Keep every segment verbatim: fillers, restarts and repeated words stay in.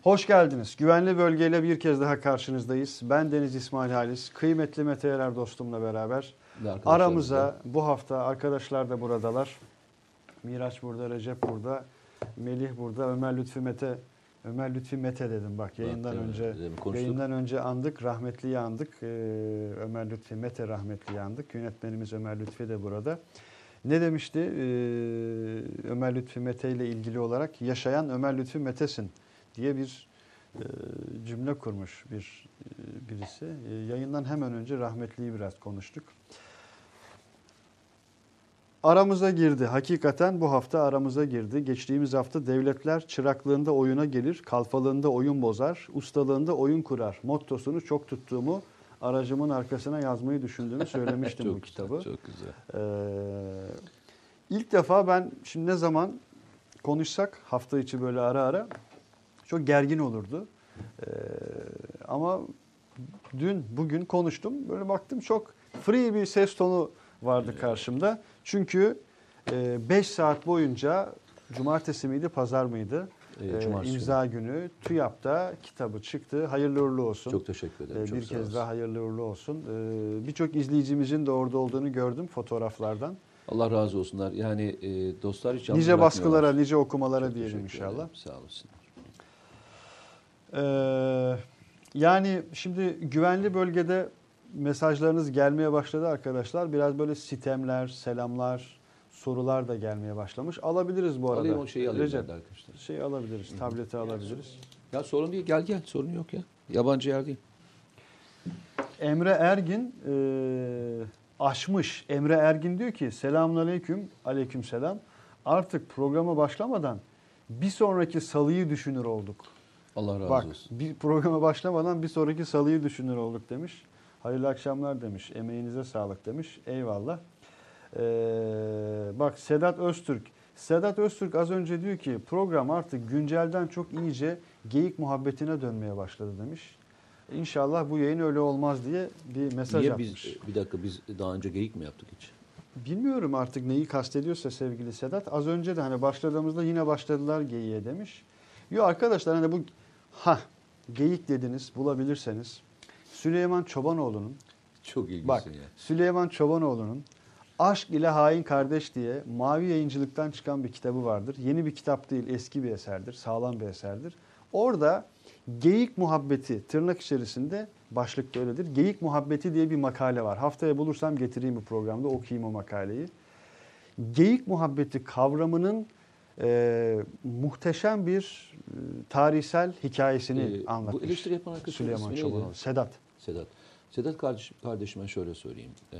Hoş geldiniz. Güvenli bölgeyle bir kez daha karşınızdayız. Ben Deniz İsmail Halis. Kıymetli Mete Erer dostumla beraber aramıza bu hafta arkadaşlar da buradalar. Miraç burada, Recep burada, Melih burada, Ömer Lütfi Mete. Ömer Lütfi Mete dedim bak yayından bak, önce yayından önce andık, rahmetliyi andık. Ee, Ömer Lütfi Mete rahmetliyi andık. Yönetmenimiz Ömer Lütfi de burada. Ne demişti ee, Ömer Lütfi Mete ile ilgili olarak? Yaşayan Ömer Lütfi Mete'sin diye bir e, cümle kurmuş bir e, birisi. E, yayından hemen önce rahmetliyi biraz konuştuk. Aramıza girdi. Hakikaten bu hafta aramıza girdi. Geçtiğimiz hafta devletler çıraklığında oyuna gelir, kalfalığında oyun bozar, ustalığında oyun kurar. Mottosunu çok tuttuğumu, aracımın arkasına yazmayı düşündüğümü söylemiştim bu güzel, kitabı. Çok güzel. Ee, ilk defa ben şimdi ne zaman konuşsak hafta içi böyle ara ara çok gergin olurdu. Ee, ama dün, bugün konuştum. Böyle baktım çok free bir ses tonu vardı karşımda. Çünkü beş saat boyunca cumartesi miydi, pazar mıydı? E, imza günü TÜYAP'ta kitabı çıktı. Hayırlı uğurlu olsun. Çok teşekkür ederim. Bir çok kez daha hayırlı uğurlu olsun. Birçok izleyicimizin de orada olduğunu gördüm fotoğraflardan. Allah razı olsunlar. Yani e, dostlar hiç nice baskılara, nice okumalara çok diyelim inşallah. Ederim. Sağ olasınlar. Ee, yani şimdi güvenli bölgede mesajlarınız gelmeye başladı arkadaşlar. Biraz böyle sitemler, selamlar, sorular da gelmeye başlamış. Alabiliriz bu arada. Alayım o şeyi alayım Recep, arkadaşlar. Şeyi alabiliriz, Hı-hı. tableti alabiliriz. Ya sorun değil, gel gel. Sorun yok ya. Yabancı yer değil. Emre Ergin e, aşmış. Emre Ergin diyor ki selamünaleyküm, aleykümselam. Artık programa başlamadan bir sonraki salıyı düşünür olduk. Allah razı Bak, olsun. bir programa başlamadan bir sonraki salıyı düşünür olduk demiş. Hayırlı akşamlar demiş. Emeğinize sağlık demiş. Eyvallah. Ee, bak Sedat Öztürk. Sedat Öztürk az önce diyor ki program artık güncelden çok iyice geyik muhabbetine dönmeye başladı demiş. İnşallah bu yayın öyle olmaz diye bir mesaj Niye atmış. Biz, bir dakika biz daha önce geyik mi yaptık hiç? Bilmiyorum artık neyi kastediyorsa sevgili Sedat. Az önce de hani başladığımızda yine başladılar geyiğe demiş. Yok arkadaşlar hani bu ha geyik dediniz bulabilirseniz Süleyman Çobanoğlu'nun çok ilginç bak ya. Süleyman Çobanoğlu'nun Aşk ile Hain Kardeş diye Mavi Yayıncılık'tan çıkan bir kitabı vardır. Yeni bir kitap değil, eski bir eserdir, sağlam bir eserdir. Orada geyik muhabbeti tırnak içerisinde başlıkta öyledir. Geyik muhabbeti diye bir makale var. Haftaya bulursam getireyim bu programda okuyayım o makaleyi. Geyik muhabbeti kavramının e, muhteşem bir e, tarihsel hikayesini ee, anlatmış. Bu eleştiri yapan arkadaşım Süleyman Çobanoğlu. Sedat. Sedat. Sedat kardeş, kardeşime şöyle söyleyeyim. Ee,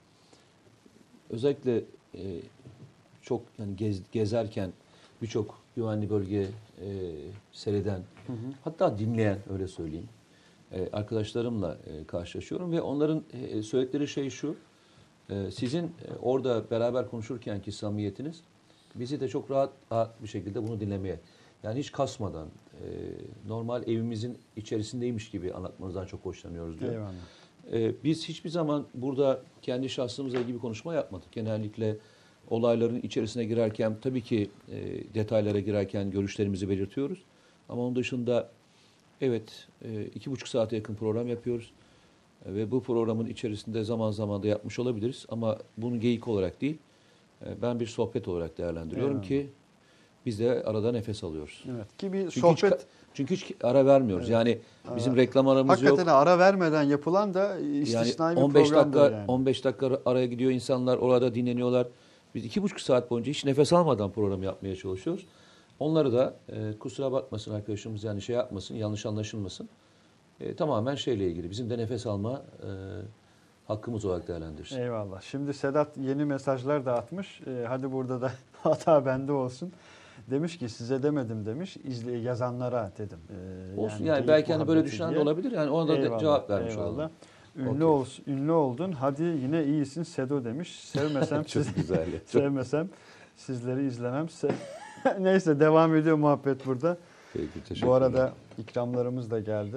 özellikle e, çok yani gez, gezerken birçok güvenli bölge e, seyreden, hı hı. hatta dinleyen öyle söyleyeyim. E, arkadaşlarımla e, karşılaşıyorum ve onların e, söyledikleri şey şu. E, sizin e, orada beraber konuşurkenki samimiyetiniz bizi de çok rahat, rahat bir şekilde bunu dinlemeye, yani hiç kasmadan, e, normal evimizin içerisindeymiş gibi anlatmanızdan çok hoşlanıyoruz diyor. Eyvallah. E, biz hiçbir zaman burada kendi şahsımızla ilgili bir konuşma yapmadık. Genellikle olayların içerisine girerken, tabii ki e, detaylara girerken görüşlerimizi belirtiyoruz. Ama onun dışında evet e, iki buçuk saate yakın program yapıyoruz. E, ve bu programın içerisinde zaman zaman da yapmış olabiliriz. Ama bunu geyik olarak değil, e, ben bir sohbet olarak değerlendiriyorum Eyvallah. Ki biz de arada nefes alıyoruz. Evet. Ki bir çünkü sohbet... Hiç, çünkü hiç ara vermiyoruz. Evet. Yani bizim ara. reklam aramız Hakikaten yok. Hakikaten ara vermeden yapılan da istisnai yani bir on beş programdır dakika, yani. on beş dakika araya gidiyor insanlar, orada dinleniyorlar. Biz iki buçuk saat boyunca hiç nefes almadan program yapmaya çalışıyoruz. Onları da e, kusura bakmasın arkadaşımız, yani şey yapmasın, yanlış anlaşılmasın. E, tamamen şeyle ilgili. Bizim de nefes alma e, hakkımız olarak değerlendirsin. Eyvallah. Şimdi Sedat yeni mesajlar dağıtmış. E, hadi burada da hata bende olsun. Demiş ki size demedim demiş. İzle, yazanlara dedim. E, olsun yani, yani belki hani böyle düşünen diye. De olabilir. Yani ona da eyvallah, cevap vermiş eyvallah. olalım. Ünlü, okay. ol, ünlü oldun. Hadi yine iyisin Sedo demiş. Sevmesem çok siz, güzel. sevmesem sizleri izlemem. Neyse devam ediyor muhabbet burada. Peki, bu arada ikramlarımız da geldi.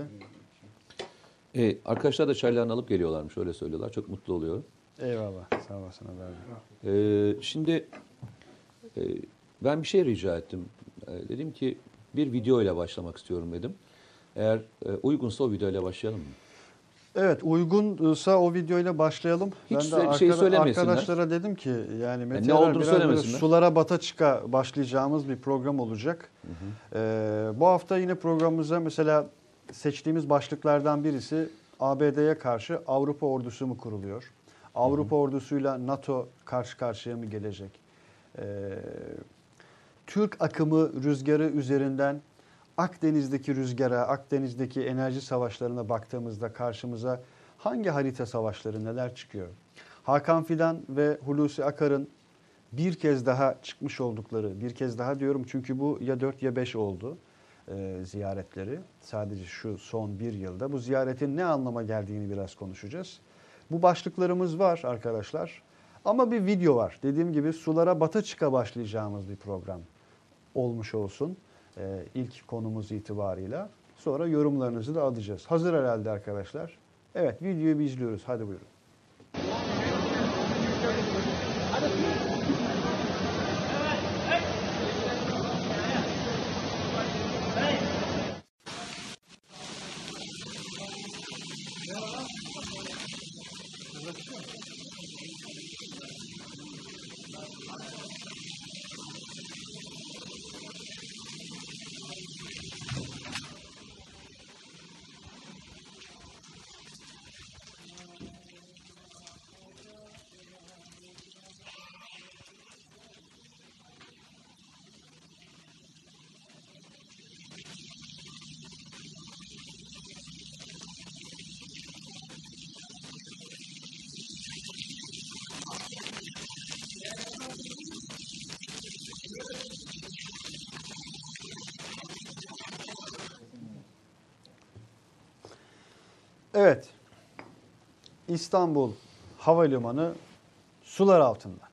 Ee, arkadaşlar da çaylarını alıp geliyorlarmış, öyle söylüyorlar. Çok mutlu oluyorum. Eyvallah. Sağ olasın haber. Ee, şimdi e, ben bir şey rica ettim. E, dedim ki bir video ile başlamak istiyorum dedim. Eğer e, uygunsa o video ile başlayalım mı? Evet, uygunsa o videoyla başlayalım. Hiç ben de bir şey arkada- söylemesinler. arkadaşlara dedim ki yani Mete ne Erer olduğunu biraz böyle söylemesinler. sulara bata çıka başlayacağımız bir program olacak. Hı hı. Ee, bu hafta yine programımıza mesela seçtiğimiz başlıklardan birisi A B D'ye karşı Avrupa ordusu mu kuruluyor? Avrupa ordusuyla NATO karşı karşıya mı gelecek? Ee, Türk akımı rüzgarı üzerinden Akdeniz'deki rüzgara, Akdeniz'deki enerji savaşlarına baktığımızda karşımıza hangi harita savaşları neler çıkıyor? Hakan Fidan ve Hulusi Akar'ın bir kez daha çıkmış oldukları, bir kez daha diyorum çünkü bu ya dört ya beş oldu e, ziyaretleri. Sadece şu son bir yılda. Bu ziyaretin ne anlama geldiğini biraz konuşacağız. Bu başlıklarımız var arkadaşlar. Ama bir video var. Dediğim gibi sulara bata çıka başlayacağımız bir program olmuş olsun. Ee, ilk konumuz itibarıyla. Sonra yorumlarınızı da alacağız. Hazır herhalde arkadaşlar. Evet, videoyu bir izliyoruz. Hadi buyurun. Evet. İstanbul Havalimanı sular altında.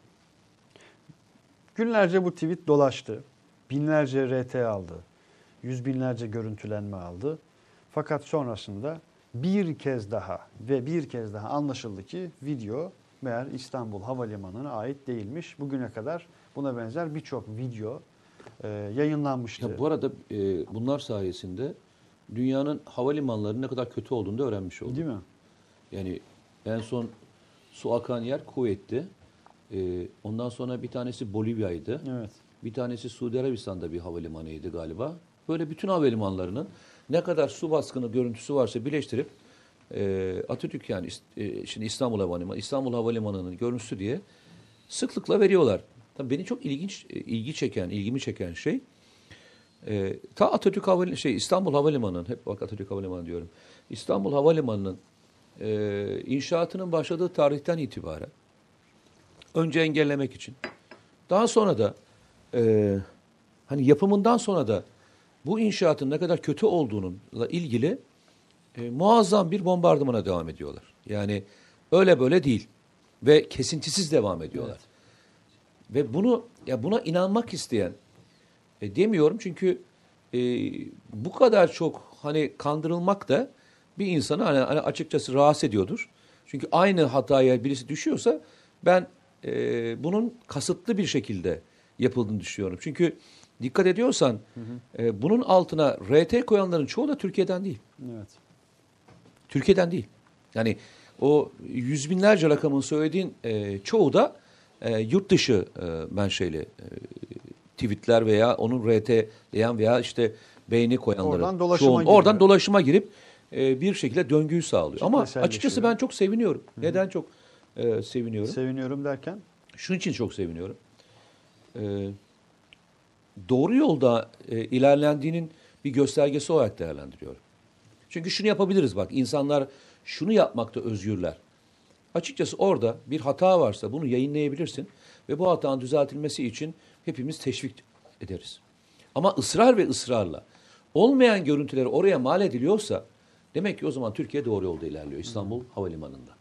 Günlerce bu tweet dolaştı. Binlerce R T aldı. Yüz binlerce görüntülenme aldı. Fakat sonrasında bir kez daha ve bir kez daha anlaşıldı ki video meğer İstanbul Havalimanı'na ait değilmiş. Bugüne kadar buna benzer birçok video e, yayınlanmıştı. Ya bu arada e, bunlar sayesinde dünyanın havalimanlarının ne kadar kötü olduğunu da öğrenmiş olduk. Değil mi? Yani en son su akan yer Kuveyt'ti. E, ondan sonra bir tanesi Bolivya'ydı. Evet. Bir tanesi Suudi Arabistan'da bir havalimanıydı galiba. Böyle bütün havalimanlarının ne kadar su baskını görüntüsü varsa birleştirip e, Atatürk yani e, şimdi İstanbul Havalimanı, İstanbul Havalimanı'nın görüntüsü diye sıklıkla veriyorlar. Tabii beni çok ilginç e, ilgi çeken, ilgimi çeken şey e, ta Atatürk Havalimanı şey İstanbul Havalimanı'nın hep bak Atatürk Havalimanı diyorum. İstanbul Havalimanı'nın e, inşaatının başladığı tarihten itibaren önce engellemek için daha sonra da e, hani yapımından sonra da bu inşaatın ne kadar kötü olduğununla ilgili e, muazzam bir bombardımana devam ediyorlar. Yani öyle böyle değil ve kesintisiz devam ediyorlar. Evet. Ve bunu ya buna inanmak isteyen e, demiyorum çünkü e, bu kadar çok hani kandırılmak da bir insanı hani, hani açıkçası rahatsız ediyordur. Çünkü aynı hataya birisi düşüyorsa ben e, bunun kasıtlı bir şekilde yapıldığını düşünüyorum. Çünkü dikkat ediyorsan hı hı. E, bunun altına R T koyanların çoğu da Türkiye'den değil. Evet. Türkiye'den değil. Yani o yüz binlerce rakamın söylediğin e, çoğu da e, yurt dışı e, menşeli e, tweetler veya onun R T'leyen veya işte beğeni koyanları. Oradan dolaşıma çoğun, oradan dolaşıma girip e, bir şekilde döngüyü sağlıyor. Ama açıkçası ben çok seviniyorum. Hı hı. Neden çok e, seviniyorum? Seviniyorum derken? Şunun için çok seviniyorum. E, doğru yolda e, ilerlendiğinin bir göstergesi olarak değerlendiriyorum. Çünkü şunu yapabiliriz bak, insanlar şunu yapmakta özgürler. Açıkçası orada bir hata varsa bunu yayınlayabilirsin ve bu hatanın düzeltilmesi için hepimiz teşvik ederiz. Ama ısrar ve ısrarla olmayan görüntüleri oraya mal ediliyorsa demek ki o zaman Türkiye doğru yolda ilerliyor İstanbul Havalimanı'nda.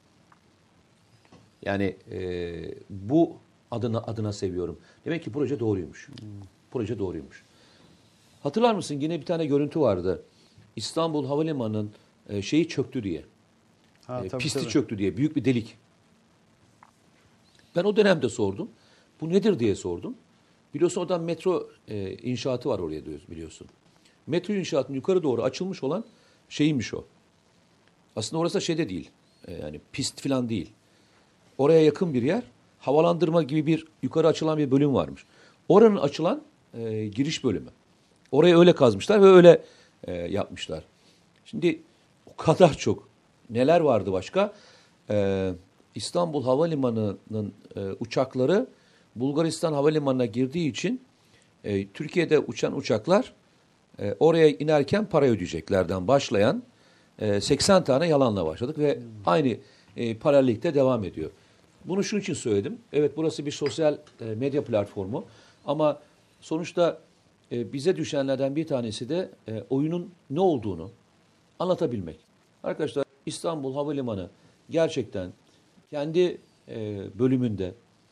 Yani e, bu adına adına seviyorum. Demek ki proje doğruymuş. Hmm. Proje doğruymuş. Hatırlar mısın yine bir tane görüntü vardı. İstanbul Havalimanı'nın e, şeyi çöktü diye. Ha, e, tabii, pisti tabii. çöktü diye. Büyük bir delik. Ben o dönemde sordum. Bu nedir diye sordum. Biliyorsun oradan metro e, inşaatı var oraya diyoruz biliyorsun. Metro inşaatının yukarı doğru açılmış olan şeymiş o. Aslında orası da şeyde değil. E, yani pist falan değil. Oraya yakın bir yer. Havalandırma gibi bir yukarı açılan bir bölüm varmış. Oranın açılan e, giriş bölümü. Orayı öyle kazmışlar ve öyle e, yapmışlar. Şimdi o kadar çok. Neler vardı başka? Ee, İstanbul Havalimanı'nın e, uçakları Bulgaristan Havalimanı'na girdiği için e, Türkiye'de uçan uçaklar e, oraya inerken para ödeyeceklerden başlayan e, seksen tane yalanla başladık ve hmm. aynı e, paralellikte devam ediyor. Bunu şunun için söyledim. Evet, burası bir sosyal e, medya platformu ama sonuçta e, bize düşenlerden bir tanesi de e, oyunun ne olduğunu anlatabilmek. Arkadaşlar, İstanbul Havalimanı gerçekten kendi e, bölümünde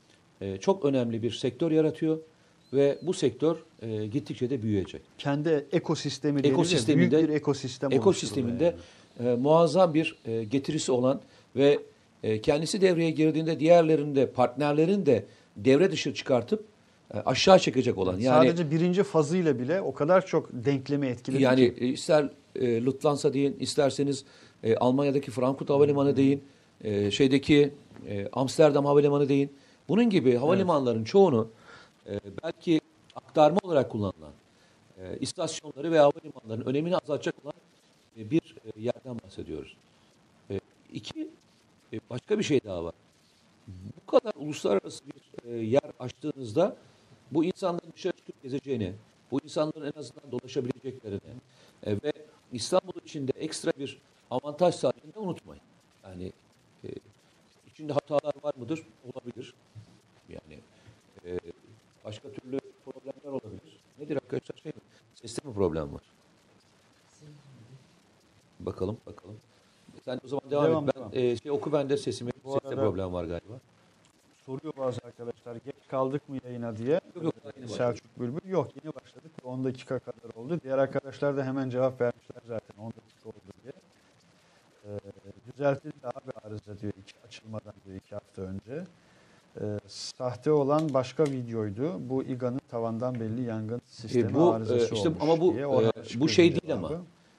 e, çok önemli bir sektör yaratıyor ve bu sektör e, gittikçe de büyüyecek. Kendi ekosistemi ekosisteminde, büyük bir ekosistem ekosisteminde yani. e, muazzam bir e, getirisi olan ve e, kendisi devreye girdiğinde diğerlerinin de partnerlerin de devre dışı çıkartıp e, aşağı çekecek olan. Yani sadece birinci fazıyla bile o kadar çok denklemi etkiledi yani ki. E, ister e, Lufthansa deyin, isterseniz e, Almanya'daki Frankfurt Havalimanı deyin, e, şeydeki e, Amsterdam Havalimanı deyin. Bunun gibi havalimanların evet. çoğunu e, belki aktarma olarak kullanılan e, istasyonları ve havalimanlarının önemini azaltacak olan e, bir e, yerden bahsediyoruz. E, iki, e, başka bir şey daha var. Bu kadar uluslararası bir e, yer açtığınızda bu insanların dışarı çıkıp gezeceğini, bu insanların en azından dolaşabileceklerini e, ve İstanbul içinde ekstra bir avantaj sahibini de unutmayın. Yani e, içinde hatalar var mıdır? Olabilir. Yani e, başka türlü problemler olabilir. Nedir arkadaşlar? Şey mi? Seste mi problem var? Bakalım, bakalım. Sen o zaman devam, devam et. Ben e, şey oku, ben de sesimi. Bu seste problem var galiba. Soruyor bazı arkadaşlar, geç kaldık mı yayına diye. Yok, yok, ee, Selçuk Bülbül. Yok, yeni başladık. on dakika kadar oldu. Diğer arkadaşlar da hemen cevap vermişler zaten. on dakika oldu diye. Ee, düzeltildi abi arıza diyor. İki, açılmadan diyor iki hafta önce. Ee, sahte olan başka videoydu. Bu İ G A'nın tavandan belli yangın sistemi e, bu, arızası e, işte, olmuş ama bu, diye. E, bu şey değil ama.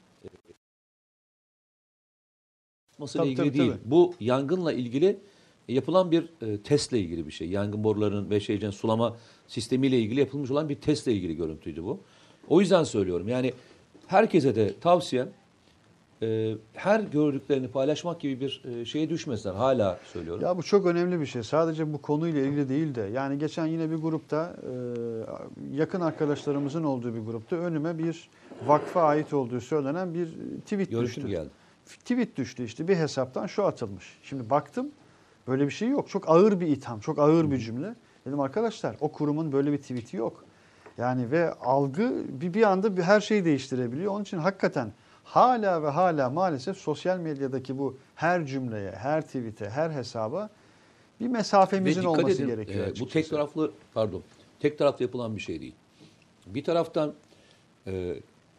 Tabii, ilgili tabii, değil. Tabii. Bu yangınla ilgili yapılan bir e, testle ilgili bir şey. Yangın borularının ve şeyden sulama sistemiyle ilgili yapılmış olan bir testle ilgili görüntüydü bu. O yüzden söylüyorum. Yani herkese de tavsiyem e, her gördüklerini paylaşmak gibi bir e, şeye düşmesinler. Hala söylüyorum. Ya bu çok önemli bir şey. Sadece bu konuyla ilgili değil de. Yani geçen yine bir grupta e, yakın arkadaşlarımızın olduğu bir grupta önüme bir vakfa ait olduğu söylenen bir tweet Görüşüm düştü. geldi. Tweet düştü işte, bir hesaptan şu atılmış. Şimdi baktım, böyle bir şey yok. Çok ağır bir itham, çok ağır bir cümle. Dedim arkadaşlar, o kurumun böyle bir tweet'i yok. Yani ve algı bir, bir anda bir her şeyi değiştirebiliyor. Onun için hakikaten hala ve hala maalesef sosyal medyadaki bu her cümleye, her tweet'e, her hesaba bir mesafemizin olması edin, gerekiyor. E, bu tek taraflı, pardon, tek taraflı yapılan bir şey değil. Bir taraftan e,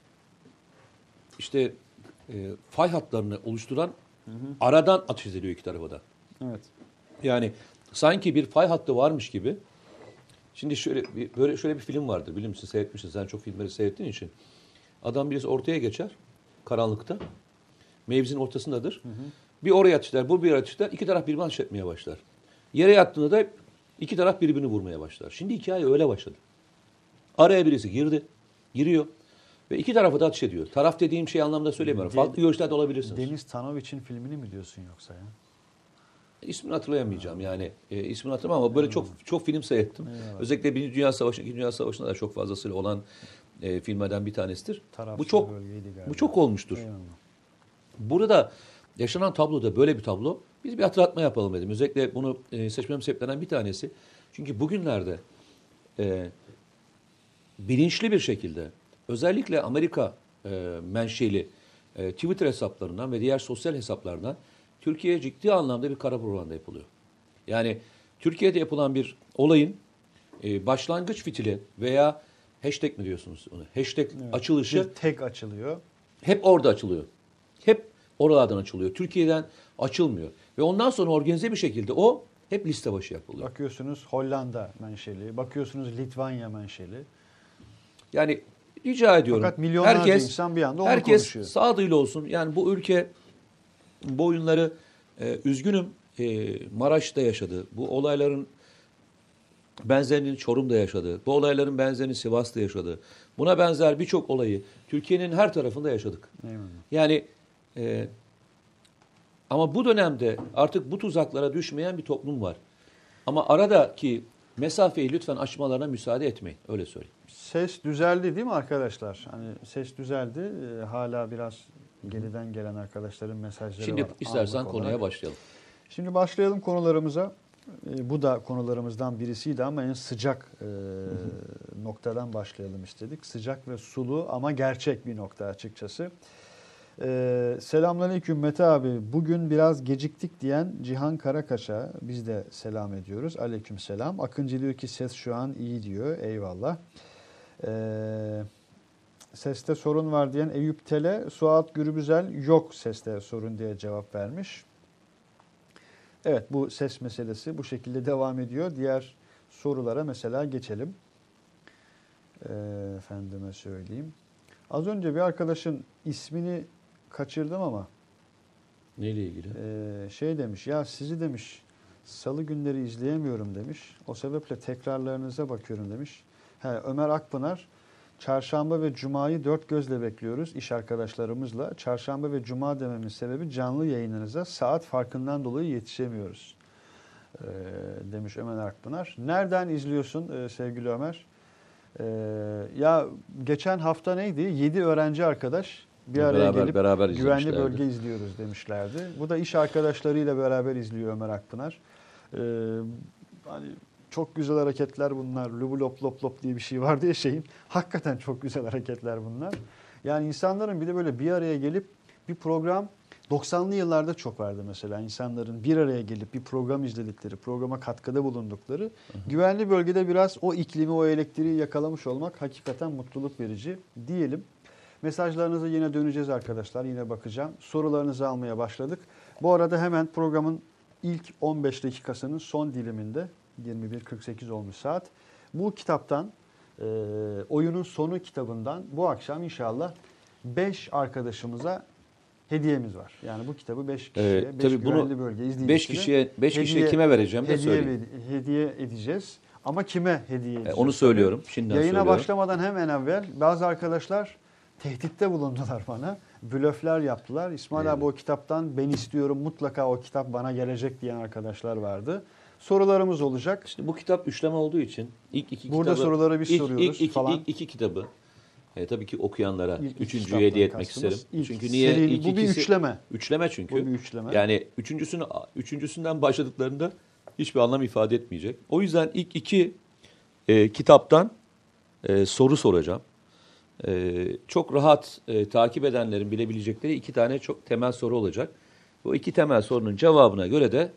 işte e, fay hatlarını oluşturan hı hı. aradan ateş ediliyor iki tarafa da. Evet. Yani sanki bir fay hattı varmış gibi. Şimdi şöyle bir, böyle şöyle bir film vardır, bilir misin? Seyretmişsin, sen çok filmleri seyrettiğin için. Adam birisi ortaya geçer karanlıkta. Mevzinin ortasındadır. Hı hı. Bir oraya atışlar, bu bir atışlar. İki taraf birbirini ateş etmeye başlar. Yere yattığında da iki taraf birbirini vurmaya başlar. Şimdi hikaye öyle başladı. Araya birisi girdi, giriyor. Ve iki tarafı da ateş ediyor. Taraf dediğim şey anlamda söylemiyorum. De, Farklı görüşlerde olabilirsiniz. Deniz Tanoviç'in filmini mi diyorsun yoksa ya? İsmini hatırlayamayacağım yani. E, ismini hatırlamam ama böyle çok çok film seyrettim. Eyvallah. Özellikle Birinci Dünya Savaşı, İkinci Dünya Savaşı'nda da çok fazlasıyla olan e, filmlerden bir tanesidir. Tarafsız bu çok bu çok olmuştur. Eyvallah. Burada da yaşanan tabloda böyle bir tablo. Biz bir hatırlatma yapalım dedim. Özellikle bunu e, seçmem sebeplerinden bir tanesi. Çünkü bugünlerde e, bilinçli bir şekilde özellikle Amerika e, menşeli e, Twitter hesaplarından ve diğer sosyal hesaplardan Türkiye'ye ciddi anlamda bir kara propaganda yapılıyor. Yani Türkiye'de yapılan bir olayın e, başlangıç fitili veya hashtag mi diyorsunuz onu? Hashtag evet, açılışı. Bir tek açılıyor. Hep orada açılıyor. Hep oralardan açılıyor. Türkiye'den açılmıyor. Ve ondan sonra organize bir şekilde o hep liste başı yapılıyor. Bakıyorsunuz Hollanda menşeli, bakıyorsunuz Litvanya menşeli. Yani rica ediyorum. Fakat milyonlarca herkes, insan bir anda onu herkes konuşuyor. sağduyulu olsun. Yani bu ülke bu oyunları e, üzgünüm e, Maraş'ta yaşadı. Bu olayların benzerini Çorum'da yaşadı. Bu olayların benzerini Sivas'ta yaşadı. Buna benzer birçok olayı Türkiye'nin her tarafında yaşadık. Eyvallah. Yani e, ama bu dönemde artık bu tuzaklara düşmeyen bir toplum var. Ama aradaki mesafeyi lütfen aşmalarına müsaade etmeyin. Öyle söyleyeyim. Ses düzeldi değil mi arkadaşlar? Hani ses düzeldi. Ee, hala biraz geriden gelen arkadaşların mesajları Şimdi var. istersen anlık konuya olarak. başlayalım. Şimdi başlayalım konularımıza. Ee, bu da konularımızdan birisiydi ama en sıcak e, noktadan başlayalım istedik. Sıcak ve sulu ama gerçek bir nokta açıkçası. Ee, Selamünaleyküm Mete abi. Bugün biraz geciktik diyen Cihan Karakaş'a biz de selam ediyoruz. Aleyküm selam. Akıncı diyor ki ses şu an iyi diyor. Eyvallah. Ee, seste sorun var diyen Eyüp Tele, Suat Gürbüzel yok seste sorun diye cevap vermiş. Evet, bu ses meselesi bu şekilde devam ediyor. Diğer sorulara mesela geçelim. Ee, efendime söyleyeyim. Az önce bir arkadaşın ismini kaçırdım ama Neyle ilgili? e, şey demiş ya sizi demiş salı günleri izleyemiyorum demiş. O sebeple tekrarlarınıza bakıyorum demiş. He, Ömer Akpınar, çarşamba ve cumayı dört gözle bekliyoruz iş arkadaşlarımızla. Çarşamba ve cuma dememin sebebi canlı yayınınıza saat farkından dolayı yetişemiyoruz e, demiş Ömer Akpınar. Nereden izliyorsun e, sevgili Ömer? E, ya geçen hafta neydi? yedi öğrenci arkadaş bir araya beraber, gelip beraber güvenli bölge izliyoruz demişlerdi. Bu da iş arkadaşlarıyla beraber izliyor Ömer Akpınar. Ee, hani çok güzel hareketler bunlar. Lubu lop lop lop diye bir şey vardı ya şeyin. Hakikaten çok güzel hareketler bunlar. Yani insanların bir de böyle bir araya gelip bir program doksanlı yıllarda çok vardı mesela. İnsanların bir araya gelip bir program izledikleri, programa katkıda bulundukları. Hı hı. Güvenli bölgede biraz o iklimi, o elektriği yakalamış olmak hakikaten mutluluk verici diyelim. Mesajlarınıza yine döneceğiz arkadaşlar. Yine bakacağım. Sorularınızı almaya başladık. Bu arada hemen programın ilk on beş dakikasının son diliminde yirmi bir kırk sekiz olmuş saat. Bu kitaptan, e, Oyunun Sonu kitabından bu akşam inşallah beş arkadaşımıza hediyemiz var. Yani bu kitabı beş kişiye, Ee, beş güvenli bölge izleyicisine beş kişiye, beş kişiye kime vereceğim de söyleyeyim. Hediye edeceğiz. Ama kime hediye edeceğiz? Ee, onu söylüyorum. Şimdiden Yayına söylüyorum. başlamadan hemen evvel bazı arkadaşlar tehditte bulundular bana. Blöfler yaptılar. İsmail Evet. abi o kitaptan ben istiyorum mutlaka o kitap bana gelecek diyen arkadaşlar vardı. Sorularımız olacak. Şimdi bu kitap üçleme olduğu için ilk iki Burada kitabı, soruları biz ilk, soruyoruz ilk, ilk, falan. ilk iki kitabı e, tabii ki okuyanlara İlk iki üçüncüyü kitaptan hediye etmek kastımız isterim. ilk Çünkü niye serinin- ilk bu bir ikisi üçleme. Üçleme çünkü. Bu bir üçleme. Yani üçüncüsünü üçüncüsünden başladıklarında hiçbir anlam ifade etmeyecek. O yüzden ilk iki e, kitaptan e, soru soracağım. E, çok rahat e, takip edenlerin bilebilecekleri iki tane çok temel soru olacak. Bu iki temel sorunun cevabına göre de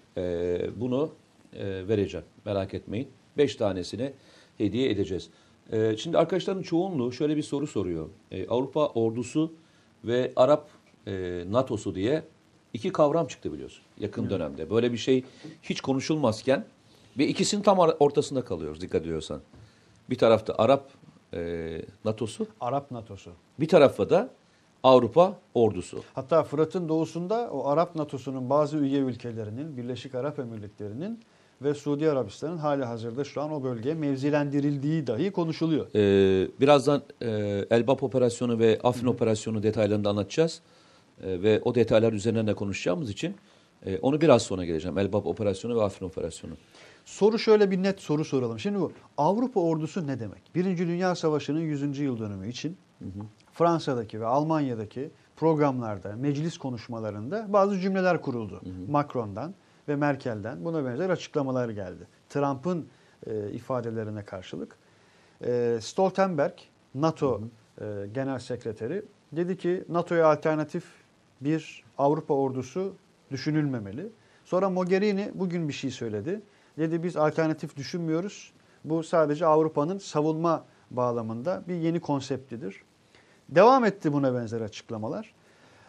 e, bunu e, vereceğim. Merak etmeyin. Beş tanesini hediye edeceğiz. E, şimdi arkadaşların çoğunluğu şöyle bir soru soruyor. E, Avrupa ordusu ve Arap e, NATO'su diye iki kavram çıktı biliyorsun yakın evet. dönemde. Böyle bir şey hiç konuşulmazken ve ikisinin tam ortasında kalıyoruz dikkat ediyorsan. Bir tarafta Arap e, NATO'su. Arap NATO'su. Bir tarafta da Avrupa ordusu. Hatta Fırat'ın doğusunda o Arap NATO'sunun bazı üye ülkelerinin, Birleşik Arap Emirlikleri'nin ve Suudi Arabistan'ın hali hazırda şu an o bölgeye mevzilendirildiği dahi konuşuluyor. Ee, birazdan e, Elbap operasyonu ve Afrin Hı-hı. operasyonu detaylarını da anlatacağız. E, ve o detaylar üzerinden de konuşacağımız için e, onu biraz sonra geleceğim. Elbap operasyonu ve Afrin operasyonu. Soru şöyle bir net soru soralım. Şimdi bu Avrupa ordusu ne demek? Birinci Dünya Savaşı'nın yüzüncü yıl dönümü için hı hı. Fransa'daki ve Almanya'daki programlarda, meclis konuşmalarında bazı cümleler kuruldu. Hı hı. Macron'dan ve Merkel'den buna benzer açıklamalar geldi. Trump'ın e, ifadelerine karşılık. E, Stoltenberg, NATO hı hı. E, Genel Sekreteri dedi ki NATO'ya alternatif bir Avrupa ordusu düşünülmemeli. Sonra Mogherini bugün bir şey söyledi. Dedi biz alternatif düşünmüyoruz. Bu sadece Avrupa'nın savunma bağlamında bir yeni konseptidir. Devam etti buna benzer açıklamalar.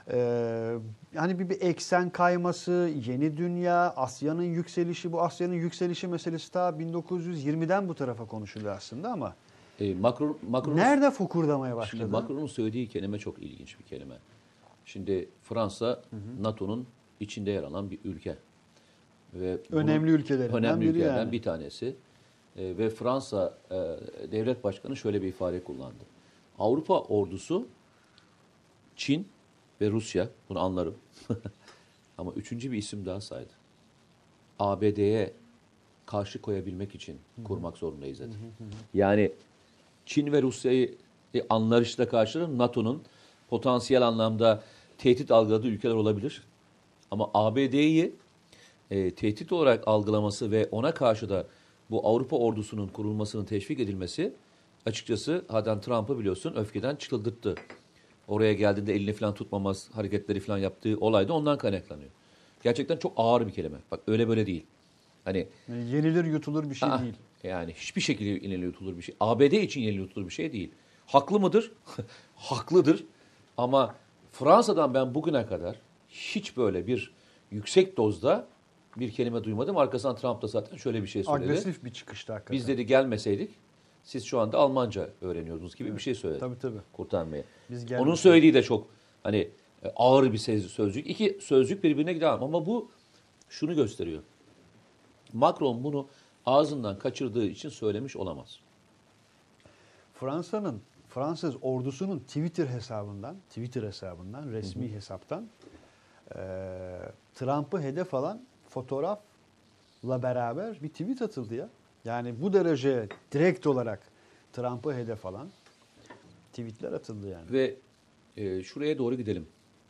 Ee, yani bir, bir eksen kayması, yeni dünya, Asya'nın yükselişi, bu Asya'nın yükselişi meselesi ta bin dokuz yüz yirmiden bu tarafa konuşuluyor aslında ama E, Macron, Macron'un, nerede fokurdamaya başladı? Şimdi Macron'un söylediği kelime çok ilginç bir kelime. Şimdi Fransa NATO'nun içinde yer alan bir ülke. Ve Önemli ülkelerinden önemli biri ülkelerden yani. bir tanesi. E, ve Fransa e, devlet başkanı şöyle bir ifade kullandı. Avrupa ordusu Çin ve Rusya, bunu anlarım. Ama üçüncü bir isim daha saydı. A B D'ye karşı koyabilmek için kurmak zorundayız dedi. Yani Çin ve Rusya'yı anlayışla karşılar NATO'nun potansiyel anlamda tehdit algıladığı ülkeler olabilir. Ama A B D'yi e, tehdit olarak algılaması ve ona karşı da bu Avrupa ordusunun kurulmasının teşvik edilmesi açıkçası zaten Trump'ı biliyorsun öfkeden çıldırttı. Oraya geldiğinde elini falan tutmamaz, hareketleri falan yaptığı olay da ondan kaynaklanıyor. Gerçekten çok ağır bir kelime. Bak öyle böyle değil. Hani Yani yenilir yutulur bir şey aa, değil. yani hiçbir şekilde yenilir yutulur bir şey. A B D için yenilir yutulur bir şey değil. Haklı mıdır? Haklıdır. Ama Fransa'dan ben bugüne kadar hiç böyle bir yüksek dozda bir kelime duymadım. Arkasından Trump da zaten şöyle bir şey söyledi. Agresif bir çıkıştı hakikaten. Biz dedi gelmeseydik siz şu anda Almanca öğreniyordunuz gibi Evet. bir şey söyledi. Tabii tabii. Kurtarmaya. Biz Onun gelmeseydik. söylediği de çok hani ağır bir sözcük. İki sözcük birbirine gider ama bu şunu gösteriyor. Macron bunu ağzından kaçırdığı için söylemiş olamaz. Fransa'nın, Fransız ordusunun Twitter hesabından, Twitter hesabından, resmi hı hı. hesaptan e, Trump'ı hedef alan fotoğrafla beraber bir tweet atıldı ya. Yani bu derece direkt olarak Trump'ı hedef alan tweetler atıldı yani. Ve e, şuraya doğru gidelim.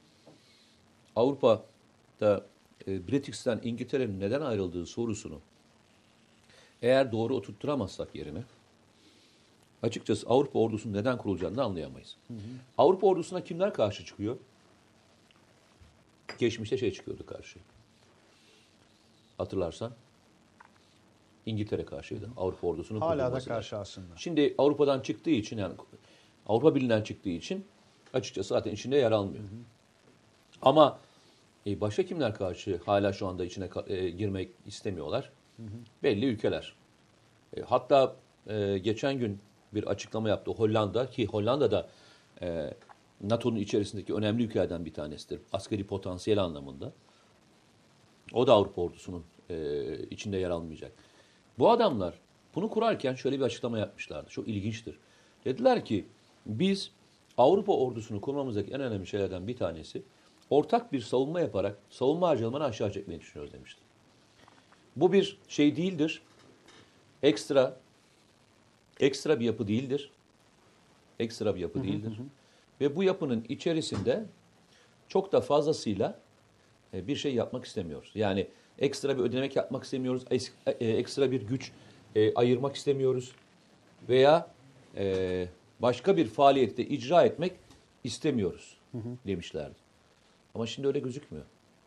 Avrupa'da e, Britix'ten İngiltere'nin neden ayrıldığı sorusunu eğer doğru oturtturamazsak yerine açıkçası Avrupa ordusunun neden kurulacağını da anlayamayız. Hı hı. Avrupa ordusuna kimler karşı çıkıyor? Geçmişte şey çıkıyordu karşı. Hatırlarsan İngiltere karşıydı. Hı hı. Avrupa ordusunun hala da karşı aslında. Şimdi Avrupa'dan çıktığı için yani Avrupa Birliği'nden çıktığı için açıkçası zaten içinde yer almıyor. Hı hı. Ama e, başka kimler karşı hala şu anda içine e, girmek istemiyorlar? Hı hı. Belli ülkeler. E, hatta e, geçen gün bir açıklama yaptı Hollanda ki Hollanda'da e, NATO'nun içerisindeki önemli ülkelerden bir tanesidir. Askeri potansiyel anlamında. O da Avrupa ordusunun e, içinde yer almayacak. Bu adamlar bunu kurarken şöyle bir açıklama yapmışlardı. Çok ilginçtir. Dediler ki biz Avrupa ordusunu kurmamızdaki en önemli şeylerden bir tanesi ortak bir savunma yaparak savunma harcamalarını aşağı çekmeyi düşünüyoruz demişti. Bu bir şey değildir. Ekstra ekstra bir yapı değildir. Ekstra bir yapı değildir. Hı hı hı. Ve bu yapının içerisinde çok da fazlasıyla bir şey yapmak istemiyoruz. Yani ekstra bir ödenek yapmak istemiyoruz. Ekstra bir güç ayırmak istemiyoruz. Veya başka bir faaliyette icra etmek istemiyoruz hı hı. demişlerdi. Ama şimdi öyle gözükmüyor.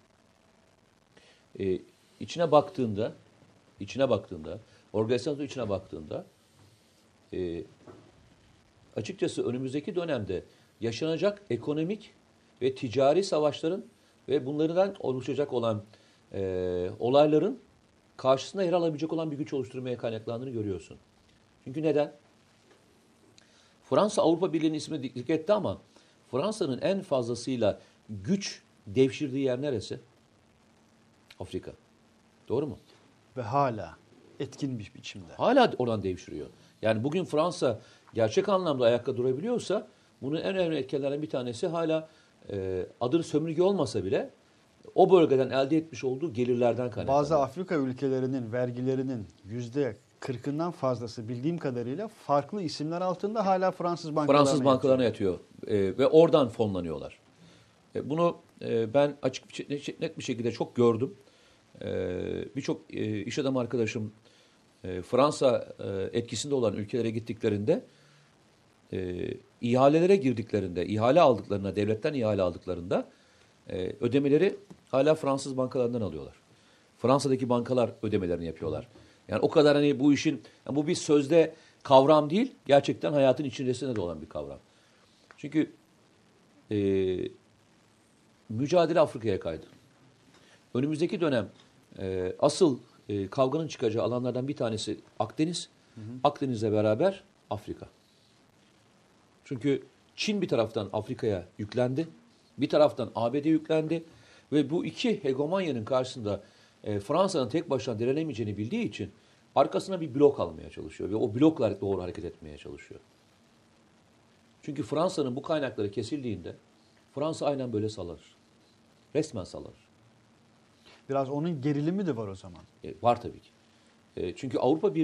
Ee, içine baktığında, içine baktığında, organizasyonun içine baktığında, e, açıkçası önümüzdeki dönemde yaşanacak ekonomik ve ticari savaşların ve bunlardan oluşacak olan e, olayların karşısında yer alabilecek olan bir güç oluşturmaya kaynaklandığını görüyorsun. Çünkü neden? Fransa Avrupa Birliği'nin ismini dikkat etti ama Fransa'nın en fazlasıyla güç devşirdiği yer neresi? Afrika. Doğru mu? Ve hala etkin bir biçimde. Hala oradan devşiriyor. Yani bugün Fransa gerçek anlamda ayakta durabiliyorsa bunun en önemli etkenlerinden bir tanesi hala e, adı sömürge olmasa bile o bölgeden elde etmiş olduğu gelirlerden kaynaklanıyor. Bazı Afrika ülkelerinin vergilerinin yüzde kırkından fazlası bildiğim kadarıyla farklı isimler altında hala Fransız bankalarına Fransız bankalarına yatıyor, yatıyor. E, ve oradan fonlanıyorlar. E, bunu e, ben açık bir, net bir şekilde çok gördüm. E, Birçok e, iş adamı arkadaşım e, Fransa e, etkisinde olan ülkelere gittiklerinde e, ihalelere girdiklerinde, ihale aldıklarında, devletten ihale aldıklarında e, ödemeleri hala Fransız bankalarından alıyorlar. Fransa'daki bankalar ödemelerini yapıyorlar. Yani o kadar hani bu işin, yani bu bir sözde kavram değil, gerçekten hayatın içerisinde de olan bir kavram. Çünkü e, mücadele Afrika'ya kaydı. Önümüzdeki dönem e, asıl e, kavganın çıkacağı alanlardan bir tanesi Akdeniz. Hı hı. Akdeniz'le beraber Afrika. Çünkü Çin bir taraftan Afrika'ya yüklendi. Bir taraftan A B D yüklendi. Ve bu iki hegemonyanın karşısında e, Fransa'nın tek başına direnemeyeceğini bildiği için arkasına bir blok almaya çalışıyor. Ve o blokla doğru hareket etmeye çalışıyor. Çünkü Fransa'nın bu kaynakları kesildiğinde Fransa aynen böyle sallanır. Resmen sallanır. Biraz onun gerilimi de var o zaman. E, var tabii ki. E, çünkü Avrupa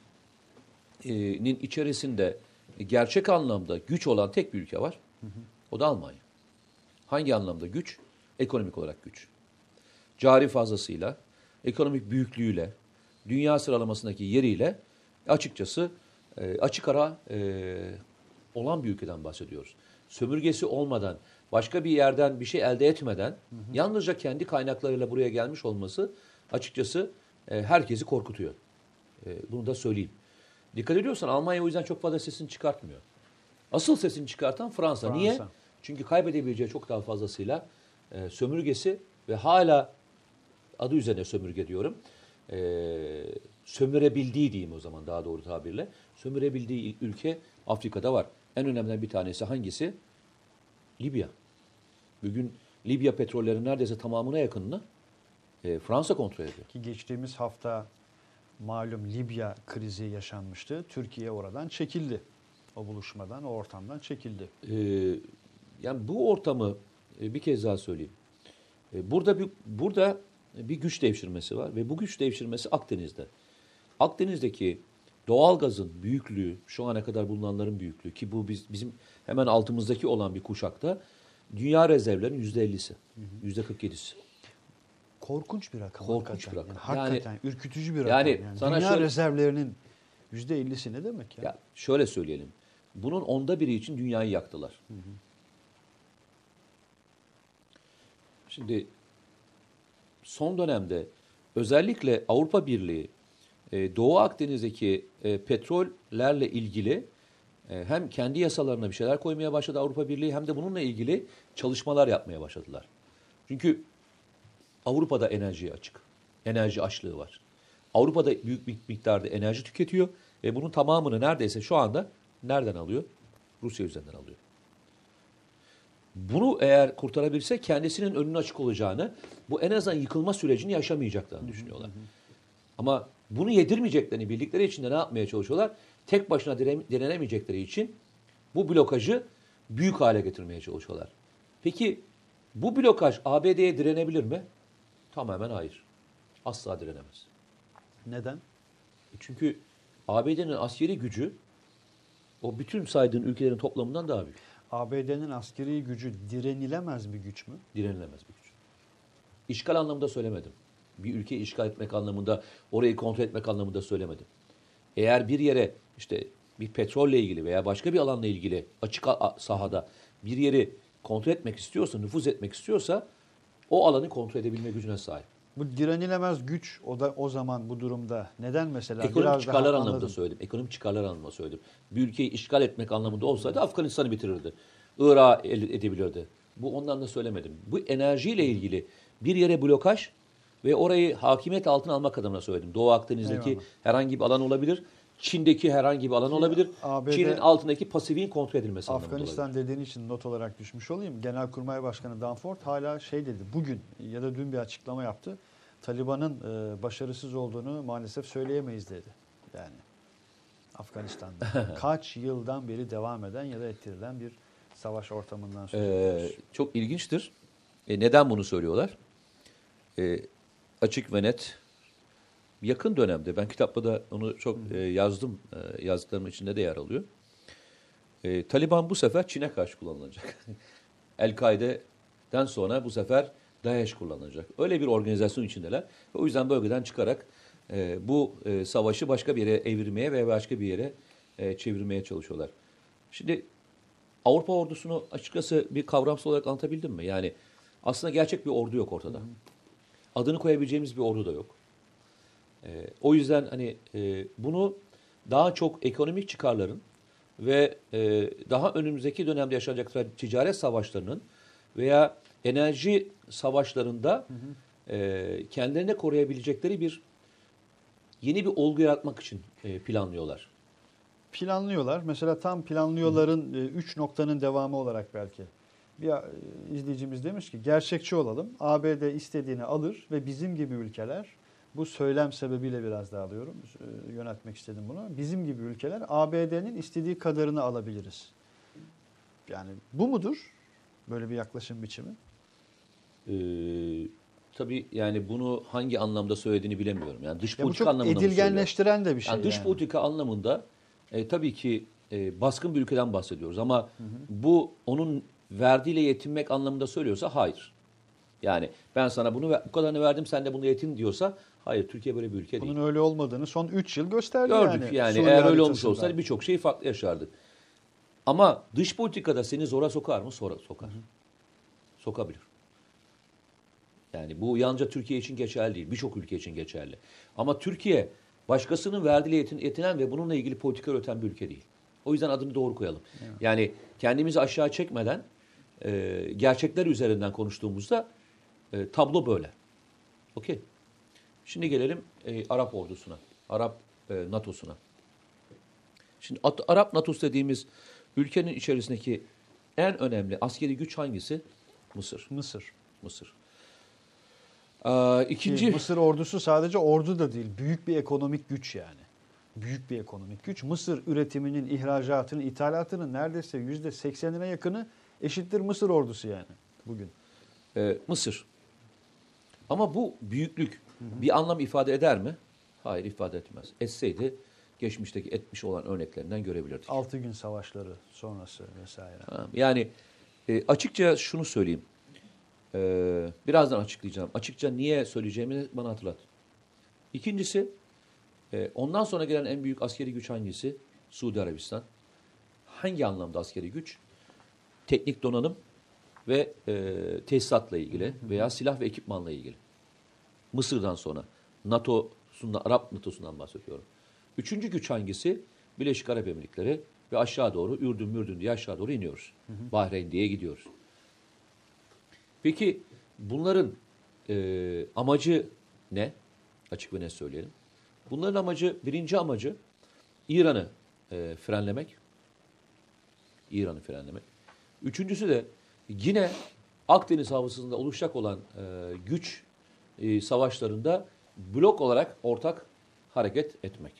Birliği'nin içerisinde gerçek anlamda güç olan tek bir ülke var. Hı hı. O da Almanya. Hangi anlamda güç? Ekonomik olarak güç. Cari fazlasıyla, ekonomik büyüklüğüyle, dünya sıralamasındaki yeriyle açıkçası e, açık ara e, olan bir ülkeden bahsediyoruz. Sömürgesi olmadan, başka bir yerden bir şey elde etmeden, hı hı. yalnızca kendi kaynaklarıyla buraya gelmiş olması açıkçası e, herkesi korkutuyor. E, bunu da söyleyeyim. Dikkat ediyorsan Almanya o yüzden çok fazla sesini çıkartmıyor. Asıl sesini çıkartan Fransa. Fransa. Niye? Çünkü kaybedebileceği çok daha fazlasıyla e, sömürgesi ve hala adı üzerine sömürge diyorum. E, sömürebildiği diyeyim o zaman daha doğru tabirle. Sömürebildiği ülke Afrika'da var. En önemli bir tanesi hangisi? Libya. Bugün Libya petrollerinin neredeyse tamamına yakınını e, Fransa kontrol ediyor. Ki geçtiğimiz hafta malum Libya krizi yaşanmıştı. Türkiye oradan çekildi. O buluşmadan, o ortamdan çekildi. Ee, yani bu ortamı e, bir kez daha söyleyeyim. E, burada bir burada bir güç devşirmesi var ve bu güç devşirmesi Akdeniz'de. Akdeniz'deki doğalgazın büyüklüğü, şu ana kadar bulunanların büyüklüğü ki bu biz, bizim hemen altımızdaki olan bir kuşakta dünya rezervlerinin yüzde ellisi, yüzde kırk yedisi. Korkunç bir rakam. Korkunç hakikaten. bir rakam. Yani, hakikaten yani, ürkütücü bir rakam. Yani, yani sana dünya şöyle, rezervlerinin yüzde ellisi ne demek ya? Ya şöyle söyleyelim. Bunun onda biri için dünyayı yaktılar. Hı hı. Şimdi son dönemde özellikle Avrupa Birliği e, Doğu Akdeniz'deki e, petrollerle ilgili e, hem kendi yasalarına bir şeyler koymaya başladı Avrupa Birliği hem de bununla ilgili çalışmalar yapmaya başladılar. Çünkü Avrupa'da enerjiye açık. Enerji açlığı var. Avrupa'da büyük bir miktarda enerji tüketiyor ve bunun tamamını neredeyse şu anda nereden alıyor? Rusya üzerinden alıyor. Bunu eğer kurtarabilse kendisinin önünün açık olacağını, bu en azından yıkılma sürecini yaşamayacaklarını düşünüyorlar. Ama bunu yedirmeyeceklerini bildikleri için de ne yapmaya çalışıyorlar? Tek başına direnemeyecekleri için bu blokajı büyük hale getirmeye çalışıyorlar. Peki bu blokaj A B D'ye direnebilir mi? Tamamen hayır. Asla direnemez. Neden? Çünkü A B D'nin askeri gücü o bütün saydığın ülkelerin toplamından daha büyük. A B D'nin askeri gücü direnilemez bir güç mü? Direnilemez bir güç. İşgal anlamında söylemedim. Bir ülkeyi işgal etmek anlamında, orayı kontrol etmek anlamında söylemedim. Eğer bir yere işte bir petrolle ilgili veya başka bir alanla ilgili açık sahada bir yeri kontrol etmek istiyorsa, nüfuz etmek istiyorsa o alanı kontrol edebilme gücüne sahip. Bu direnilemez güç o da o zaman bu durumda neden mesela? Ekonomik Biraz çıkarlar daha anlamında anladım. söyledim. Ekonomik çıkarlar anlamında söyledim. Bir ülkeyi işgal etmek anlamında olsaydı Afganistan'ı bitirirdi. Irak'ı edebilirdi. Bu ondan da söylemedim. Bu enerjiyle ilgili bir yere blokaj ve orayı hakimiyet altına almak adına söyledim. Doğu Akdeniz'deki Eyvallah. herhangi bir alan olabilir. Çin'deki herhangi bir alan olabilir. A B D, Çin'in altındaki pasifiğin kontrol edilmesi anlamında olabilir. Afganistan dediğin için not olarak düşmüş olayım. Genelkurmay Başkanı Danford hala şey dedi. Bugün ya da dün bir açıklama yaptı. Taliban'ın e, başarısız olduğunu maalesef söyleyemeyiz dedi. Yani Afganistan'da kaç yıldan beri devam eden ya da ettirilen bir savaş ortamından söz ediyoruz. Ee, çok ilginçtir. E, neden bunu söylüyorlar? E, açık ve net. Yakın dönemde, ben kitapta da onu çok e, yazdım, e, yazdıklarımın içinde de yer alıyor. E, Taliban bu sefer Çin'e karşı kullanılacak. El-Kaide'den sonra bu sefer DAEŞ kullanılacak. Öyle bir organizasyon içindeler. O yüzden bölgeden çıkarak e, bu e, savaşı başka bir yere evirmeye ve başka bir yere e, çevirmeye çalışıyorlar. Şimdi Avrupa ordusunu açıkçası bir kavramsal olarak anlatabildim mi? Yani aslında gerçek bir ordu yok ortada. Adını koyabileceğimiz bir ordu da yok. E, o yüzden hani e, bunu daha çok ekonomik çıkarların ve e, daha önümüzdeki dönemde yaşanacak ticaret savaşlarının veya enerji savaşlarında hı hı. E, kendilerine koruyabilecekleri bir yeni bir olgu yaratmak için e, planlıyorlar. Planlıyorlar. Mesela tam planlıyorların e, üç noktanın devamı olarak belki. Bir e, izleyicimiz demiş ki gerçekçi olalım. A B D istediğini alır ve bizim gibi ülkeler, bu söylem sebebiyle biraz daha alıyorum, e, yöneltmek istedim bunu. Bizim gibi ülkeler A B D'nin istediği kadarını alabiliriz. Yani bu mudur? Böyle bir yaklaşım biçimi. Ee, tabii yani bunu hangi anlamda söylediğini bilemiyorum. Yani dış politika ya bu anlamında çok mı söylüyor? edilgenleştiren de bir şey. Yani dış yani. politika anlamında e, tabii ki e, baskın bir ülkeden bahsediyoruz ama hı hı. bu onun verdiğiyle yetinmek anlamında söylüyorsa hayır. Yani ben sana bunu bu kadarını verdim, sen de bunu yetin diyorsa hayır, Türkiye böyle bir ülke Bunun değil. öyle olmadığını son üç yıl gösterdi. Gördük yani. yani Suriye eğer öyle olmuş haritasında. olsaydı birçok şeyi farklı yaşardık. Ama dış politikada seni zora sokar mı? Sonra sokar. Hı hı. Sokabilir. Yani bu yalnızca Türkiye için geçerli değil. Birçok ülke için geçerli. Ama Türkiye başkasının verdiğiyle yetin, yetinen ve bununla ilgili politika üreten bir ülke değil. O yüzden adını doğru koyalım. Evet. Yani kendimizi aşağı çekmeden e, gerçekler üzerinden konuştuğumuzda e, tablo böyle. Okey. Şimdi gelelim e, Arap ordusuna. Arap e, NATO'suna. Şimdi Arap NATO'su dediğimiz ülkenin içerisindeki en önemli askeri güç hangisi? Mısır. Mısır. Mısır. Ee, ikinci... Ki Mısır ordusu sadece ordu da değil, büyük bir ekonomik güç yani. Büyük bir ekonomik güç. Mısır üretiminin, ihracatının, ithalatının neredeyse yüzde seksenine yakını eşittir Mısır ordusu yani bugün. Ee, Mısır. Ama bu büyüklük hı hı. bir anlam ifade eder mi? Hayır, ifade etmez. Etseydi geçmişteki etmiş olan örneklerinden görebilirdik. Altı gün savaşları sonrası vesaire. Ha, yani e, açıkça şunu söyleyeyim. Ee, birazdan açıklayacağım. Açıkça niye söyleyeceğimi bana hatırlat. İkincisi, e, ondan sonra gelen en büyük askeri güç hangisi? Suudi Arabistan. Hangi anlamda askeri güç? Teknik donanım ve e, tesisatla ilgili veya silah ve ekipmanla ilgili. Mısır'dan sonra NATO'sundan, Arap NATO'sundan bahsediyorum. Üçüncü güç hangisi? Birleşik Arap Emirlikleri ve aşağı doğru Ürdün, Mürdün diye aşağı doğru iniyoruz. Hı hı. Bahreyn diye gidiyoruz. Peki bunların e, amacı ne? Açık ve net söyleyelim. Bunların amacı, birinci amacı İran'ı e, frenlemek. İran'ı frenlemek. Üçüncüsü de yine Akdeniz havzasında oluşacak olan e, güç e, savaşlarında blok olarak ortak hareket etmek.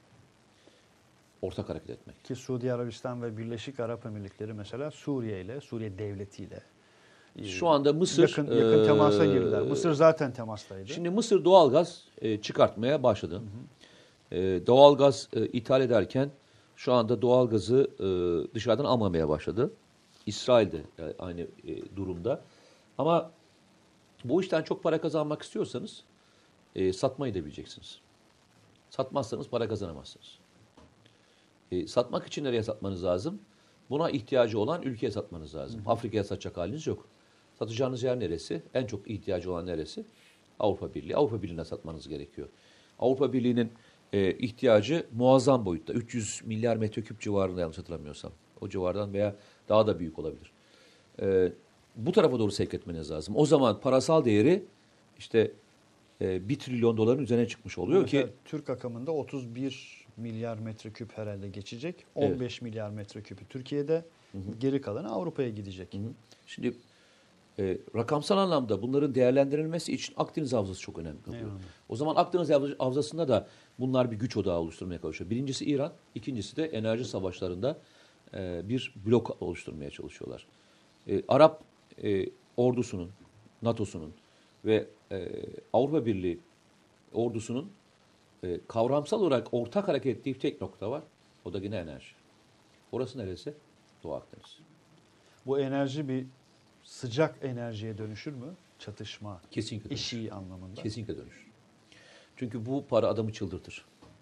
Ortak hareket etmek. Ki Suudi Arabistan ve Birleşik Arap Emirlikleri mesela Suriye ile, Suriye devletiyle şu anda Mısır yakın, yakın e, temasa girdiler. Mısır zaten temastaydı. Şimdi Mısır doğalgaz e, çıkartmaya başladı. Hı hı. E, doğalgaz e, ithal ederken şu anda doğalgazı e, dışarıdan almamaya başladı. İsrail de e, aynı e, durumda. Ama bu işten çok para kazanmak istiyorsanız e, satmayı da bileceksiniz. Satmazsanız para kazanamazsınız. E, satmak için nereye satmanız lazım? Buna ihtiyacı olan ülkeye satmanız lazım. Hı hı. Afrika'ya satacak haliniz yok. Satacağınız yer neresi? En çok ihtiyacı olan neresi? Avrupa Birliği. Avrupa Birliği'ne satmanız gerekiyor. Avrupa Birliği'nin e, ihtiyacı muazzam boyutta. üç yüz milyar metreküp civarında yanlış hatırlamıyorsam. O civardan veya daha da büyük olabilir. E, bu tarafa doğru sevk etmeniz lazım. O zaman parasal değeri işte e, bir trilyon doların üzerine çıkmış oluyor. Mesela ki Türk akımında otuz bir milyar metreküp herhalde geçecek. on beş evet. milyar metreküpü Türkiye'de. Hı hı. Geri kalanı Avrupa'ya gidecek. Hı hı. Şimdi e, rakamsal anlamda bunların değerlendirilmesi için Akdeniz Havzası çok önemli kalıyor. Eyvallah. O zaman Akdeniz Havzası'nda da bunlar bir güç odağı oluşturmaya çalışıyor. Birincisi İran, ikincisi de enerji savaşlarında e, bir blok oluşturmaya çalışıyorlar. E, Arap e, ordusunun, NATO'sunun ve e, Avrupa Birliği ordusunun e, kavramsal olarak ortak hareket ettiği tek nokta var. O da yine enerji. Orası neresi? Doğu Akdeniz. Bu enerji bir sıcak enerjiye dönüşür mü? Çatışma, kesinlikle eşiği anlamında. Kesinlikle dönüşür. Çünkü bu para adamı çıldırtır.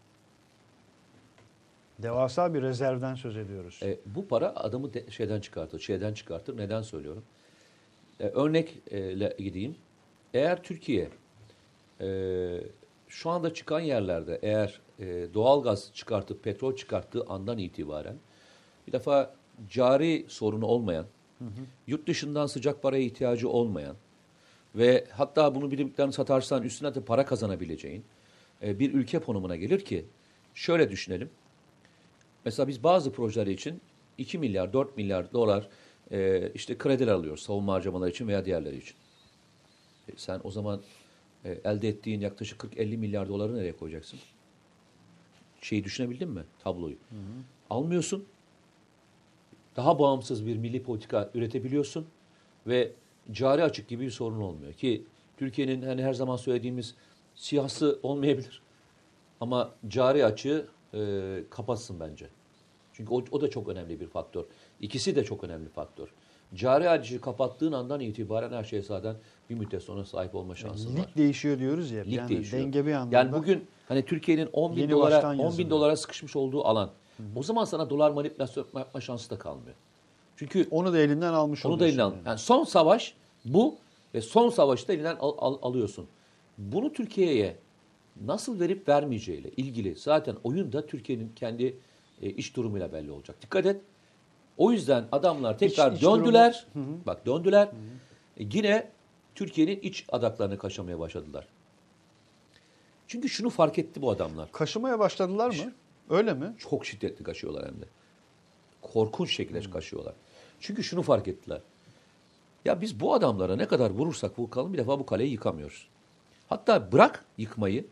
Devasa bir rezervden söz ediyoruz. E, bu para adamı de, şeyden çıkartır, şeyden çıkartır. Neden söylüyorum? E, örnekle gideyim. Eğer Türkiye e, şu anda çıkan yerlerde eğer e, doğalgaz çıkartıp petrol çıkarttığı andan itibaren bir defa cari sorunu olmayan Hı hı. Yurt dışından sıcak paraya ihtiyacı olmayan ve hatta bunu bir miktarını satarsan üstüne de para kazanabileceğin e, bir ülke konumuna gelir ki şöyle düşünelim. Mesela biz bazı projeler için iki milyar, dört milyar dolar e, işte krediler alıyoruz savunma harcamaları için veya diğerleri için. E, sen o zaman e, elde ettiğin yaklaşık kırk elli milyar doları nereye koyacaksın? Şeyi düşünebildin mi tabloyu? Hı hı. Almıyorsun. Daha bağımsız bir milli politika üretebiliyorsun ve cari açık gibi bir sorun olmuyor ki Türkiye'nin hani her zaman söylediğimiz siyasi olmayabilir ama cari açığı e, kapatsın bence. Çünkü o, o da çok önemli bir faktör. İkisi de çok önemli faktör. Cari açığı kapattığın andan itibaren her şeye zaten bir müddet sonra sahip olma şansın Lig var. değişiyor diyoruz ya. Lig yani değişiyor. denge bir anlamda. Yani bugün hani Türkiye'nin on bin Yeni dolara baştan on bin yazılıyor. dolara sıkışmış olduğu alan. Hı hı. O zaman sana dolar manipülasyon yapma şansı da kalmıyor. Çünkü onu da elinden almış onu da elinden al. yani. Yani son savaş bu ve son savaşı da elinden al, al, alıyorsun. Bunu Türkiye'ye nasıl verip vermeyeceğiyle ilgili zaten oyunda Türkiye'nin kendi e, iç durumuyla belli olacak. Dikkat et. O yüzden adamlar tekrar İç- iç döndüler. durumu- Hı hı. Bak döndüler. Hı hı. E, yine Türkiye'nin iç adaklarını kaşımaya başladılar. Çünkü şunu fark etti bu adamlar. Kaşımaya başladılar mı? Öyle mi? Çok şiddetli kaşıyorlar hem de. Korkunç şekilde hmm. kaşıyorlar. Çünkü şunu fark ettiler. Ya biz bu adamlara ne kadar vurursak vuralım bir defa bu kaleyi yıkamıyoruz. Hatta bırak yıkmayı.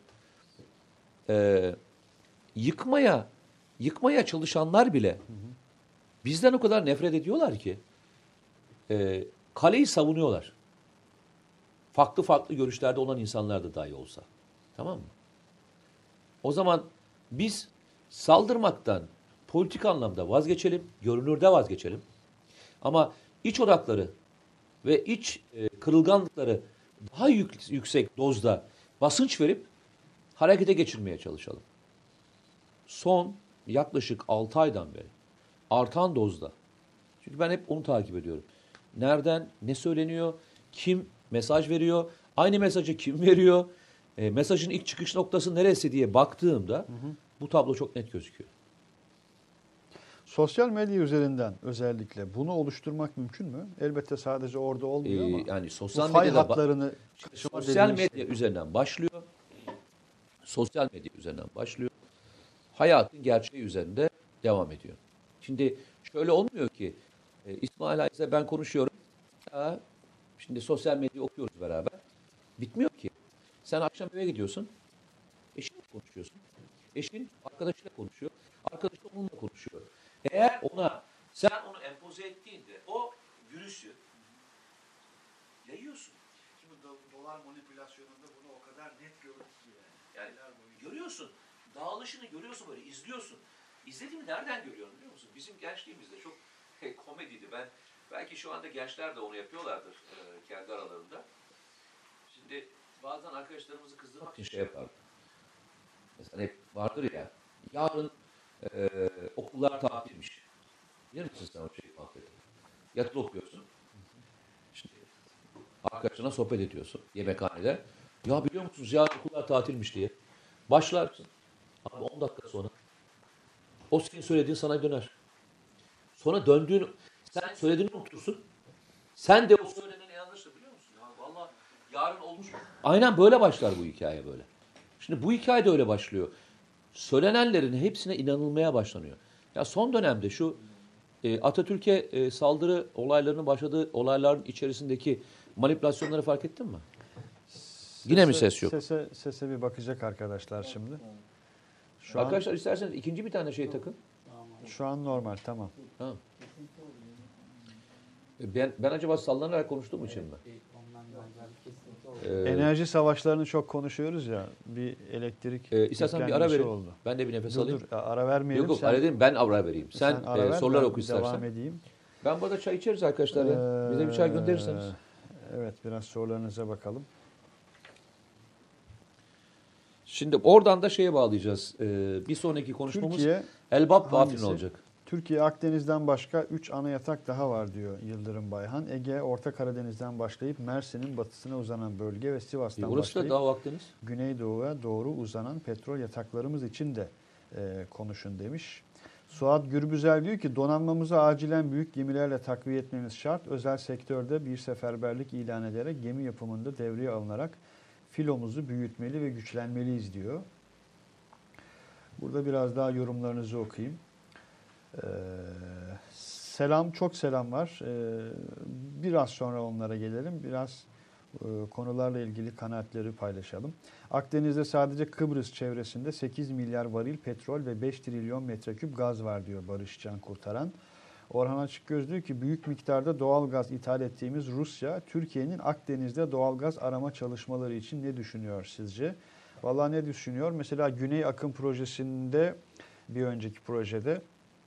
E, yıkmaya yıkmaya çalışanlar bile hı hı. bizden o kadar nefret ediyorlar ki e, kaleyi savunuyorlar. Farklı farklı görüşlerde olan insanlar da dahi olsa. Tamam mı? O zaman biz saldırmaktan politik anlamda vazgeçelim, görünürde vazgeçelim. Ama iç odakları ve iç e, kırılganlıkları daha yük, yüksek dozda basınç verip harekete geçirmeye çalışalım. Son yaklaşık altı aydan beri artan dozda. Çünkü ben hep onu takip ediyorum. Nereden, ne söyleniyor, kim mesaj veriyor, aynı mesajı kim veriyor, e, mesajın ilk çıkış noktası neresi diye baktığımda hı hı. bu tablo çok net gözüküyor. Sosyal medya üzerinden özellikle bunu oluşturmak mümkün mü? Elbette sadece orada olmuyor ee, ama yani sosyal bu fay medyada hatlarını sosyal medya şey. üzerinden başlıyor. Sosyal medya üzerinden başlıyor. Hayatın gerçeği üzerinde devam ediyor. Şimdi şöyle olmuyor ki e, İsmail Aysel ben konuşuyorum. Ya, şimdi sosyal medya okuyoruz beraber. Bitmiyor ki. Sen akşam eve gidiyorsun. Eşinle konuşuyorsun. Eşin arkadaşıyla konuşuyor. Arkadaşı onunla konuşuyor. Eğer ona sen onu empoze ettiğinde o virüsü yayıyorsun. Şimdi dolar manipülasyonunda bunu o kadar net gördük ki yani. Yani görüyorsun. Dağılışını görüyorsun böyle izliyorsun. İzlediğimi nereden görüyorum biliyor musun? Bizim gençliğimizde çok hey, komediydi. Ben belki şu anda gençler de onu yapıyorlardır e, kendi aralarında. Şimdi bazen arkadaşlarımızı kızdırmak için şey yapardı. Mesela hep vardır ya. Yarın e, okullar tatilmiş. Bilir misin sen o şeyi muhabbeti? Yatılı okuyorsun. Şimdi arkadaşına sohbet ediyorsun yemekhanede. Ya biliyor musunuz yarın okullar tatilmiş diye. Başlarsın. Abi on dakika sonra o senin söylediğin sana döner. Sonra döndüğün, sen söylediğini unutursun. Sen de o söylenene inanırsın biliyor musun? Ya vallahi yarın olmuş. Aynen böyle başlar bu hikaye böyle. Şimdi bu hikaye de öyle başlıyor. Söylenenlerin hepsine inanılmaya başlanıyor. Ya son dönemde şu e, Atatürk'e e, saldırı olaylarının başladığı olayların içerisindeki manipülasyonları fark ettin mi? Sese, Yine mi ses yok? Sese, sese bir bakacak arkadaşlar şimdi. Şu arkadaşlar an, isterseniz ikinci bir tane şey takın. Şu an normal tamam. Tamam. Ben, ben acaba sallanarak konuştuğum için mi? Ee, Enerji savaşlarını çok konuşuyoruz ya. Bir elektrik... E, istersen bir ara verin. Oldu. Ben de bir nefes dur, alayım. Dur, ara vermeyelim. Yok yok ara edeyim, ben ara vereyim. Sen, sen e, ver, soruları oku istersen. Devam edeyim. Ben burada çay içeriz arkadaşlar. Ee, Bize bir çay gönderirseniz. Evet biraz sorularınıza bakalım. Şimdi oradan da şeye bağlayacağız. Ee, bir sonraki konuşmamız Türkiye, Elbap ve Afrin olacak. Türkiye Akdeniz'den başka üç ana yatak daha var diyor Yıldırım Bayhan. Ege, Orta Karadeniz'den başlayıp Mersin'in batısına uzanan bölge ve Sivas'tan e, başlayıp da Akdeniz. Güneydoğu'ya doğru uzanan petrol yataklarımız için de e, konuşun demiş. Suat Gürbüzel diyor ki donanmamızı acilen büyük gemilerle takviye etmemiz şart. Özel sektörde bir seferberlik ilan ederek gemi yapımında devreye alınarak filomuzu büyütmeli ve güçlenmeliyiz diyor. Burada biraz daha yorumlarınızı okuyayım. Ee, selam, çok selam var. Ee, biraz sonra onlara gelelim. Biraz e, konularla ilgili kanaatleri paylaşalım. Akdeniz'de sadece Kıbrıs çevresinde sekiz milyar varil petrol ve beş trilyon metreküp gaz var diyor Barış Can Kurtaran. Orhan Açıkgöz diyor ki büyük miktarda doğal gaz ithal ettiğimiz Rusya, Türkiye'nin Akdeniz'de doğal gaz arama çalışmaları için ne düşünüyor sizce? Vallahi ne düşünüyor? Mesela Güney Akım projesinde, bir önceki projede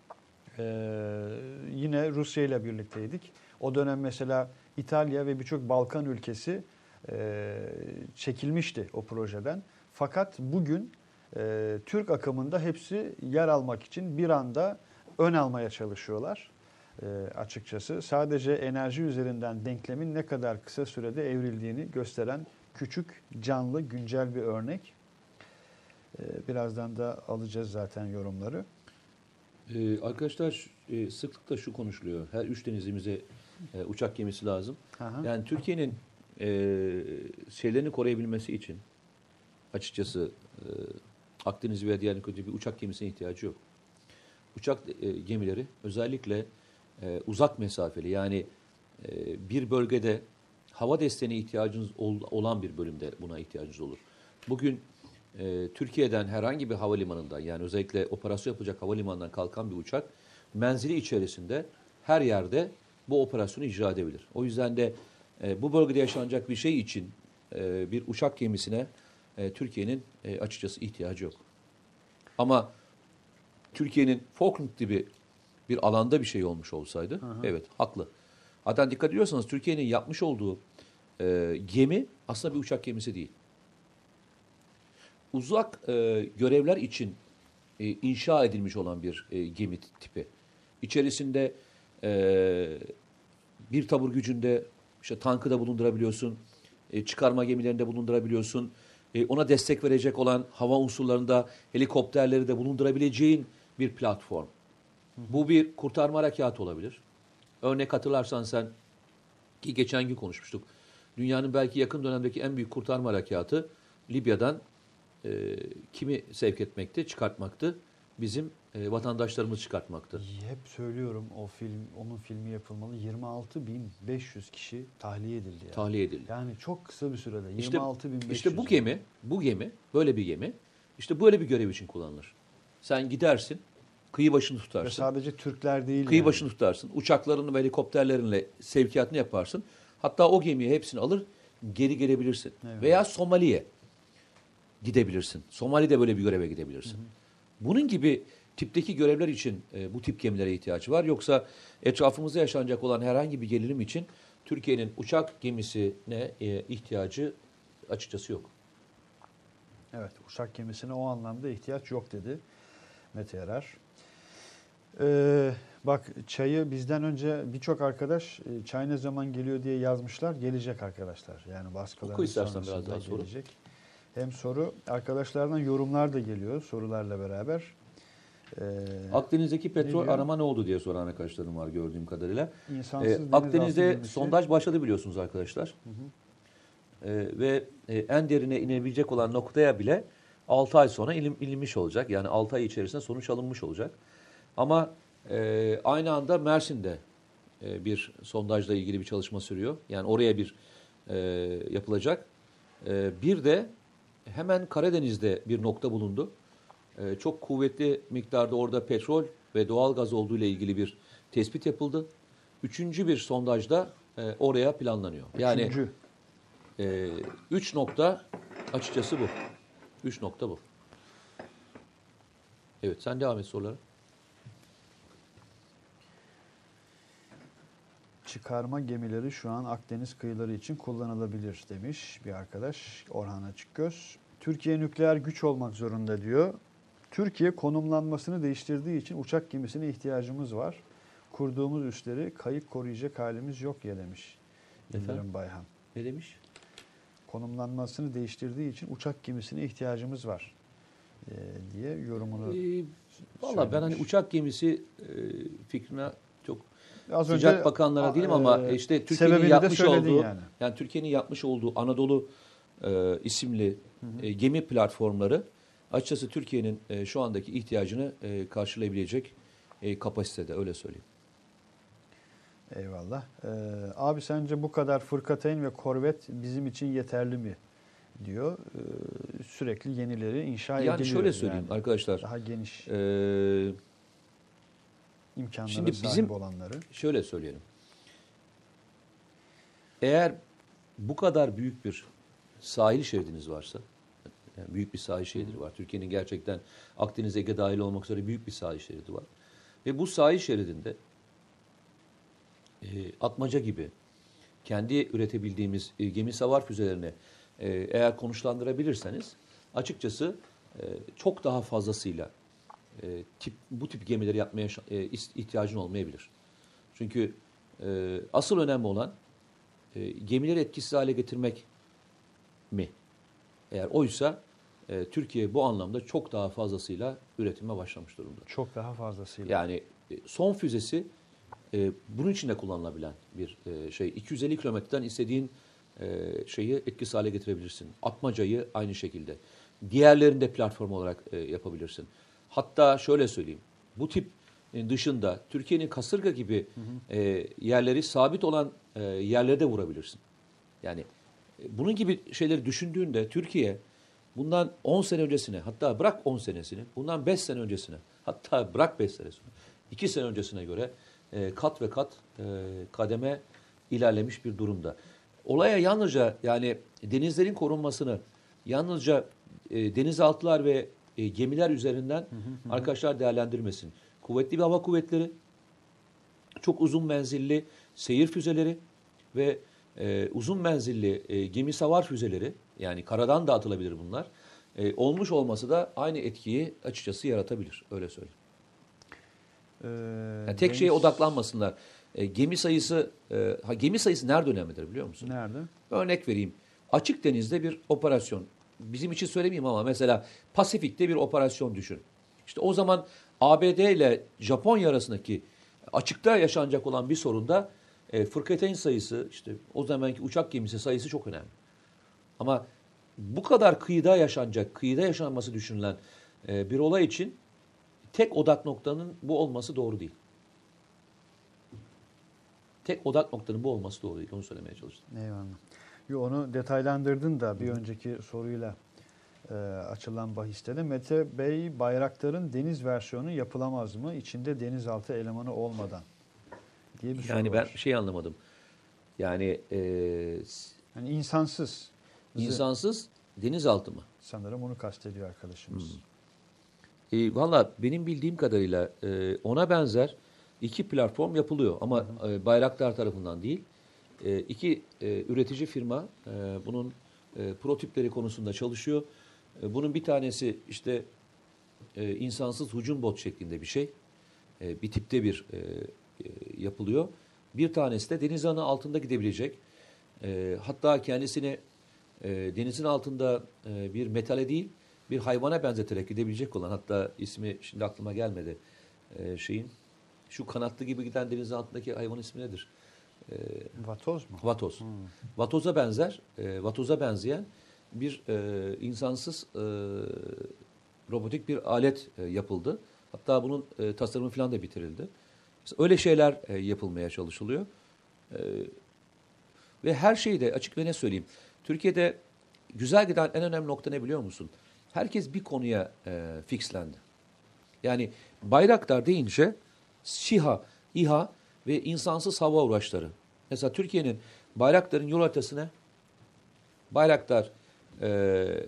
e, yine Rusya ile birlikteydik. O dönem mesela İtalya ve birçok Balkan ülkesi e, çekilmişti o projeden. Fakat bugün e, Türk akımında hepsi yer almak için bir anda ön almaya çalışıyorlar e, açıkçası. Sadece enerji üzerinden denklemin ne kadar kısa sürede evrildiğini gösteren küçük, canlı, güncel bir örnek. E, birazdan da alacağız zaten yorumları. Ee, arkadaşlar e, sıklıkla şu konuşuluyor. Her üç denizimize e, uçak gemisi lazım. Aha. Yani Türkiye'nin e, şeylerini koruyabilmesi için açıkçası e, Akdeniz veya diğer ülkelerde bir uçak gemisine ihtiyacı yok. Uçak e, gemileri özellikle e, uzak mesafeli yani e, bir bölgede hava desteğine ihtiyacınız ol, olan bir bölümde buna ihtiyacınız olur. Bugün e, Türkiye'den herhangi bir havalimanından yani özellikle operasyon yapacak havalimanından kalkan bir uçak menzili içerisinde her yerde bu operasyonu icra edebilir. O yüzden de e, bu bölgede yaşanacak bir şey için e, bir uçak gemisine e, Türkiye'nin e, açıkçası ihtiyacı yok. Ama Türkiye'nin Falkland gibi bir alanda bir şey olmuş olsaydı, Aha. evet haklı. Hatta dikkat ediyorsanız Türkiye'nin yapmış olduğu e, gemi aslında bir uçak gemisi değil. Uzak e, görevler için e, inşa edilmiş olan bir e, gemi tipi. İçerisinde e, bir tabur gücünde işte tankı da bulundurabiliyorsun, e, çıkarma gemilerinde bulundurabiliyorsun. E, ona destek verecek olan hava unsurlarında helikopterleri de bulundurabileceğin bir platform. Bu bir kurtarma harekatı olabilir. Örnek hatırlarsan sen ki geçen gün konuşmuştuk. Dünyanın belki yakın dönemdeki en büyük kurtarma harekatı Libya'dan e, kimi sevk etmekti, çıkartmaktı. Bizim e, vatandaşlarımız çıkartmaktı. Hep söylüyorum o film, onun filmi yapılmalı. yirmi altı bin beş yüz kişi tahliye edildi. Yani. Tahliye edildi. Yani çok kısa bir sürede. İşte, yirmi altı bin beş yüz. işte bu gemi, bu gemi, böyle bir gemi, işte böyle bir görev için kullanılır. Sen gidersin, kıyı başını tutarsın. Ve sadece Türkler değil. Kıyı yani. başını tutarsın. Uçaklarını ve helikopterlerinle sevkiyatını yaparsın. Hatta o gemiyi hepsini alır, geri gelebilirsin. Evet. Veya Somali'ye gidebilirsin. Somali'de böyle bir göreve gidebilirsin. Hı hı. Bunun gibi tipteki görevler için e, bu tip gemilere ihtiyaç var. Yoksa etrafımızda yaşanacak olan herhangi bir gerilim için Türkiye'nin uçak gemisine e, ihtiyacı açıkçası yok. Evet, uçak gemisine o anlamda ihtiyaç yok dedi Mete Erer. Ee, bak çayı bizden önce birçok arkadaş e, çay ne zaman geliyor diye yazmışlar. Gelecek arkadaşlar. Yani baskılarımız Oku istersen sonrasında biraz daha soru. gelecek. Hem soru, arkadaşlardan yorumlar da geliyor sorularla beraber. Ee, Akdeniz'deki petrol diyor? arama ne oldu diye soran arkadaşlarım var gördüğüm kadarıyla. İnsansız Ee, deniz Akdeniz'de altı gemisi. sondaj başladı biliyorsunuz arkadaşlar. Hı hı. Ee, ve e, en derine inebilecek olan noktaya bile altı ay sonra ilim, ilinmiş olacak. Yani altı ay içerisinde sonuç alınmış olacak. Ama e, aynı anda Mersin'de e, bir sondajla ilgili bir çalışma sürüyor. Yani oraya bir e, yapılacak. E, bir de hemen Karadeniz'de bir nokta bulundu. E, çok kuvvetli miktarda orada petrol ve doğal gaz olduğu ile ilgili bir tespit yapıldı. Üçüncü bir sondajda e, oraya planlanıyor. Yani Üçüncü. e, üç nokta açıkçası bu. Üç nokta bu. Evet, sen devam et sorulara. Çıkarma gemileri şu an Akdeniz kıyıları için kullanılabilir demiş bir arkadaş Orhan Açıkgöz. Türkiye nükleer güç olmak zorunda diyor. Türkiye konumlanmasını değiştirdiği için uçak gemisine ihtiyacımız var. Kurduğumuz üsleri kayıp koruyacak halimiz yok ya demiş Yıldırım Bayhan. Ne demiş? Konumlanmasını değiştirdiği için uçak gemisine ihtiyacımız var e, diye yorumunu Ee, Valla ben hani uçak gemisi e, fikrine çok Az sıcak önce, bakanlara değilim ama e, işte Türkiye'nin sebebini de yapmış söyledin olduğu yani. yani Türkiye'nin yapmış olduğu Anadolu e, isimli e, gemi platformları açıkçası Türkiye'nin e, şu andaki ihtiyacını e, karşılayabilecek e, kapasitede, öyle söyleyeyim. Eyvallah. Ee, abi sence bu kadar fırkateyn ve korvet bizim için yeterli mi diyor. Ee, sürekli yenileri inşa ediliyor. Yani şöyle söyleyeyim yani. arkadaşlar. Daha geniş E, imkanlara şimdi sahip bizim olanları. şöyle söyleyelim. Eğer bu kadar büyük bir sahil şeridiniz varsa, yani büyük bir sahil şeridi var. Türkiye'nin gerçekten Akdeniz, Ege dahil olmak üzere büyük bir sahil şeridi var. Ve bu sahil şeridinde e, atmaca gibi kendi üretebildiğimiz e, gemi savar füzelerini e, eğer konuşlandırabilirseniz açıkçası e, çok daha fazlasıyla e, tip, bu tip gemileri yapmaya e, ihtiyacın olmayabilir. Çünkü e, asıl önemli olan e, gemileri etkisiz hale getirmek mi? Eğer oysa e, Türkiye bu anlamda çok daha fazlasıyla üretime başlamış durumda. Çok daha fazlasıyla. Yani e, son füzesi e, bunun için de kullanılabilen bir e, şey. iki yüz elli kilometreden istediğin e, şeyi etkisiz hale getirebilirsin. Atmacayı aynı şekilde. Diğerlerini de platform olarak e, yapabilirsin. Hatta şöyle söyleyeyim. Bu tip e, dışında Türkiye'nin kasırga gibi hı hı. E, yerleri sabit olan e, yerlere de vurabilirsin. Yani e, bunun gibi şeyleri düşündüğünde Türkiye bundan on sene öncesine, hatta bırak on senesini, bundan beş sene öncesine, hatta bırak beş senesine, iki sene öncesine göre e, kat ve kat e, kademe ilerlemiş bir durumda. Olaya yalnızca yani denizlerin korunmasını yalnızca e, denizaltılar ve e, gemiler üzerinden hı hı hı. arkadaşlar değerlendirmesin. Kuvvetli bir hava kuvvetleri, çok uzun menzilli seyir füzeleri ve e, uzun menzilli e, gemi savar füzeleri, yani karadan da atılabilir bunlar, e, olmuş olması da aynı etkiyi açıkçası yaratabilir. Öyle söyleyeyim. Ee, yani tek deniz... şeye odaklanmasınlar. E, gemi sayısı e, ha, gemi sayısı nerede önemlidir biliyor musun? Nerede? Örnek vereyim. Açık denizde bir operasyon. Bizim için söylemeyeyim ama mesela Pasifik'te bir operasyon düşün. İşte o zaman A B D ile Japonya arasındaki açıkta yaşanacak olan bir sorunda e, fırkateyn sayısı, işte o zamanki uçak gemisi sayısı çok önemli. Ama bu kadar kıyıda yaşanacak, kıyıda yaşanması düşünülen e, bir olay için tek odak noktanın bu olması doğru değil. Tek odak noktanın bu olması doğru değil. Onu söylemeye çalıştım. Eyvallah. Yo, onu detaylandırdın da bir önceki soruyla e, açılan bahiste de Mete Bey, Bayraktar'ın deniz versiyonu yapılamaz mı? İçinde denizaltı elemanı olmadan diye bir soru Yani ben var. şey anlamadım. Yani, e, yani insansız. insansız denizaltı mı? Sanırım onu kastediyor arkadaşımız. Hmm. E, Valla benim bildiğim kadarıyla e, ona benzer iki platform yapılıyor ama hı hı. E, Bayraktar tarafından değil. E, iki e, üretici firma e, bunun e, prototipleri konusunda çalışıyor. E, bunun bir tanesi işte e, insansız hücum bot şeklinde bir şey. E, bir tipte bir e, e, yapılıyor. Bir tanesi de deniz anı altında gidebilecek. E, hatta kendisini e, denizin altında e, bir metale değil, bir hayvana benzeterek gidebilecek olan, hatta ismi şimdi aklıma gelmedi e, şeyin. Şu kanatlı gibi giden denizin altındaki hayvanın ismi nedir? E, Vatoz mu? Vatoz. Hmm. Vatoza benzer, e, vatoza benzeyen bir e, insansız e, robotik bir alet e, yapıldı. Hatta bunun e, tasarımı falan da bitirildi. Mesela öyle şeyler e, yapılmaya çalışılıyor. E, ve her şeyi de açık ve ne söyleyeyim. Türkiye'de güzel giden en önemli nokta ne biliyor musun? Herkes bir konuya e, fixlendi. Yani Bayraktar deyince SİHA, İHA ve insansız hava araçları. Mesela Türkiye'nin Bayraktar'ın yol haritası ne? Bayraktar e,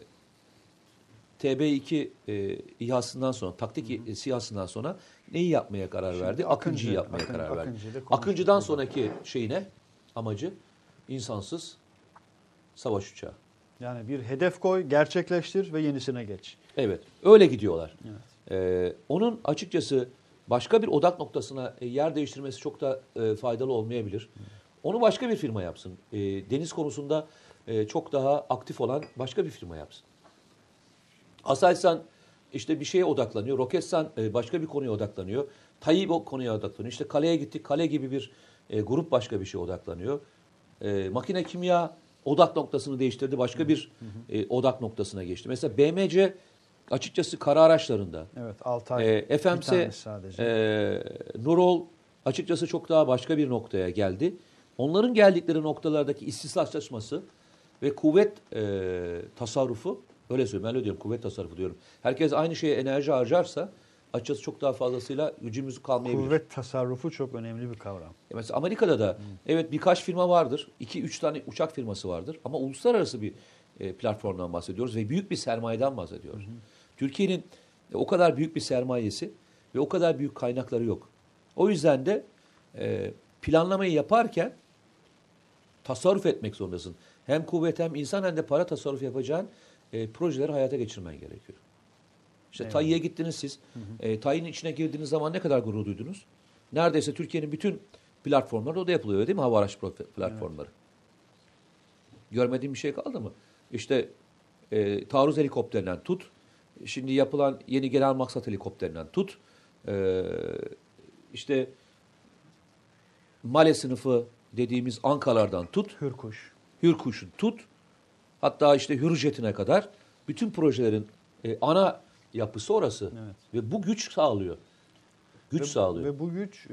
T B iki e, İHA'sından sonra, taktik hı hı. SİHA'sından sonra neyi yapmaya karar Şimdi verdi? Akıncı'yı Akıncı, yapmaya Akın, karar verdi. Akıncı'dan sonraki şey ne? Amacı insansız savaş uçağı. Yani bir hedef koy, gerçekleştir ve yenisine geç. Evet, öyle gidiyorlar. Evet. Ee, onun açıkçası başka bir odak noktasına yer değiştirmesi çok da e, faydalı olmayabilir. Hı. Onu başka bir firma yapsın. E, deniz konusunda e, çok daha aktif olan başka bir firma yapsın. Aselsan işte bir şeye odaklanıyor. Roketsan e, başka bir konuya odaklanıyor. Tayyip o konuya odaklanıyor. İşte kaleye gittik. Kale gibi bir e, grup başka bir şeye odaklanıyor. E, makine kimya odak noktasını değiştirdi. Başka bir e, odak noktasına geçti. Mesela B M C açıkçası kara araçlarında. Evet, Altay E, F M S, sadece. e, Nurol açıkçası çok daha başka bir noktaya geldi. Onların geldikleri noktalardaki istislaşması ve kuvvet e, tasarrufu, öyle söyleyeyim, ben öyle diyorum, kuvvet tasarrufu diyorum. Herkes aynı şeye enerji harcarsa açıkçası çok daha fazlasıyla gücümüz kalmayabilir. Kuvvet tasarrufu çok önemli bir kavram. E mesela Amerika'da da hmm. evet birkaç firma vardır. iki üç tane uçak firması vardır. Ama uluslararası bir e, platformdan bahsediyoruz ve büyük bir sermayeden bahsediyoruz. Hmm. Türkiye'nin e, o kadar büyük bir sermayesi ve o kadar büyük kaynakları yok. O yüzden de e, planlamayı yaparken tasarruf etmek zorundasın. Hem kuvvet hem insan hem de para tasarruf yapacağın e, projeleri hayata geçirmen gerekiyor. İşte evet. Tayyip'e gittiniz siz. Hı hı. E, Tayyip'in içine girdiğiniz zaman ne kadar gurur duydunuz? Neredeyse Türkiye'nin bütün platformları o da yapılıyor değil mi? Hava araç platformları. Evet. Görmediğim bir şey kaldı mı? İşte e, taarruz helikopterinden tut. Şimdi yapılan yeni genel maksat helikopterinden tut. E, işte Male sınıfı dediğimiz Ankalardan tut. Hürkuş. Hürkuş'un tut. Hatta işte Hürjet'ine kadar bütün projelerin e, ana yapısı orası. Evet. Ve bu güç sağlıyor. Güç ve, sağlıyor. Ve bu güç e,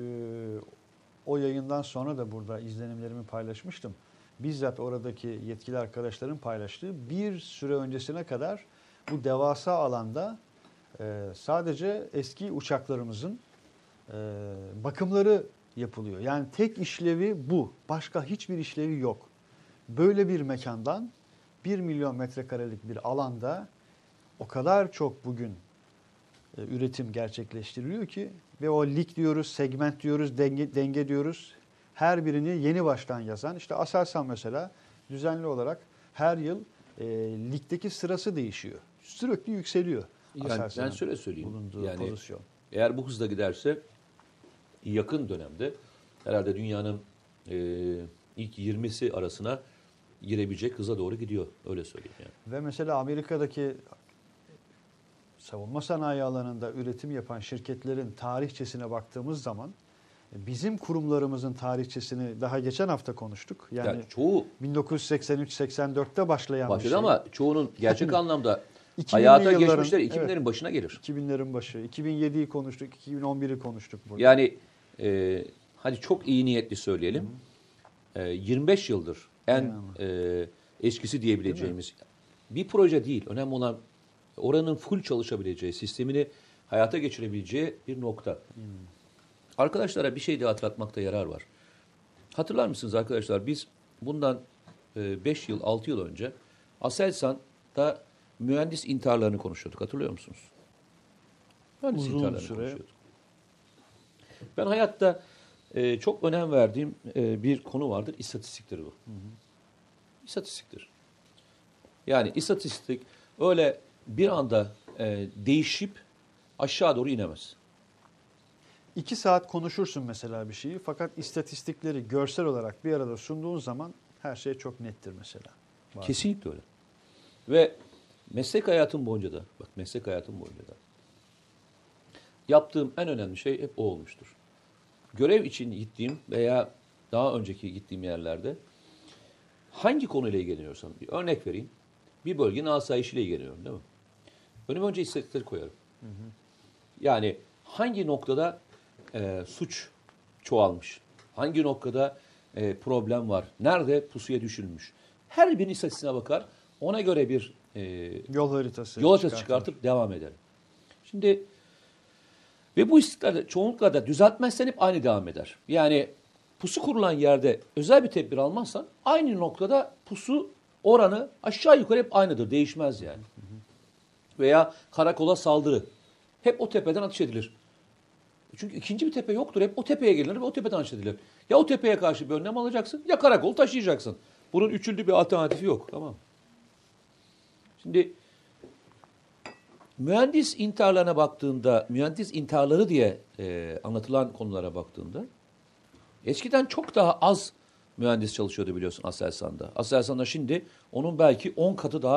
o yayından sonra da burada izlenimlerimi paylaşmıştım. Bizzat oradaki yetkili arkadaşların paylaştığı bir süre öncesine kadar bu devasa alanda e, sadece eski uçaklarımızın e, bakımları yapılıyor. Yani tek işlevi bu. Başka hiçbir işlevi yok. Böyle bir mekandan bir milyon metrekarelik bir alanda o kadar çok bugün e, üretim gerçekleştiriliyor ki ve o lig diyoruz, segment diyoruz, denge, denge diyoruz. Her birini yeni baştan yazan, işte Aselsan mesela düzenli olarak her yıl e, ligdeki sırası değişiyor. Sürekli yükseliyor. Yani ben şöyle söyleyeyim. Yani pozisyon. Eğer bu hızla giderse yakın dönemde herhalde dünyanın e, ilk yirmisi arasına girebilecek hıza doğru gidiyor. Öyle söyleyeyim yani. Ve mesela Amerika'daki savunma sanayi alanında üretim yapan şirketlerin tarihçesine baktığımız zaman bizim kurumlarımızın tarihçesini daha geçen hafta konuştuk. Yani, yani çoğu bin dokuz yüz seksen üç seksen dörtte başlayan başladı bir şey. Ama çoğunun gerçek anlamda hayata geçmişler iki binlerin evet, başına gelir. iki binlerin başı. iki bin yediyi konuştuk, iki bin on biri konuştuk burada. Yani e, hadi çok iyi niyetli söyleyelim. E, yirmi beş yıldır en e, eskisi diyebileceğimiz bir proje değil. Önemli olan oranın full çalışabileceği, sistemini hayata geçirebileceği bir nokta. Hmm. Arkadaşlara bir şey de hatırlatmakta yarar var. Hatırlar mısınız arkadaşlar? Biz bundan beş yıl, altı yıl önce Aselsan'da mühendis intiharlarını konuşuyorduk. Hatırlıyor musunuz? Mühendis Uzun intiharlarını süre. konuşuyorduk. Ben hayatta e, çok önem verdiğim e, bir konu vardır. İstatistiktir bu. Hı hı. İstatistiktir. Yani istatistik öyle bir anda e, değişip aşağı doğru inemez. İki saat konuşursun mesela bir şeyi fakat istatistikleri görsel olarak bir arada sunduğun zaman her şey çok nettir mesela. Bazen. Kesinlikle öyle. Ve meslek hayatım boyunca da, bak meslek hayatım boyunca da yaptığım en önemli şey hep o olmuştur. Görev için gittiğim veya daha önceki gittiğim yerlerde hangi konuyla ilgileniyorsam, bir örnek vereyim. Bir bölgenin asayişiyle ilgileniyorum değil mi? Önüme önce istatistikleri koyarım. Hı hı. Yani hangi noktada e, suç çoğalmış, hangi noktada e, problem var, nerede pusuya düşülmüş. Her birinin istatistiğine bakar, ona göre bir e, yol haritası, yol haritası çıkartıp devam ederim. Şimdi ve bu istatistikler çoğunlukla da düzeltmezsen hep aynı devam eder. Yani pusu kurulan yerde özel bir tedbir almazsan aynı noktada pusu oranı aşağı yukarı hep aynıdır, değişmez yani. Hı hı. Veya karakola saldırı. Hep o tepeden ateş edilir. Çünkü ikinci bir tepe yoktur. Hep o tepeye gelinir ve o tepeden ateş edilir. Ya o tepeye karşı bir önlem alacaksın ya karakol taşıyacaksın. Bunun üçüncü bir alternatifi yok. Tamam. Şimdi mühendis intiharlarına baktığında, mühendis intiharları diye e, anlatılan konulara baktığında eskiden çok daha az mühendis çalışıyordu biliyorsun Aselsan'da. Aselsan'da şimdi onun belki on katı daha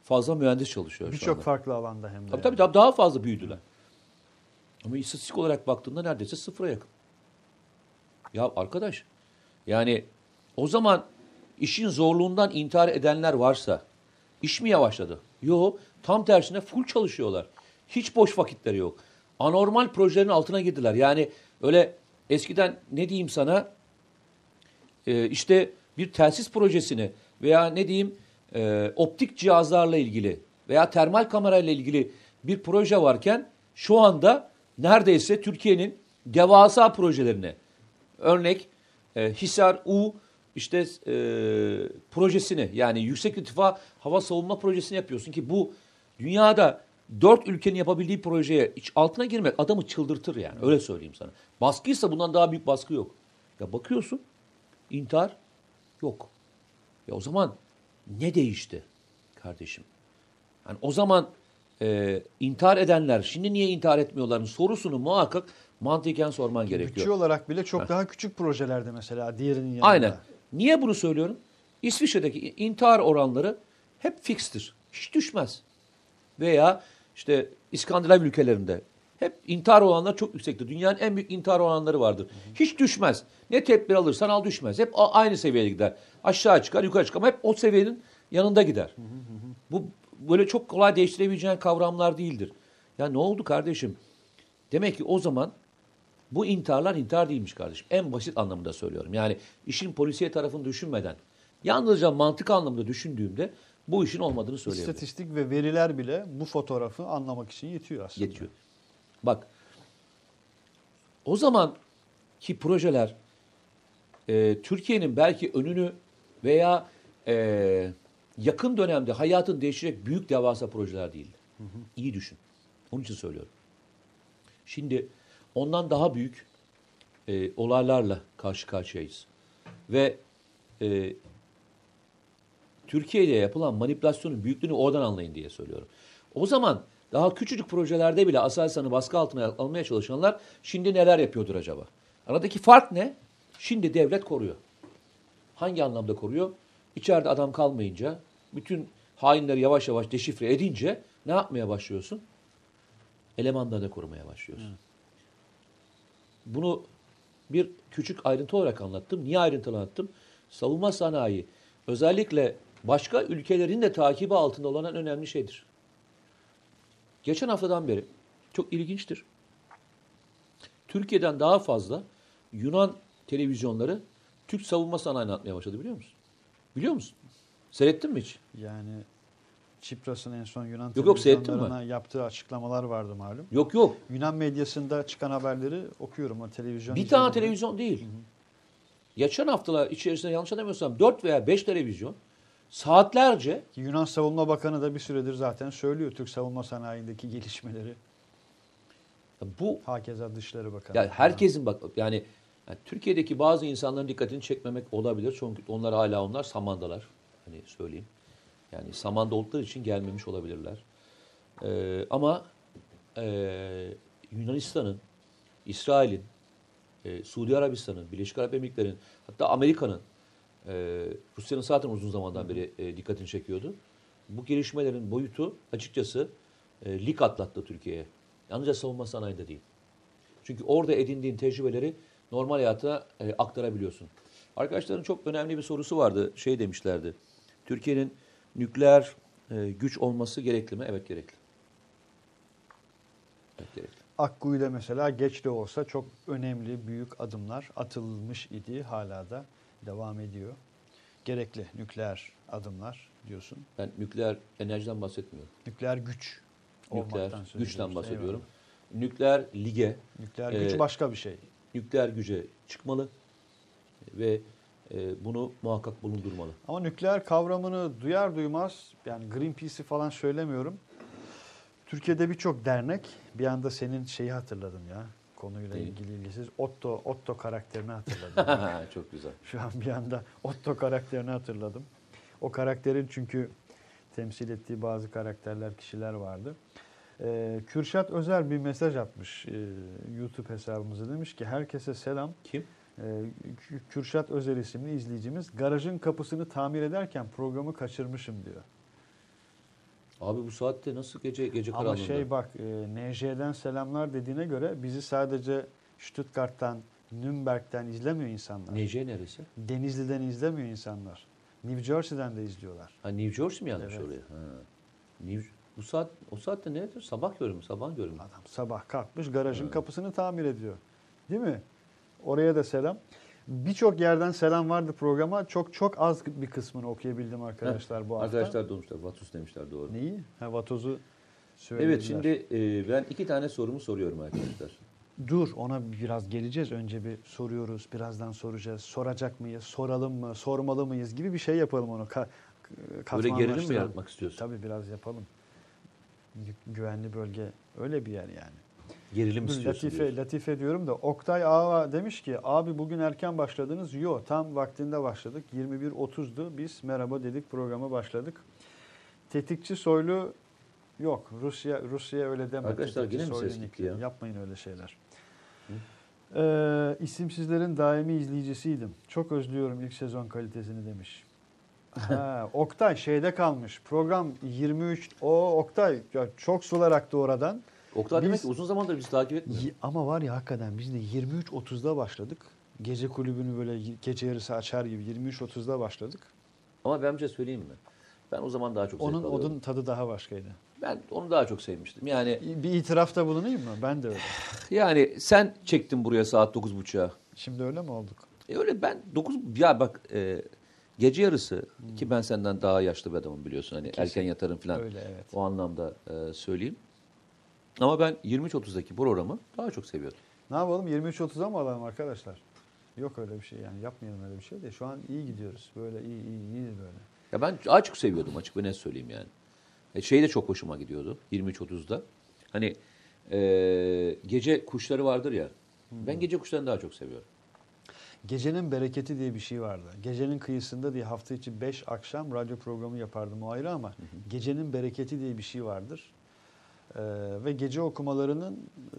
fazla mühendis çalışıyor şu Birçok anda. farklı alanda hem de. Tabii, yani. tabii tabii daha fazla büyüdüler. Ama istatistik olarak baktığında neredeyse sıfıra yakın. Ya arkadaş, yani o zaman işin zorluğundan intihar edenler varsa iş mi yavaşladı? Yok, tam tersine full çalışıyorlar. Hiç boş vakitleri yok. Anormal projelerin altına girdiler. Yani öyle eskiden ne diyeyim sana, e, işte bir telsiz projesini veya ne diyeyim e, optik cihazlarla ilgili veya termal kamerayla ilgili bir proje varken şu anda neredeyse Türkiye'nin devasa projelerine, örnek e, Hisar U işte e, projesini, yani yüksek irtifa hava savunma projesini yapıyorsun ki bu dünyada dört ülkenin yapabildiği projeye hiç altına girmek adamı çıldırtır yani, öyle söyleyeyim sana. Baskıysa bundan daha büyük baskı yok. Ya bakıyorsun intihar yok. Ya o zaman ne değişti kardeşim? Yani o zaman e, intihar edenler şimdi niye intihar etmiyorların sorusunu muhakkak mantıken sorman gerekiyor. Bütçe olarak bile çok Heh. daha küçük projelerde mesela diğerinin yanında. Aynen. Niye bunu söylüyorum? İsviçre'deki intihar oranları hep fikstir. Hiç düşmez. Veya işte İskandinav ülkelerinde hep intihar oranları çok yüksektir. Dünyanın en büyük intihar oranları vardır. Hiç düşmez. Ne tedbir alırsan al düşmez. Hep aynı seviyeye gider. Aşağı çıkar, yukarı çıkar ama hep o seviyenin yanında gider. Bu böyle çok kolay değiştirebileceğin kavramlar değildir. Ya ne oldu kardeşim? Demek ki o zaman bu intiharlar intihar değilmiş kardeşim. En basit anlamında söylüyorum. Yani işin polisiye tarafını düşünmeden, yalnızca mantık anlamında düşündüğümde bu işin olmadığını söyleyebilirim. İstatistik ve veriler bile bu fotoğrafı anlamak için yetiyor aslında. Yetiyor. Bak, o zaman ki projeler e, Türkiye'nin belki önünü veya e, yakın dönemde hayatını değiştirecek büyük devasa projeler değildi. Hı hı. İyi düşün. Onun için söylüyorum. Şimdi ondan daha büyük e, olaylarla karşı karşıyayız. Ve e, Türkiye'de yapılan manipülasyonun büyüklüğünü oradan anlayın diye söylüyorum. O zaman daha küçücük projelerde bile Aselsan'ı baskı altına almaya çalışanlar şimdi neler yapıyordur acaba? Aradaki fark ne? Şimdi devlet koruyor. Hangi anlamda koruyor? İçeride adam kalmayınca, bütün hainleri yavaş yavaş deşifre edince ne yapmaya başlıyorsun? Elemanlarını korumaya başlıyorsun. Hı. Bunu bir küçük ayrıntı olarak anlattım. Niye ayrıntılı anlattım? Savunma sanayi özellikle başka ülkelerin de takibi altında olan en önemli şeydir. Geçen haftadan beri çok ilginçtir. Türkiye'den daha fazla Yunan televizyonları Türk savunma sanayini atmaya başladı, biliyor musun? Biliyor musun? Seyrettin mi hiç? Yani Çipras'ın en son Yunan yok, yok, televizyonlarına yaptığı açıklamalar vardı malum. Yok yok. Yunan medyasında çıkan haberleri okuyorum. O televizyon Bir tane televizyon değil. Hı hı. Geçen haftalar içerisinde yanlış hatırlamıyorsam dört veya beş televizyon saatlerce. Yunan Savunma Bakanı da bir süredir zaten söylüyor Türk savunma sanayindeki gelişmeleri. Bu hakeza Dışişleri Bakanı. Yani herkesin bak yani, yani Türkiye'deki bazı insanların dikkatini çekmemek olabilir. Çünkü onlar hala onlar samandalar. Hani söyleyeyim. Yani samanda oldukları için gelmemiş olabilirler. Ee, ama e, Yunanistan'ın, İsrail'in, e, Suudi Arabistan'ın, Birleşik Arap Emirlikleri'nin, hatta Amerika'nın, e, Rusya'nın zaten uzun zamandan beri e, dikkatini çekiyordu. Bu gelişmelerin boyutu açıkçası e, lig atlattı Türkiye'ye. Yalnızca savunma sanayinde değil. Çünkü orada edindiğin tecrübeleri normal hayata e, aktarabiliyorsun. Arkadaşların çok önemli bir sorusu vardı. Şey demişlerdi. Türkiye'nin nükleer e, güç olması gerekli mi? Evet, gerekli. Evet, gerekli. Akkuyu'da mesela geç de olsa çok önemli büyük adımlar atılmış idi. Hala da devam ediyor. Gerekli nükleer adımlar diyorsun. Ben nükleer enerjiden bahsetmiyorum. Nükleer güç. Nükleer güçten bahsediyorum. Eyvallah. Nükleer lige. Nükleer güç e, başka bir şey. Nükleer güce çıkmalı ve e, bunu muhakkak bulundurmalı. Ama nükleer kavramını duyar duymaz, yani Greenpeace'i falan söylemiyorum. Türkiye'de birçok dernek, bir anda senin şeyi hatırladım ya, konuyla Değil. ilgili ilgisiz. Otto, Otto karakterini hatırladım. Çok güzel. Şu an bir anda Otto karakterini hatırladım. O karakterin çünkü temsil ettiği bazı karakterler, kişiler vardı. Ee, Kürşat Özer bir mesaj atmış e, YouTube hesabımıza, demiş ki herkese selam. Kim? Ee, Kürşat Özer isimli izleyicimiz, garajın kapısını tamir ederken programı kaçırmışım diyor. Abi bu saatte nasıl gece gece Ama karanlığında? şey bak e, N J'den selamlar dediğine göre bizi sadece Stuttgart'tan, Nürnberg'den izlemiyor insanlar. N J neresi? Denizli'den izlemiyor insanlar. New Jersey'den de izliyorlar. Ha New Jersey mi yazmış Evet. oraya? Ha. New, bu saat o saatte nedir? Sabah görümü, sabah görümü. Adam sabah kalkmış garajın Ha. kapısını tamir ediyor. Değil mi? Oraya da selam. Birçok yerden selam vardı programa. Çok çok az bir kısmını okuyabildim arkadaşlar bu hafta. Arkadaşlar demişler, Vatus demişler doğru. Neyi? Ha, Vatoz'u söylediler. Evet şimdi e, ben iki tane sorumu soruyorum arkadaşlar. Dur ona biraz geleceğiz. Önce bir soruyoruz. Birazdan soracağız. Soracak mıyız? Soralım mı? Sormalı mıyız? Gibi bir şey yapalım onu. Ka- Böyle gerilim mi katmanlaştıralım. yaratmak istiyorsun? Tabii biraz yapalım. Gü- Güvenli bölge öyle bir yer yani. Gerilim Dur, istiyorsun Latife, diyorsun. Latife diyorum da Oktay Ağa demiş ki abi bugün erken başladınız. Yo tam vaktinde başladık. yirmi bir otuzdu. Biz merhaba dedik programa başladık. Tetikçi Soylu yok. Rusya Rusya öyle deme. Arkadaşlar Tetikçi yine mi Soylu ses gitti nickli. ya? Yapmayın öyle şeyler. Ee, isimsizlerin daimi izleyicisiydim. Çok özlüyorum ilk sezon kalitesini demiş. Ha, Oktay şeyde kalmış. Program yirmi üç. O Oktay ya çok sular aktı oradan. Oktay Biz- demek ki uzun zamandır bizi takip etmiyor. Y- Ama var ya hakikaten biz de yirmi üç otuzda başladık. Gece kulübünü böyle y- gece yarısı açar gibi yirmi üç otuzda başladık. Ama ben bir şey söyleyeyim mi? Ben o zaman daha çok zevk Onun alıyordum. odun tadı daha başkaydı. Ben onu daha çok sevmiştim. Yani Bir itirafta bulunayım mı? Ben de öyle. yani sen çektin buraya saat dokuz buçuğa. Şimdi öyle mi olduk? E öyle ben dokuz ya bak e, gece yarısı ki ben senden daha yaşlı bir adamım biliyorsun hani Kesin. erken yatarım falan. Öyle evet. O anlamda e, söyleyeyim. Ama ben yirmi üç otuzdaki programı daha çok seviyordum. Ne yapalım yirmi üç otuza mı alalım arkadaşlar? Yok öyle bir şey yani yapmayalım öyle bir şey de şu an iyi gidiyoruz. Böyle iyi iyi iyi böyle. Ya ben açık seviyordum açık ve net söyleyeyim yani. E, şey de çok hoşuma gidiyordu yirmi üç otuzda. Hani e, gece kuşları vardır ya. Ben gece kuşlarını daha çok seviyorum. Gecenin bereketi diye bir şey vardı. Gecenin kıyısında diye hafta içi beş akşam radyo programı yapardım o ayrı ama gecenin bereketi diye bir şey vardır. Ee, ve gece okumalarının e,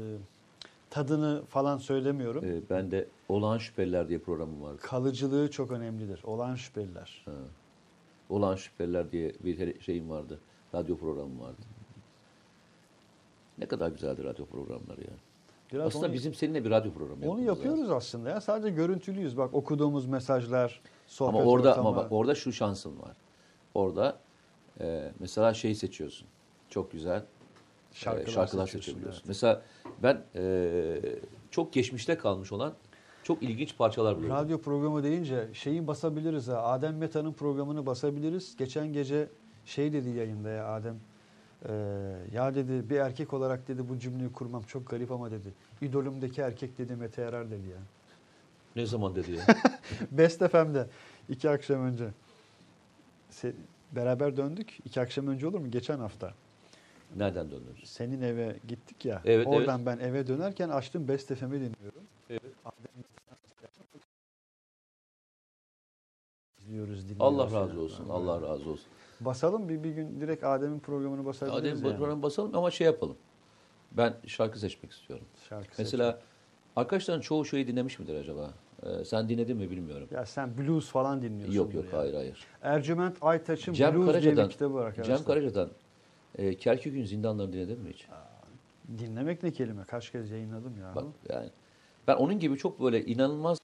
tadını falan söylemiyorum. E, ben de Olağan Şüpheliler diye programım vardı. Kalıcılığı çok önemlidir. Olağan şüpheliler. Ha. Olağan Şüpheliler diye bir şeyim vardı. Radyo programım vardı. Ne kadar güzeldi radyo programları ya. Biraz Aslında onu, bizim seninle bir radyo programı onu yapmamız yapıyoruz lazım. aslında ya. Sadece görüntülüyüz. Bak okuduğumuz mesajlar, sohbet Ama orada ortamı. ama bak orada şu şansın var. Orada e, mesela şey seçiyorsun. Çok güzel şarkılar, e, şarkılar seçiyorsun, seçebiliyorsun. evet. Mesela ben e, çok geçmişte kalmış olan çok ilginç parçalar buluyorum. Radyo programı deyince şeyi basabiliriz ha. Adem Meta'nın programını basabiliriz. Geçen gece şey dedi yayında ya Adem. e, ya dedi bir erkek olarak dedi bu cümleyi kurmam çok garip ama dedi. İdolümdeki erkek dedi Mete Yarar dedi ya. Ne zaman dedi ya? Best F M'de iki akşam önce. Se- beraber döndük. İki akşam önce olur mu? Geçen hafta. Nereden döndünüz? Senin eve gittik ya. Evet, oradan ben eve dönerken açtım Best F M'i dinliyorum. Evet. İzliyoruz, dinliyoruz. Allah razı yani. olsun. Allah razı olsun. Basalım bir, bir gün direkt Adem'in programını basabiliriz Adem yani. programı basalım ama şey yapalım. Ben şarkı seçmek istiyorum. Şarkı Mesela arkadaşların çoğu şeyi dinlemiş midir acaba? Ee, sen dinledin mi bilmiyorum. seçelim. Ya sen blues falan dinliyorsun. Yok yok hayır hayır. Ercüment Aytaç'ın Cem Blues diye Karaca'dan- bir kitabı var arkadaşlar. Cem Karaca'dan e, Kerkük'ün zindanlarını dinledin mi hiç? Dinlemek ne kelime? Kaç kez yayınladım ya. Bak yani ben onun gibi çok böyle inanılmaz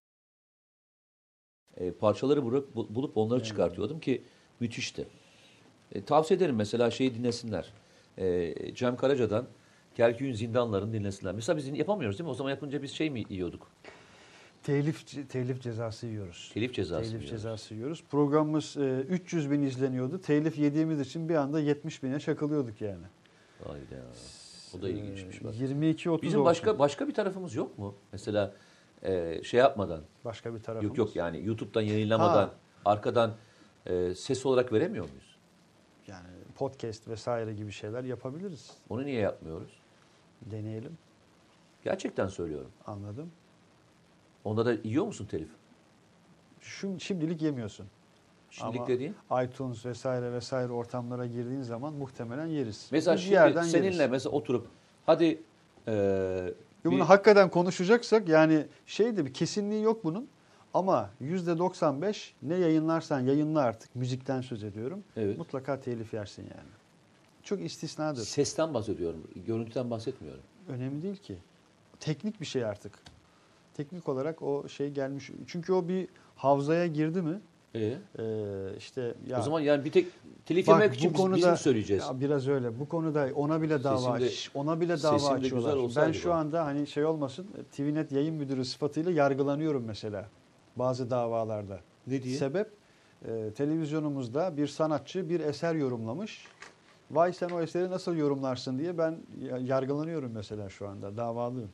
e, parçaları bulup, bulup onları çıkartıyordum ki müthişti. E, tavsiye ederim mesela şeyi dinlesinler. E, Cem Karaca'dan Kerkük'ün zindanlarını dinlesinler. Mesela biz yapamıyoruz değil mi? O zaman yapınca biz şey mi yiyorduk? Telif, telif cezası yiyoruz. Telif cezası Telif yiyoruz. cezası yiyoruz. Programımız e, üç yüz bin izleniyordu. Telif yediğimiz için bir anda yetmiş bine çakılıyorduk yani. Hayda. O da ilginçmiş bak. yirmi iki otuz Bizim olsun. başka başka bir tarafımız yok mu? Mesela e, şey yapmadan, Başka bir tarafımız. yok yok yani YouTube'dan yayınlamadan, Ha. arkadan e, ses olarak veremiyor muyuz? Yani podcast vesaire gibi şeyler yapabiliriz. Onu niye yapmıyoruz? Deneyelim. Gerçekten söylüyorum. Anladım. Onda da yiyor musun telif? Şu, şimdilik yemiyorsun. Şimdilik Ama dediğin? iTunes vesaire vesaire ortamlara girdiğin zaman muhtemelen yeriz. Mesela Bir şimdi yerden seninle yeriz. mesela oturup hadi e, Bunu bir- hakikaten konuşacaksak yani şey de bir kesinliği yok bunun. Ama yüzde doksan beş ne yayınlarsan yayınla artık. Müzikten söz ediyorum. Evet. Mutlaka telif yersin yani. çok istisnadır. Sesten bahsediyorum. Görüntüden bahsetmiyorum. Önemli değil ki. Teknik bir şey artık. Teknik olarak o şey gelmiş. Çünkü o bir havzaya girdi mi? Ee, Ee, işte ya o zaman yani bir tek telif bak, yemek için bu biz, konuda, biz mi söyleyeceğiz? ya biraz öyle. Bu konuda ona bile dava Sesim de- ona bile sesim dava de güzel açıyorlar. olsaydı Ben şu bak. anda hani şey olmasın, T V Net yayın müdürü sıfatıyla yargılanıyorum mesela bazı davalarda. Ne diye? Sebep e, televizyonumuzda bir sanatçı bir eser yorumlamış. Vay sen o eseri nasıl yorumlarsın diye ben yargılanıyorum mesela şu anda. Davalıyım.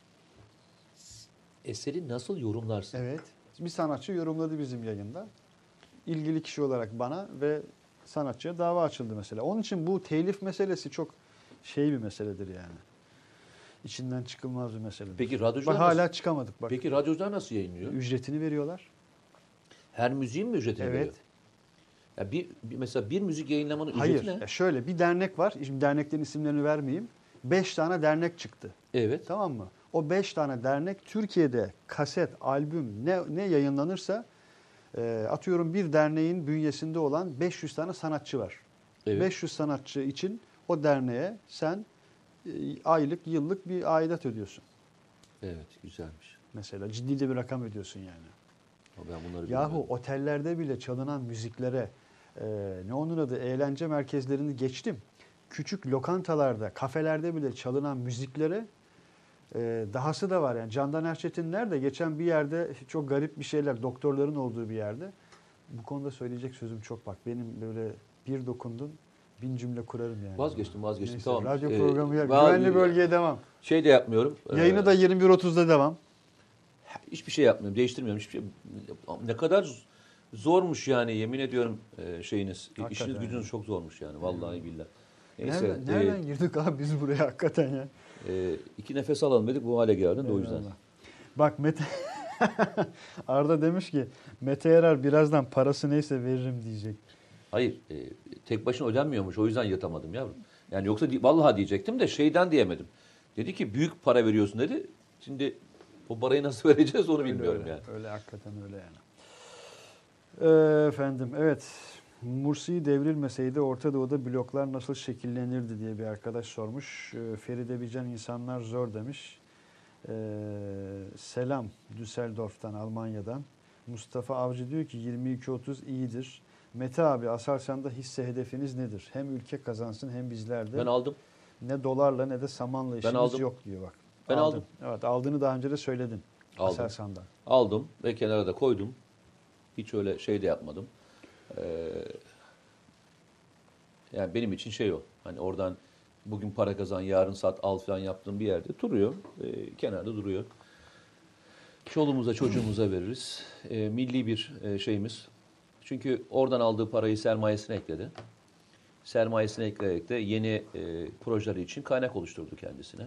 Eseri nasıl yorumlarsın? Evet. Bir sanatçı yorumladı bizim yayında. İlgili kişi olarak bana ve sanatçıya dava açıldı mesela. Onun için bu telif meselesi çok şey bir meseledir yani. İçinden çıkılmaz bir meseledir. Peki radyocular Bak hala nasıl, çıkamadık bak. Peki radyocular nasıl yayınlıyor? Ücretini veriyorlar. Her müziğin mi ücretini veriyor? Evet. Ya bir, bir mesela bir müzik yayınlamanın Hayır. ücreti ne? Ya şöyle bir dernek var. Şimdi derneklerin isimlerini vermeyeyim. Beş tane dernek çıktı. Evet. Tamam mı? O beş tane dernek Türkiye'de kaset, albüm ne, ne yayınlanırsa e, atıyorum bir derneğin bünyesinde olan beş yüz tane sanatçı var. Evet. beş yüz sanatçı için o derneğe sen e, aylık, yıllık bir aidat ödüyorsun. Evet, güzelmiş. Mesela ciddi de bir rakam ödüyorsun yani. Ama ben bunları Yahu bilmiyorum. otellerde bile çalınan müziklere e, ne onun adı eğlence merkezlerini geçtim. Küçük lokantalarda, kafelerde bile çalınan müziklere e, dahası da var. Yani Candan Erçetin nerede? Geçen bir yerde çok garip bir şeyler, doktorların olduğu bir yerde. Bu konuda söyleyecek sözüm çok bak. Benim böyle bir dokundun, bin cümle kurarım yani. Vazgeçtim, vazgeçtim. Neyse, Tamam. radyo Ee, programı ya. bazı- Güvenli bölgeye devam. Şey de yapmıyorum. Yayını Ee, da yirmi bir otuzda devam. hiçbir şey yapmıyorum, değiştirmiyorum. Hiçbir şey. Ne kadar zormuş yani yemin ediyorum e, şeyiniz. Hakikaten İşiniz yani. gücünüz çok zormuş yani vallahi billahi. Neyse. Nereden, nereden girdik abi biz buraya hakikaten ya? e, e, iki nefes alalım dedik bu hale geldin de o yüzden. Eyvallah. Bak Mete Arda demiş ki Mete Yarar birazdan parası neyse veririm diyecek. Hayır, e, tek başına ödenmiyormuş. O yüzden yatamadım yavrum. Yani yoksa di- vallahi diyecektim de şeyden diyemedim. Dedi ki büyük para veriyorsun dedi. Şimdi o parayı nasıl vereceğiz onu Öyle, bilmiyorum öyle, yani. Öyle hakikaten öyle yani. Ee, efendim evet. Mursi devrilmeseydi Orta Doğu'da bloklar nasıl şekillenirdi diye bir arkadaş sormuş. Ee, Feride Bican insanlar zor demiş. Ee, selam Düsseldorf'tan, Almanya'dan. Mustafa Avcı diyor ki yirmi iki otuz iyidir. Mete abi Aselsan'da hisse hedefiniz nedir? Hem ülke kazansın hem bizler de. Ben aldım. Ne dolarla ne de samanla işimiz aldım. yok diyor bak. Ben Aldın. aldım. Evet aldığını daha önce de söyledin. Aldım. Aselsan'dan. Aldım ve kenara da koydum. Hiç öyle şey de yapmadım. Ee, yani benim için şey o. Hani oradan bugün para kazan, yarın sat, al falan yaptığım bir yerde duruyor. Ee, kenarda duruyor. Çoluğumuza, çocuğumuza veririz. Ee, milli bir e, şeyimiz. Çünkü oradan aldığı parayı sermayesine ekledi. Sermayesine ekleyerek de yeni e, projeleri için kaynak oluşturdu kendisine.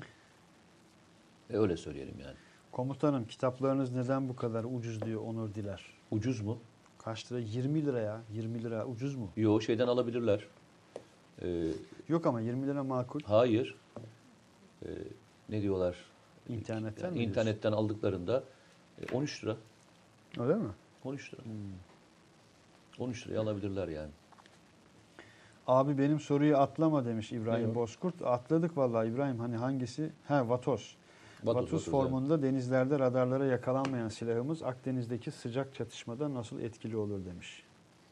E, öyle söyleyelim yani. Komutanım kitaplarınız neden bu kadar ucuz diyor Onur Diler. Ucuz mu? Kaç lira? yirmi lira ya. yirmi lira ucuz mu? Yo şeyden alabilirler. Ee, Yok ama yirmi lira makul. hayır. Ee, ne diyorlar? İnternetten Yani mi internetten aldıklarında e, on üç lira. Öyle mi? on üç lira. on üç liraya alabilirler yani. Abi benim soruyu atlama demiş İbrahim Ne o? Bozkurt. Atladık vallahi İbrahim. Hani hangisi? Ha Vatos. Vatos, Vatos Vatos, formunda denizlerde radarlara yakalanmayan silahımız Akdeniz'deki sıcak çatışmada nasıl etkili olur demiş.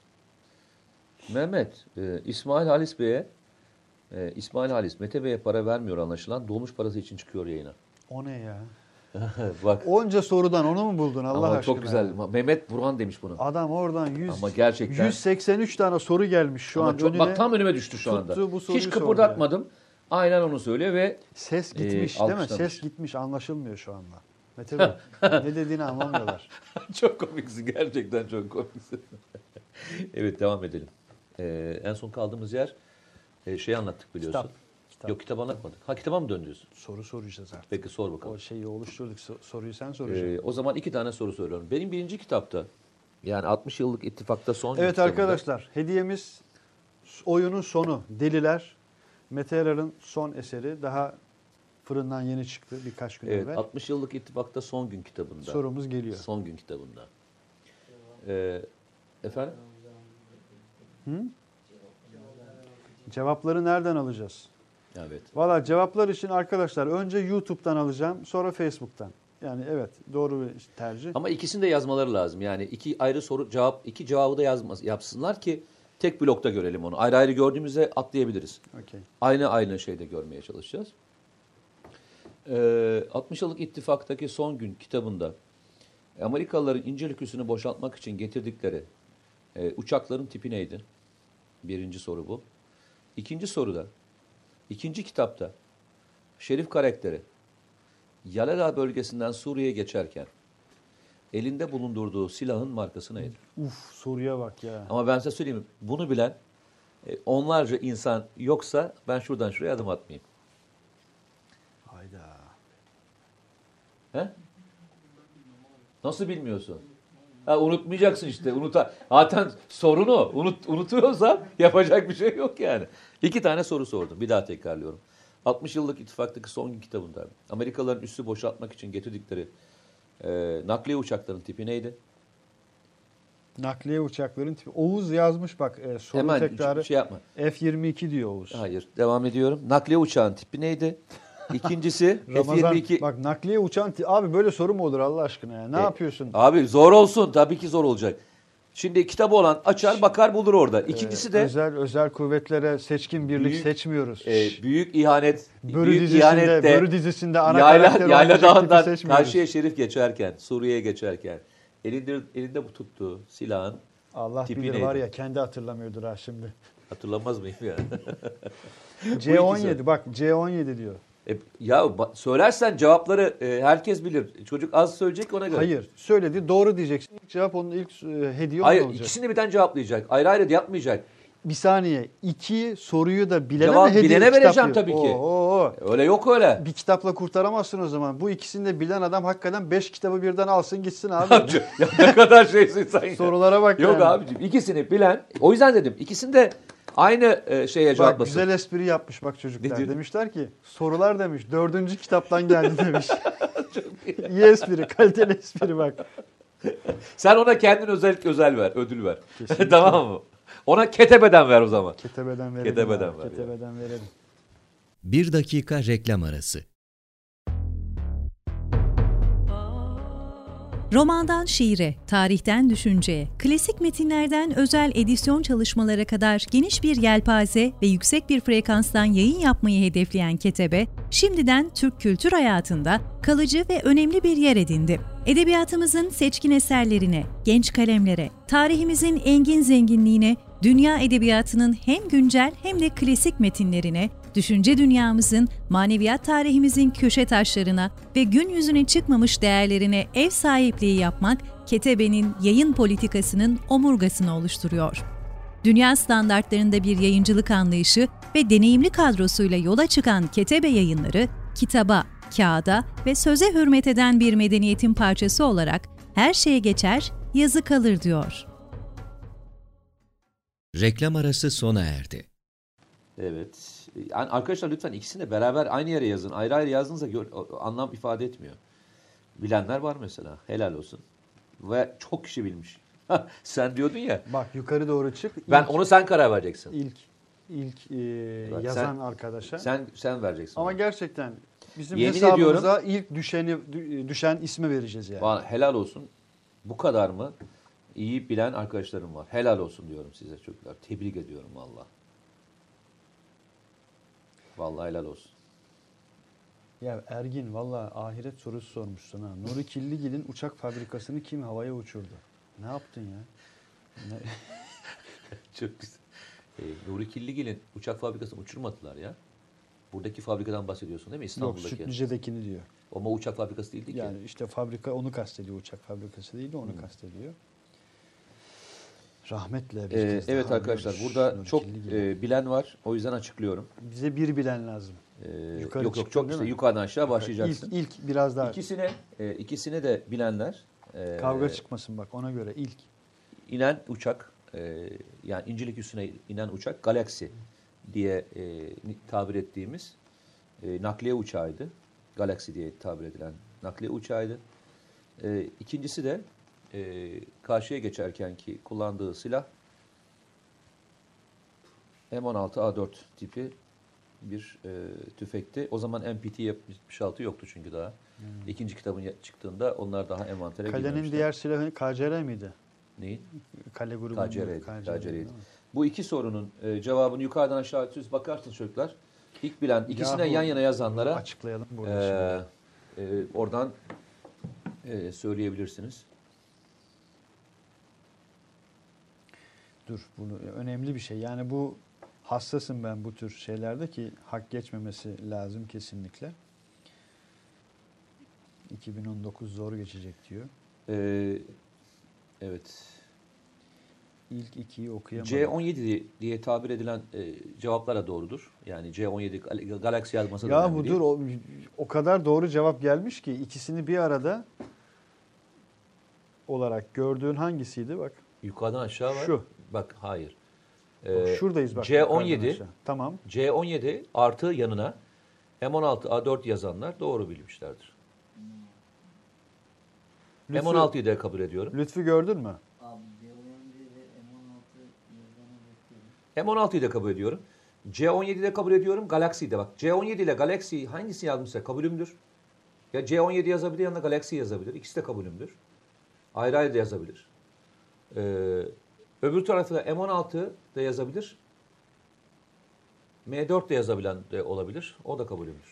Mehmet, e, İsmail Halis Bey'e e, İsmail Halis, Mete Bey'e para vermiyor anlaşılan. Dolmuş parası için çıkıyor yayına. O ne ya? Bak. Onca sorudan onu mu buldun Allah Ama aşkına? çok güzel. Mehmet Burhan demiş bunu. Adam oradan yüz, Ama gerçekten- yüz seksen üç tane soru gelmiş şu Ama an çok, önüne. bak tam önüme düştü şu tuttu, anda. bu soruyu Hiç sordu kıpırdatmadım. Aynen onu söylüyor ve Ses Ee, gitmiş değil mi? alkışlamış. Ses gitmiş anlaşılmıyor şu anda. Mete Bey ne dediğini anlamıyorlar. çok komiksin. Gerçekten çok komiksin. Evet devam edelim. Ee, en son kaldığımız yer e, şeyi anlattık biliyorsun. Kitap. Kitap. Yok kitap anlatmadık. Ha kitaba mı dön diyorsun? Soru soracağız artık. Peki sor bakalım. O şeyi oluşturduk. So- Soruyu sen soracaksın. Ee, o zaman iki tane soru soruyorum. Benim birinci kitapta yani altmış yıllık ittifakta son Evet kitabında- arkadaşlar hediyemiz oyunun sonu Deliler. Mete Yarar'ın son eseri. Daha fırından yeni çıktı birkaç gün Evet, evvel. altmış yıllık ittifakta son gün kitabında. Sorumuz geliyor. Son gün kitabında. Ee, efendim? Hı? Cevapları nereden alacağız? Evet. Valla cevaplar için arkadaşlar önce YouTube'dan alacağım, sonra Facebook'tan. Yani evet, doğru bir tercih. Ama ikisini de yazmaları lazım. Yani iki ayrı soru cevap, iki cevabı da yazmaz, yapsınlar ki tek blokta görelim onu. Ayrı ayrı gördüğümüzde atlayabiliriz. Okay. Aynı aynı şeyde görmeye çalışacağız. Ee, altmış yıllık ittifaktaki son gün kitabında Amerikalıların İncirlik üssünü boşaltmak için getirdikleri e, uçakların tipi neydi? Birinci soru bu. İkinci soruda, ikinci kitapta Şerif karakteri Yalala bölgesinden Suriye'ye geçerken elinde bulundurduğu silahın markası neydi? Uf, soruya bak ya. Ama ben size söyleyeyim, bunu bilen e, onlarca insan yoksa ben şuradan şuraya adım atmayayım. Hayda. He? Nasıl bilmiyorsun? Ha, unutmayacaksın işte. Unuta. Zaten sorunu unut, unutuyorsa yapacak bir şey yok yani. İki tane soru sordum. Bir daha tekrarlıyorum. altmış yıllık ittifaktaki son gün kitabında Amerikalıların üssü boşaltmak için getirdikleri e, nakliye uçaklarının tipi neydi? Nakliye uçakların tipi. Oğuz yazmış bak e, soru Hemen tekrarı. şey yapma. F yirmi iki diyor Oğuz. Hayır. Devam ediyorum. Nakliye uçağın tipi neydi? İkincisi F Ramazan, yirmi iki. bak nakliye uçağın ti- abi böyle soru mu olur Allah aşkına ya? Ne E, yapıyorsun? Abi zor olsun. Tabii ki zor olacak. Şimdi kitabı olan açar bakar bulur orada. İkincisi Ee, de özel özel kuvvetlere seçkin birlik büyük, seçmiyoruz. e, büyük ihanet. Börü büyük dizisinde, ihanette Börü dizisinde ana Yayla, karakter Yayla olacak tipi Dağı'ndan seçmiyoruz. karşıya Şerif geçerken, Suriye'ye geçerken elinde, elinde bu tuttuğu silahın Allah tipi bilir neydi? var ya kendi hatırlamıyordur ha şimdi. Hatırlamaz mıyım ya? C on yedi bak C on yedi diyor. E, ya ba- söylersen cevapları e, herkes bilir. Çocuk az söyleyecek ona göre. Hayır söyledi doğru diyeceksin. İlk cevap onun ilk e, hediye onun Hayır olacak. ikisini birden cevaplayacak. Ayrı ayrı yapmayacak. Bir saniye iki soruyu da bilene Cevap mi hediye bilene kitap vereceğim diyor? tabii ki. Oo, oo. Öyle yok öyle. Bir kitapla kurtaramazsın o zaman. Bu ikisini de bilen adam hakikaten beş kitabı birden alsın gitsin abi. Ya ne kadar şeysin sen ya. Sorulara bak Yok yani. abicim ikisini bilen. O yüzden dedim ikisini de aynı e, şeye Bak cevaplasın. güzel espri yapmış bak Ne çocuklar. diyor? Demişler ki sorular demiş dördüncü kitaptan geldi demiş. İyi espri, kaliteli espri bak. Sen ona kendin özel özel ver, ödül ver. Tamam mı? Ona ketebeden ver o zaman. Ketebeden verelim. Ketebeden abi, ver ya. Ketebeden verelim. Bir dakika reklam arası. Romandan şiire, tarihten düşünceye, klasik metinlerden özel edisyon çalışmalara kadar geniş bir yelpaze ve yüksek bir frekanstan yayın yapmayı hedefleyen Ketebe, şimdiden Türk kültür hayatında kalıcı ve önemli bir yer edindi. Edebiyatımızın seçkin eserlerine, genç kalemlere, tarihimizin engin zenginliğine, dünya edebiyatının hem güncel hem de klasik metinlerine, düşünce dünyamızın, maneviyat tarihimizin köşe taşlarına ve gün yüzüne çıkmamış değerlerine ev sahipliği yapmak, Ketebe'nin yayın politikasının omurgasını oluşturuyor. Dünya standartlarında bir yayıncılık anlayışı ve deneyimli kadrosuyla yola çıkan Ketebe Yayınları, kitaba, kağıda ve söze hürmet eden bir medeniyetin parçası olarak her şeye geçer, yazı kalır diyor. Reklam arası sona erdi. Evet. Yani arkadaşlar lütfen ikisini de beraber aynı yere yazın. Ayrı ayrı yazdığınızda gör, anlam ifade etmiyor. Bilenler var mesela. Helal olsun. Ve çok kişi bilmiş. Sen diyordun ya. Bak yukarı doğru çık. Ben İlk- onu sen karar vereceksin. ilk ilk e, Bak, yazan sen- arkadaşa. Sen sen vereceksin. Ama onu. gerçekten bizim Yemin hesabımıza ilk düşeni dü- düşen ismi vereceğiz yani. Vallahi helal olsun. Bu kadar mı? İyi bilen arkadaşlarım var. Helal olsun diyorum size çocuklar. Tebrik ediyorum valla. Vallahi helal olsun. Ya Ergin valla ahiret sorusu sormuşsun ha. Nuri Killigil'in uçak fabrikasını kim havaya uçurdu? Ne yaptın ya? Ne? Çok güzel. Ee, Nuri Killigil'in uçak fabrikasını uçurmadılar ya. Buradaki fabrikadan bahsediyorsun değil mi? Yok İstanbul'daki. Sütlüce'dekini diyor. Ama uçak fabrikası değildi ki. Yani işte fabrika onu kastediyor. Uçak fabrikası değil de onu Hmm. kastediyor. Rahmetle bir Ee, kez daha evet arkadaşlar anıyoruz burada Nuri çok Killigil'i. e, bilen var. O yüzden açıklıyorum. Bize bir bilen lazım. Ee, Yukarı yok yok çıktın çok değil işte mi? yukarıdan aşağı başlayacaksın. İlk, ilk biraz daha İkisine e, ikisine de bilenler e, kavga çıkmasın bak ona göre ilk. inen uçak e, yani İncirlik üssüne inen uçak Galaxy diye e, tabir ettiğimiz e, nakliye uçağıydı. Galaxy diye tabir edilen nakliye uçağıydı. E, ikincisi de e, karşıya geçerken ki kullandığı silah M on altı A dört tipi bir e, tüfekti. O zaman M P T yetmiş altı yoktu çünkü daha. Hmm. İkinci kitabın çıktığında onlar daha envantere girmemişler. Kalenin diğer silahı K C R miydi? Neyin? Kale grubu. K C R'ydi. K C R'ydi. Bu iki sorunun e, cevabını yukarıdan aşağı düz bakarsınız çocuklar. İlk bilen, ikisine Yahu, yan yana yazanlara açıklayalım burada e, e, oradan e, söyleyebilirsiniz. Dur, bunu önemli bir şey. Yani bu hassasım ben bu tür şeylerde ki hak geçmemesi lazım kesinlikle. iki bin on dokuz zor geçecek diyor. Ee, evet. İlk ikiyi okuyamadım. C on yedi diye tabir edilen e, cevaplara doğrudur. Yani C on yedi Galaxy yazması da ya önemli bu değil. dur o, o kadar doğru cevap gelmiş ki ikisini bir arada olarak gördüğün hangisiydi bak. Yukarıdan aşağı var. Şu. Bak hayır. Ee, Şuradayız bak. C on yedi. Tamam. C on yedi artı yanına M on altı A dört yazanlar doğru bilmişlerdir. Lütfü, M on altıyı da kabul ediyorum. Lütfü gördün mü? Abi C on yedi ve M on altı yazana bakıyorum. M on altıyı da kabul ediyorum. C on yediyi de kabul ediyorum. Galaxy'yi de bak. C on yedi ile Galaxy hangisi yazmışsa kabulümdür. Ya C on yedi yazabilir yanına Galaxy yazabilir. İkisi de kabulümdür. Ayrı ayrı da yazabilir. Ee, öbür tarafta da M on altı da yazabilir. M dört de yazabilen de olabilir. O da kabulümdür.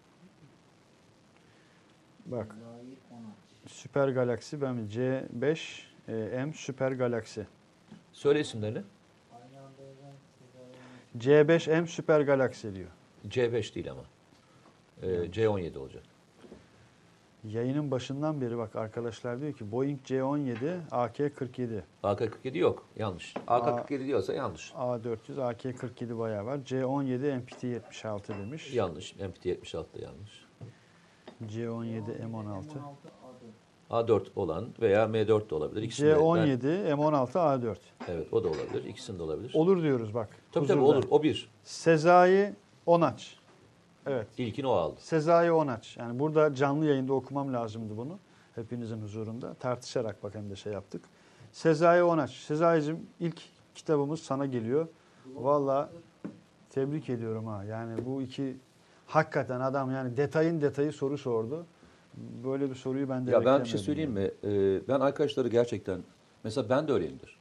Bak. Layık ona. Süper Galaxy ben mi? C beş e, M Süper Galaxy. Söyle isimlerini. Aynı anda yazan Sezai C beş M Süper Galaxy diyor. C beş değil ama. Ee, C on yedi olacak. Yayının başından beri bak arkadaşlar diyor ki Boeing C on yedi A K kırk yedi. A K kırk yedi yok. Yanlış. A K kırk yedi diyorsa yanlış. A dört yüz A K kırk yedi bayağı var. C on yedi M P T yetmiş altı demiş. Yanlış. M P T yetmiş altı da yanlış. C on yedi M on altı. M on altı A dört. A dört olan veya M dört de olabilir. İkisinde C on ben- yedi M on altı A dört. Evet o da olabilir. İkisinde olabilir. Olur diyoruz bak. Tabii tabii huzurda. olur. O bir. Sezai Onaç. Evet. İlkini o aldı. Sezai Onaç. Yani burada canlı yayında okumam lazımdı bunu. Hepinizin huzurunda. Tartışarak bak hem de şey yaptık. Sezai Onaç. Sezai'cim ilk kitabımız sana geliyor. Vallahi tebrik ediyorum ha. Yani bu iki hakikaten adam yani detayın detayı soru sordu. Böyle bir soruyu ben de Ya ben bir beklemiyordum. şey söyleyeyim mi? Ee, ben arkadaşları gerçekten mesela ben de öyleyimdir.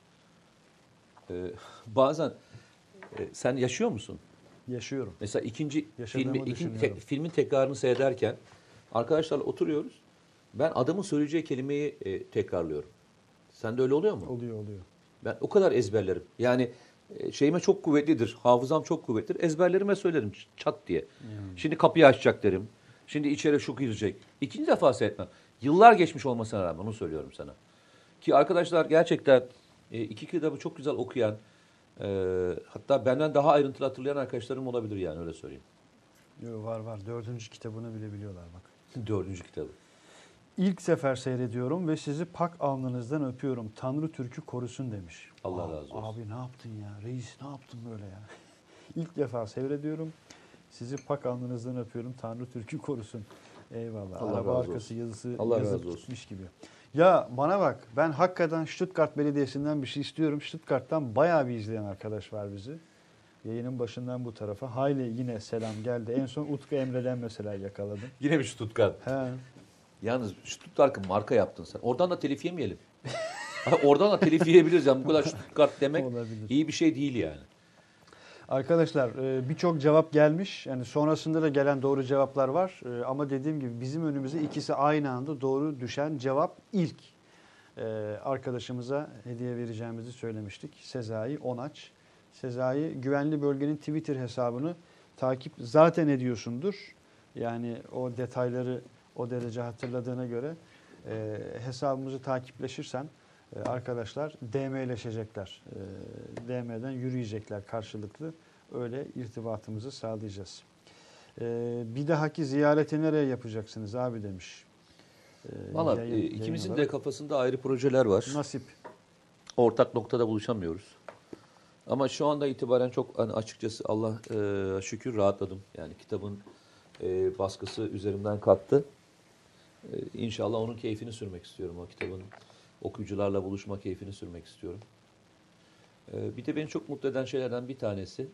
Ee, bazen e, sen yaşıyor musun? Yaşıyorum. Mesela ikinci Yaşadığımı filmi, ikinci, düşünüyorum. te- filmin tekrarını seyrederken arkadaşlarla oturuyoruz. Ben adamın söyleyeceği kelimeyi e, tekrarlıyorum. Sende öyle oluyor mu? Oluyor oluyor. Ben o kadar ezberlerim. Yani e, şeyime çok kuvvetlidir. Hafızam çok kuvvetlidir. Ezberlerime söylerim çat diye. Şimdi kapıyı açacak derim. Şimdi içeri şu girecek. İkinci defa seyretmem. Yıllar geçmiş olmasına rağmen onu söylüyorum sana. Ki arkadaşlar gerçekten e, iki kitabı çok güzel okuyan, e, hatta benden daha ayrıntılı hatırlayan arkadaşlarım olabilir yani öyle söyleyeyim. Yo, var var. Dördüncü kitabını bile biliyorlar bak. Dördüncü kitabı. İlk sefer seyrediyorum ve sizi pak alnınızdan öpüyorum. Tanrı Türk'ü korusun demiş. Allah Aa, razı olsun. Abi ne yaptın ya? Reis ne yaptın böyle ya? İlk defa seyrediyorum. Sizi pak alnınızdan öpüyorum. Tanrı Türk'ü korusun. Eyvallah. Allah Araba razı arkası olsun. yazısı Allah yazıp razı olsun. gitmiş gibi. Ya bana bak ben hakikaten Stuttgart Belediyesi'nden bir şey istiyorum. Stuttgart'tan bayağı bir izleyen arkadaş var bizi. Yayının başından bu tarafa. Hayli yine selam geldi. En son Utku Emre'den mesela yakaladım. Yine bir Stuttgart. He. Yalnız Stuttgart'ı marka yaptın sen. Oradan da telif yemeyelim. Oradan da telif yiyebiliriz yani bu kadar Stuttgart demek Olabilir. iyi bir şey değil yani. Arkadaşlar e, birçok cevap gelmiş. Yani sonrasında da gelen doğru cevaplar var. E, Ama dediğim gibi bizim önümüze ikisi aynı anda doğru düşen cevap ilk. E, Arkadaşımıza hediye vereceğimizi söylemiştik. Sezai Onaç. Sezai güvenli bölgenin Twitter hesabını takip zaten ediyorsundur. Yani o detayları o derece hatırladığına göre e, hesabımızı takipleşirsen e, arkadaşlar D M'leşecekler. E, D M'den yürüyecekler karşılıklı. Öyle irtibatımızı sağlayacağız. E, bir dahaki ziyareti nereye yapacaksınız abi demiş. E, Valla yayın- e, yayın ikimizin de olarak. kafasında ayrı projeler var. Nasip. Ortak noktada buluşamıyoruz. Ama şu anda itibaren çok hani açıkçası Allah e, şükür rahatladım. Yani kitabın e, baskısı üzerimden kalktı. E, İnşallah onun keyfini sürmek istiyorum. O kitabın okuyucularla buluşma keyfini sürmek istiyorum. Ee, bir de beni çok mutlu eden şeylerden bir tanesi,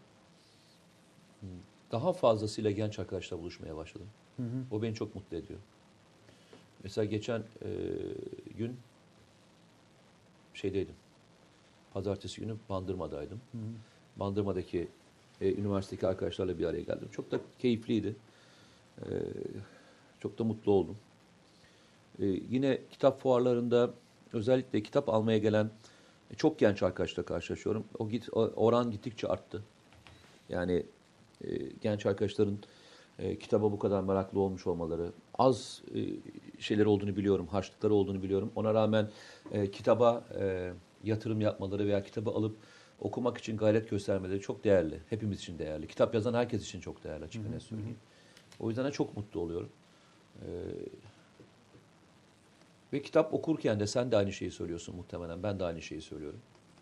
daha fazlasıyla genç arkadaşlarla buluşmaya başladım. Hı hı. O beni çok mutlu ediyor. Mesela geçen e, gün şeydeydim. Pazartesi günü Bandırma'daydım. Hı hı. Bandırma'daki e, üniversitedeki arkadaşlarla bir araya geldim. Çok da keyifliydi. E, çok da mutlu oldum. E, yine kitap fuarlarında özellikle kitap almaya gelen çok genç arkadaşla karşılaşıyorum. O git o oran gittikçe arttı. Yani e, genç arkadaşların e, kitaba bu kadar meraklı olmuş olmaları, az e, şeyler olduğunu biliyorum, harçlıkları olduğunu biliyorum. Ona rağmen e, kitaba e, yatırım yapmaları veya kitabı alıp okumak için gayret göstermeleri çok değerli. Hepimiz için değerli. Kitap yazan herkes için çok değerli, açık ne söyleyeyim. O yüzden de çok mutlu oluyorum. E, ve kitap okurken de sen de aynı şeyi söylüyorsun muhtemelen. Ben de aynı şeyi söylüyorum.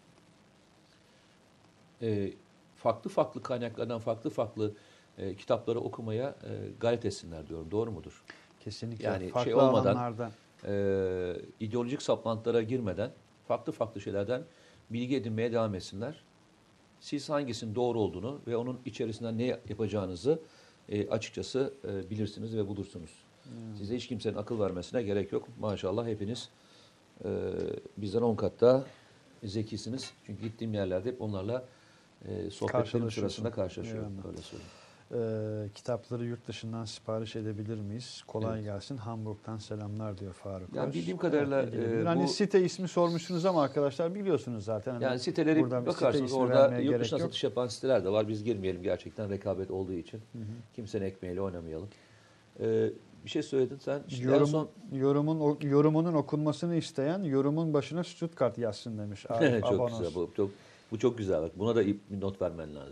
E, farklı farklı kaynaklardan farklı farklı e, kitapları okumaya e, gayret etsinler diyorum. Doğru mudur? Kesinlikle. Yani Farklı şey olmadan, alanlardan. E, ideolojik saplantılara girmeden farklı farklı şeylerden bilgi edinmeye devam etsinler. Siz hangisinin doğru olduğunu ve onun içerisinden ne yapacağınızı e, açıkçası e, bilirsiniz ve bulursunuz. Hmm. Size hiç kimsenin akıl vermesine gerek yok. Maşallah hepiniz e, bizden on kat daha zekisiniz. Çünkü gittiğim yerlerde hep onlarla e, sohbetlerim sırasında karşılaşıyorum. Öyle söyleyeyim. Ee, kitapları yurt dışından sipariş edebilir miyiz? Kolay evet. gelsin. Hamburg'dan selamlar diyor Faruk. Yani bildiğim kadarıyla evet, e, hani bu, site ismi sormuşsunuz ama arkadaşlar biliyorsunuz zaten. Hani yani siteleri bakarsınız site orada yurt dışına satış yapan siteler de var. Biz girmeyelim gerçekten rekabet olduğu için. Hı hı. Kimsenin ekmeğiyle oynamayalım. Ee, bir şey söyledin sen. İşte Yorum, son... yorumun yorumunun okunmasını isteyen yorumun başına Stuttgart yazsın demiş. Arif çok Abanos. güzel. Bu çok, bu çok güzel. Bak, buna da bir not vermen lazım.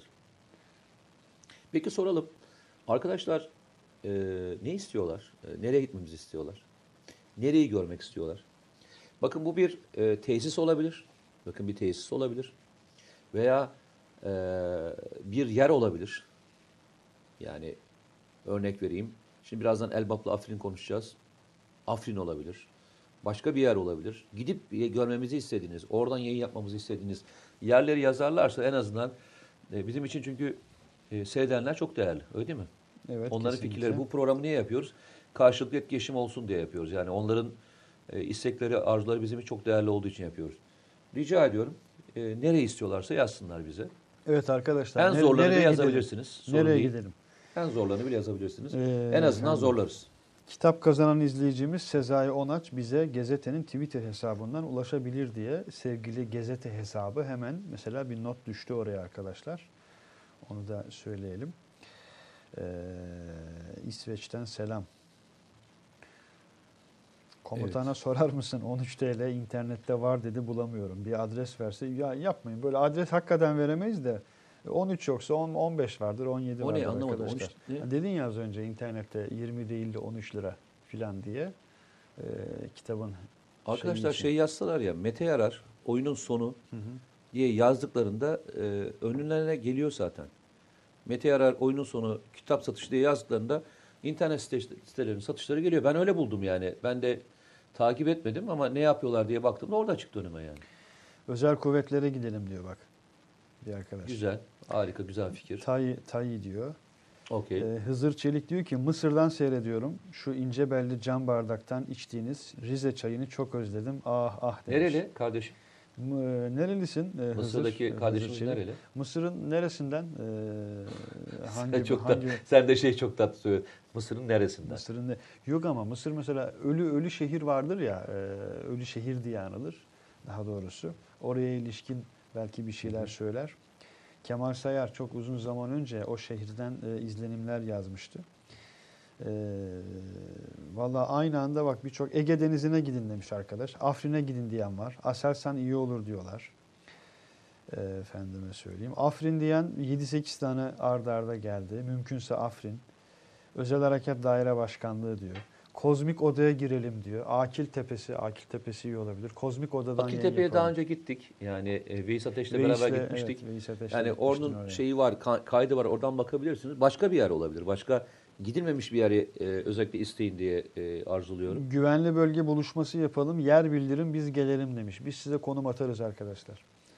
Peki soralım. Arkadaşlar e, ne istiyorlar? E, nereye gitmemizi istiyorlar? Nereyi görmek istiyorlar? Bakın bu bir e, tesis olabilir. Bakın bir tesis olabilir. Veya e, bir yer olabilir. Yani örnek vereyim. Şimdi birazdan Elbap'la Afrin konuşacağız. Afrin olabilir. Başka bir yer olabilir. Gidip görmemizi istediğiniz, oradan yayın yapmamızı istediğiniz yerleri yazarlarsa en azından e, bizim için çünkü e, seyredenler çok değerli. Öyle değil mi? Evet, onların kesinlikle. fikirleri. Bu programı niye yapıyoruz? Karşılıklı etkileşim olsun diye yapıyoruz. Yani onların e, istekleri, arzuları bizim için çok değerli olduğu için yapıyoruz. Rica ediyorum. E, nereyi istiyorlarsa yazsınlar bize. Evet arkadaşlar. En zorlarını bile yazabilirsiniz. Sorun nereye değil. gidelim? En zorlarını bile yazabilirsiniz. Ee, en azından efendim. zorlarız. Kitap kazanan izleyicimiz Sezai Onaç bize Gezete'nin Twitter hesabından ulaşabilir diye sevgili Gezete hesabı hemen mesela bir not düştü oraya arkadaşlar. Onu da söyleyelim. Ee, İsveç'ten selam. Komutana evet. sorar mısın? on üç TL internette var dedi bulamıyorum. Bir adres verse ya yapmayın. Böyle adres hakikaten veremeyiz de on üç yoksa on, on beş vardır, on yedi o vardır ne, anlamadım. arkadaşlar. on üç, ne? Dedin ya az önce internette yirmi değil de on üç lira filan diye e, kitabın. Arkadaşlar şey yazsalar ya Mete Yarar oyunun sonu hı hı. diye yazdıklarında e, önlerine geliyor zaten. Mete Yarar oyunun sonu kitap satışı diye yazdıklarında internet sitelerinin satışları geliyor. Ben öyle buldum yani. Ben de takip etmedim ama ne yapıyorlar diye baktığımda orada çıktı önüme yani. Özel kuvvetlere gidelim diyor bak bir arkadaş. Güzel. Harika, güzel fikir. Tayi, Tayi diyor. Okay. Ee, Hızır Çelik diyor ki Mısır'dan seyrediyorum. Şu ince belli cam bardaktan içtiğiniz Rize çayını çok özledim. Ah ah demiş. Nereli kardeşim? M- nerelisin? Ee, Mısır'daki Hızır, kardeşimiz Hızır nereli? Mısır'ın neresinden? Ee, hangi, sen, çok hangi... da, sen de şey çok tatlı söylüyorsun. Mısır'ın neresinden? Mısır'ın ne? Yok ama Mısır mesela ölü ölü şehir vardır ya. E, ölü şehir diye anılır. Daha doğrusu. Oraya ilişkin belki bir şeyler Hı-hı. söyler. Kemal Sayar çok uzun zaman önce o şehirden e, izlenimler yazmıştı. E, Valla aynı anda bak birçok Ege Denizi'ne gidin demiş arkadaş. Afrin'e gidin diyen var. Aselsan iyi olur diyorlar. E, efendime söyleyeyim. Afrin diyen yedi sekiz tane arda arda geldi. Mümkünse Afrin. Özel Harekat Daire Başkanlığı diyor. Kozmik Oda'ya girelim diyor. Akil Tepesi, Akil Tepesi iyi olabilir. Kozmik Oda'dan Akil Tepe'ye daha önce gittik. Yani e, Veys Ateş'le Veys'le, beraber gitmiştik. Evet, Veys Ateş'le yani onun şeyi var, kaydı var. Oradan bakabilirsiniz. Başka bir yer olabilir. Başka gidilmemiş bir yeri e, özellikle isteyin diye e, arzuluyorum. Güvenli bölge buluşması yapalım. Yer bildirin biz gelelim demiş. Biz size konum atarız arkadaşlar.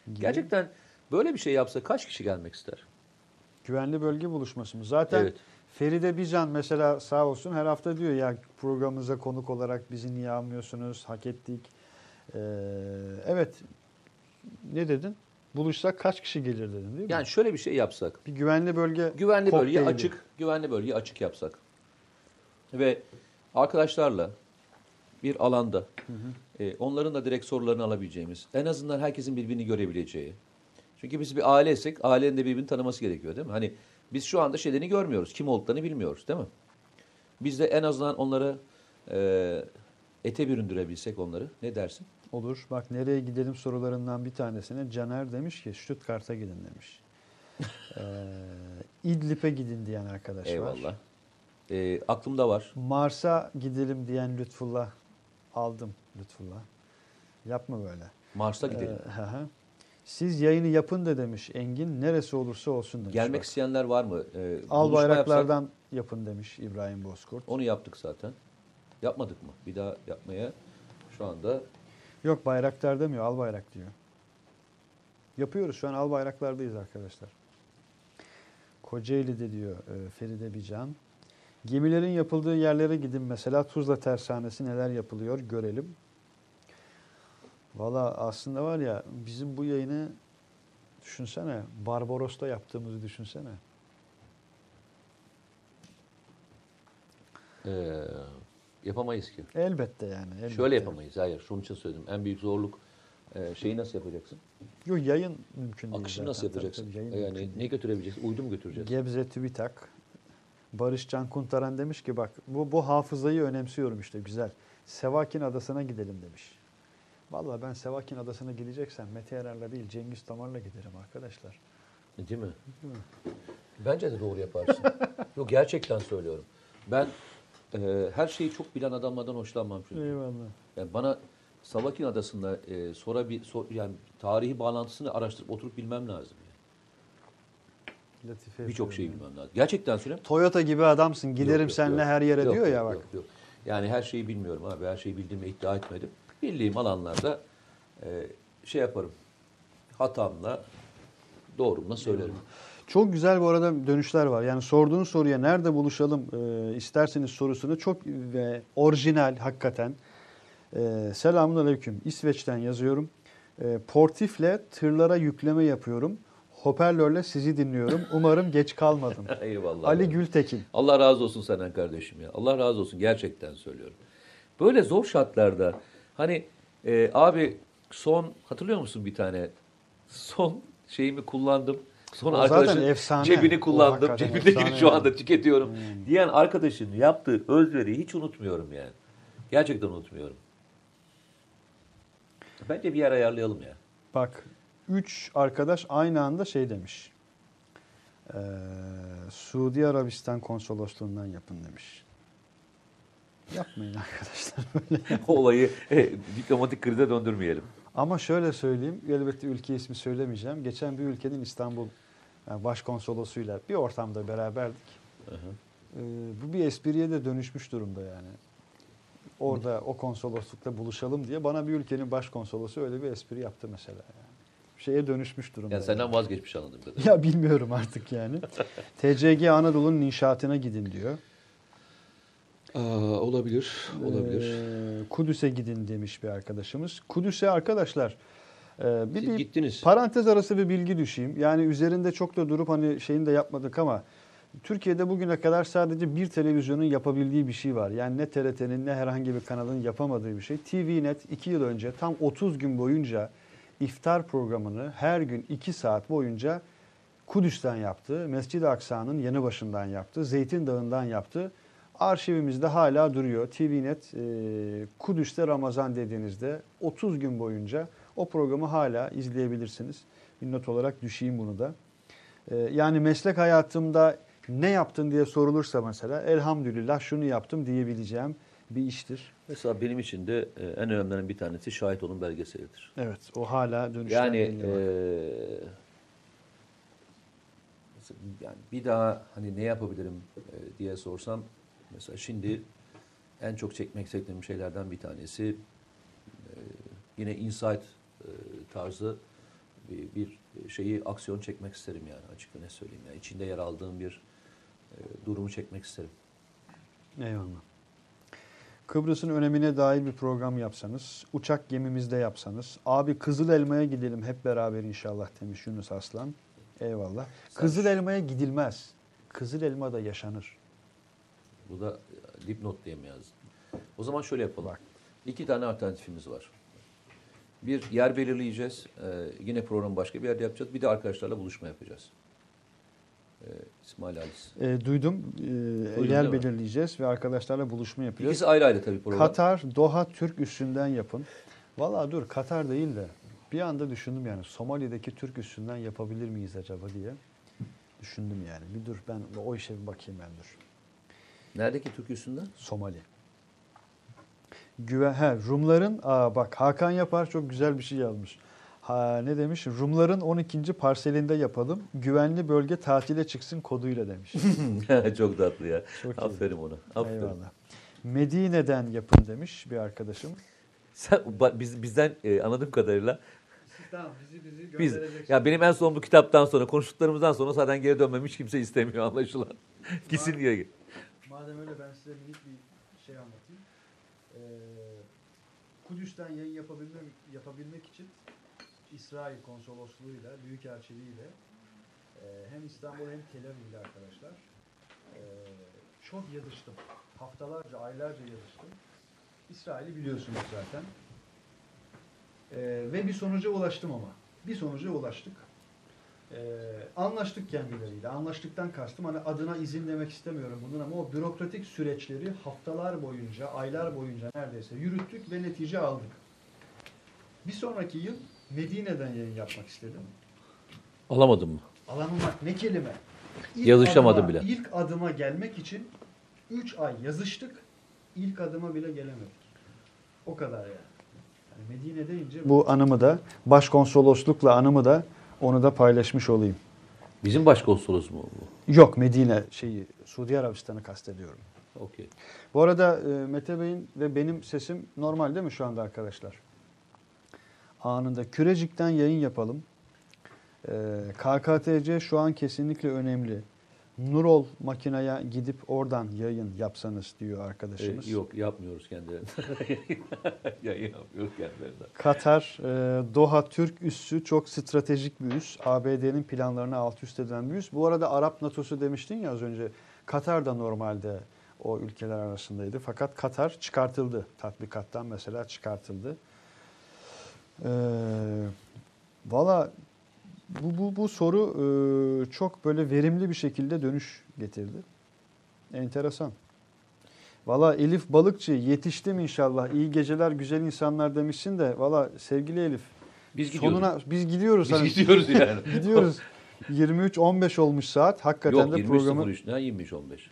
gibi. Gerçekten böyle bir şey yapsa kaç kişi gelmek ister? Güvenli bölge buluşması mı? Zaten Evet. Feride Bican mesela sağ olsun her hafta diyor ya programımıza konuk olarak bizi niye almıyorsunuz? Hak ettik. Ee, evet. Ne dedin? Buluşsak kaç kişi gelir dedin değil mi? Yani şöyle bir şey yapsak. Bir güvenli bölge Güvenli bölge kokteyli. açık, güvenli bölge açık yapsak. Ve arkadaşlarla bir alanda Hı hı. e, onların da direkt sorularını alabileceğimiz, en azından herkesin birbirini görebileceği. Çünkü biz bir aileysek ailenin de birbirini tanıması gerekiyor değil mi? Hani biz şu anda şeylerini görmüyoruz, kim olduklarını bilmiyoruz değil mi? Biz de en azından onları e, ete büründürebilsek onları. Ne dersin? Olur. Bak nereye gidelim sorularından bir tanesine Caner demiş ki Stuttgart'a gidin demiş. ee, İdlib'e gidin diyen arkadaş var. Eyvallah. E, aklımda var. Mars'a gidelim diyen Lütfullah. Aldım Lütfullah. Yapma böyle. Mars'a gidelim. Ee, hı hı. Siz yayını yapın da demiş Engin. Neresi olursa olsun demiş. Gelmek bak. isteyenler var mı? E, Al buluşma bayraklardan yapsak- yapın demiş İbrahim Bozkurt. Onu yaptık zaten. Yapmadık mı? Bir daha yapmaya şu anda Yok bayraktar demiyor. Al bayrak diyor. Yapıyoruz. Şu an al bayraklardayız arkadaşlar. Kocaeli'de diyor e, Feride Bican. Gemilerin yapıldığı yerlere gidin mesela Tuzla Tersanesi neler yapılıyor görelim. Valla aslında var ya bizim bu yayını düşünsene Barbaros'ta yaptığımızı düşünsene. e, yapamayız ki. Elbette yani. Elbette. Şöyle yapamayız. Hayır. Şunun için söyledim. En büyük zorluk e, şeyi nasıl yapacaksın? Yok yayın mümkün değil. Akışı zaten. nasıl yapacaksın? Tabii, tabii, yayın yani mümkün ne değil. götürebileceksin? Uydu mu götüreceğiz? Gebze TÜBİTAK. Barışcan Kuntaran demiş ki bak bu, bu hafızayı önemsiyorum işte güzel. Sevakin Adası'na gidelim demiş. Vallahi ben Sevakin Adası'na gideceksem Mete Yarar'la değil Cengiz Tomar'la giderim arkadaşlar. Değil mi? Değil mi? Bence de doğru yaparsın. Yok gerçekten söylüyorum. Ben e, her şeyi çok bilen adamlardan hoşlanmam çünkü. Eyvallah. Yani bana Savakin Adası'nda e, sonra bir sor, yani tarihi bağlantısını araştırıp oturup bilmem lazım. Yani. Latife Birçok şeyi yapıyorum. bilmem lazım. Gerçekten söylüyorum. Toyota gibi adamsın giderim Yok, yok, seninle yok. her yere Yok, diyor yok, ya bak. Yok, yok. Yani her şeyi bilmiyorum abi. Her şeyi bildiğimi iddia etmedim. Bildiğim alanlarda e, şey yaparım. Hatamla, doğrumla söylerim. Çok güzel bu arada dönüşler var. Yani sorduğunuz soruya nerede buluşalım e, isterseniz sorusunu çok ve orijinal hakikaten. E, selamun aleyküm. İsveç'ten yazıyorum. E, Portif'le tırlara yükleme yapıyorum. Hoparlörle sizi dinliyorum. Umarım geç kalmadım. Eyvallah. Ali Gültekin. Allah razı olsun senden kardeşim ya. Allah razı olsun gerçekten söylüyorum. Böyle zor şartlarda hani e, abi son hatırlıyor musun bir tane son şeyimi kullandım. Son O zaten arkadaşın efsane. cebini O kullandım. hakikaten Cebindeki efsane şu yani. anda tüketiyorum. Hmm. Diyen arkadaşın yaptığı özveriyi hiç unutmuyorum yani. Gerçekten unutmuyorum. Bence bir yer ayarlayalım ya. Bak üç arkadaş aynı anda şey demiş. Ee, Suudi Arabistan konsolosluğundan yapın demiş. Yapmayın arkadaşlar böyle. Olayı e, diplomatik krize döndürmeyelim. Ama şöyle söyleyeyim, elbette ülke ismi söylemeyeceğim. Geçen bir ülkenin İstanbul yani başkonsolosuyla bir ortamda beraberdik. Hı hı. Ee, bu bir espriye de dönüşmüş durumda yani. Orada o konsoloslukta buluşalım diye bana bir ülkenin başkonsolosu öyle bir espri yaptı mesela. Yani. Şeye dönüşmüş durumda. Yani senden yani. vazgeçmiş anladığım kadarıyla. Ya bilmiyorum artık yani. T C G Anadolu'nun inşaatına gidin diyor. Aa, olabilir, olabilir. Ee, Kudüs'e gidin demiş bir arkadaşımız. Kudüs'e arkadaşlar e, bir, Siz bir gittiniz. parantez arası bir bilgi düşeyim. Yani üzerinde çok da durup hani şeyini de yapmadık ama Türkiye'de bugüne kadar sadece bir televizyonun yapabildiği bir şey var. Yani ne T R T'nin ne herhangi bir kanalın yapamadığı bir şey. T V Net iki yıl önce tam otuz gün boyunca iftar programını her gün iki saat boyunca Kudüs'ten yaptı. Mescid-i Aksa'nın yanı başından yaptı. Zeytin Dağı'ndan yaptı. Arşivimizde hala duruyor. T V Net e, Kudüs'te Ramazan dediğinizde otuz gün boyunca o programı hala izleyebilirsiniz. Bir not olarak düşeyim bunu da. E, yani meslek hayatımda ne yaptın diye sorulursa mesela elhamdülillah şunu yaptım diyebileceğim bir iştir. Mesela benim için de e, en önemlilerinden bir tanesi Şahit Olun belgeselidir. Evet o hala dönüşten Yani, geliyor. e, yani bir daha hani ne yapabilirim e, diye sorsam mesela şimdi en çok çekmek istediğim şeylerden bir tanesi e, yine Insight e, tarzı bir, bir şeyi aksiyon çekmek isterim yani açıkça ne söyleyeyim. Yani içinde yer aldığım bir e, durumu çekmek isterim. Eyvallah. Kıbrıs'ın önemine dair bir program yapsanız, uçak gemimizde yapsanız, abi Kızıl Elma'ya gidelim hep beraber inşallah demiş Yunus Aslan. Eyvallah. Sen Kızıl şu- Elma'ya gidilmez. Kızıl Elma'da yaşanır. Bu da dipnot diye mi yazdın? O zaman şöyle yapalım. Bak. İki tane alternatifimiz var. Bir yer belirleyeceğiz. Ee, yine programı başka bir yerde yapacağız. Bir de arkadaşlarla buluşma yapacağız. Ee, İsmail Halis. E, duydum. E, değil yer mi? belirleyeceğiz ve arkadaşlarla buluşma yapacağız. İkisi ayrı ayrı tabii program. Katar, Doha, Türk üssünden yapın. Vallahi dur Katar değil de bir anda düşündüm yani Somali'deki Türk üssünden yapabilir miyiz acaba diye. Düşündüm yani. Bir dur ben o işe bir bakayım ben dur. Neredeki Türk üssünden? Somali. Güven, he, Rumların, aa bak Hakan Yapar çok güzel bir şey yazmış. Ha, ne demiş? Rumların on ikinci parselinde yapalım. Güvenli bölge tatile çıksın koduyla demiş. Çok tatlı ya. Çok iyi. Aferin ona. Aferin. Eyvallah. Medine'den yapın demiş bir arkadaşım. Sen, ba- biz, bizden e, anladığım kadarıyla Tamam bizi bizi biz ya benim en son bu kitaptan sonra konuştuklarımızdan sonra zaten geri dönmemi hiç kimse istemiyor anlaşılan. Gitsin diye. Madem öyle ben size minik bir şey anlatayım. Ee, Kudüs'ten yayın yapabilmek, yapabilmek için İsrail konsolosluğuyla, büyükelçiliğiyle e, hem İstanbul hem Tel Aviv'le arkadaşlar e, çok yazıştım. Haftalarca, aylarca yazıştım. İsrail'i biliyorsunuz zaten. E, ve bir sonuca ulaştım ama. Bir sonuca ulaştık. Ee, anlaştık kendileriyle. Anlaştıktan kastım hani adına izin demek istemiyorum bunun ama o bürokratik süreçleri haftalar boyunca, aylar boyunca neredeyse yürüttük ve netice aldık. Bir sonraki yıl Medine'den yayın yapmak istedim. Alamadın mı? Alamamak ne kelime? İlk Yazışamadım adıma, bile. İlk adıma gelmek için üç ay yazıştık. İlk adıma bile gelemedik. O kadar yani. yani Medine deyince bu anımı da başkonsoloslukla anımı da onu da paylaşmış olayım. Bizim başkonsolos mu bu? Yok Medine şeyi Suudi Arabistan'ı kastediyorum. Okey. Bu arada e, Mete Bey'in ve benim sesim normal değil mi şu anda arkadaşlar? Anında Kürecik'ten yayın yapalım. E, K K T C şu an kesinlikle önemli. Nurol makineye gidip oradan yayın yapsanız diyor arkadaşımız. Ee, yok yapmıyoruz kendilerine. Yayın yapmıyoruz kendilerine. Katar, e, Doha Türk üssü çok stratejik bir üs. A B D'nin planlarını alt üst eden bir üs. Bu arada Arap NATO'su demiştin ya az önce. Katar da normalde o ülkeler arasındaydı. Fakat Katar çıkartıldı. Tatbikattan mesela çıkartıldı. E, Valla bu, bu, bu soru e, çok böyle verimli bir şekilde dönüş getirdi. Enteresan. Valla Elif Balıkçı yetiştim inşallah. İyi geceler güzel insanlar demişsin de valla sevgili Elif. Biz gidiyoruz. Sonuna biz gidiyoruz. Biz hani. gidiyoruz yani. Gidiyoruz. yirmi üç on beş olmuş saat. Hakikaten Yok de yirmi üç programı sıfır üç. Ne yirmi üç on beş?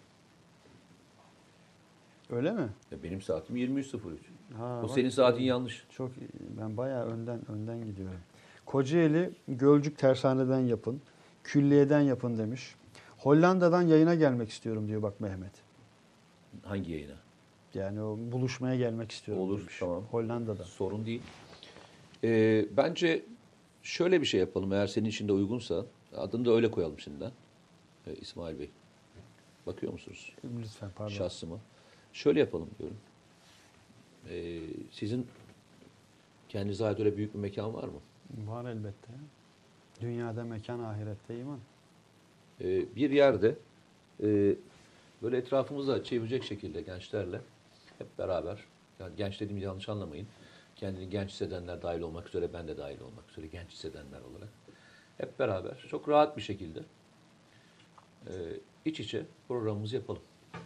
öyle mi? Ya benim saatim yirmi üç sıfır üç. Ha, O bak, senin saatin yanlış. Çok iyi. Ben bayağı önden önden gidiyorum. Kocaeli Gölcük Tersane'den yapın. Külliye'den yapın demiş. Hollanda'dan yayına gelmek istiyorum diyor bak Mehmet. Hangi yayına? Yani o buluşmaya gelmek istiyorum Olur, demiş. tamam. Hollanda'da. Sorun değil. Ee, bence şöyle bir şey yapalım eğer senin için de uygunsa. Adını da öyle koyalım şimdiden. Ee, İsmail Bey. Bakıyor musunuz? Lütfen pardon. Şahsıma. Şöyle yapalım diyorum. Ee, sizin kendinize ait öyle büyük bir mekan var mı? Var elbette. Dünyada mekan, ahirette iman. Ee, bir yerde e, böyle etrafımıza çevirecek şekilde gençlerle hep beraber, yani genç dediğimi yanlış anlamayın, kendini genç hissedenler dahil olmak üzere, ben de dahil olmak üzere genç hissedenler olarak hep beraber çok rahat bir şekilde e, iç içe programımızı yapalım.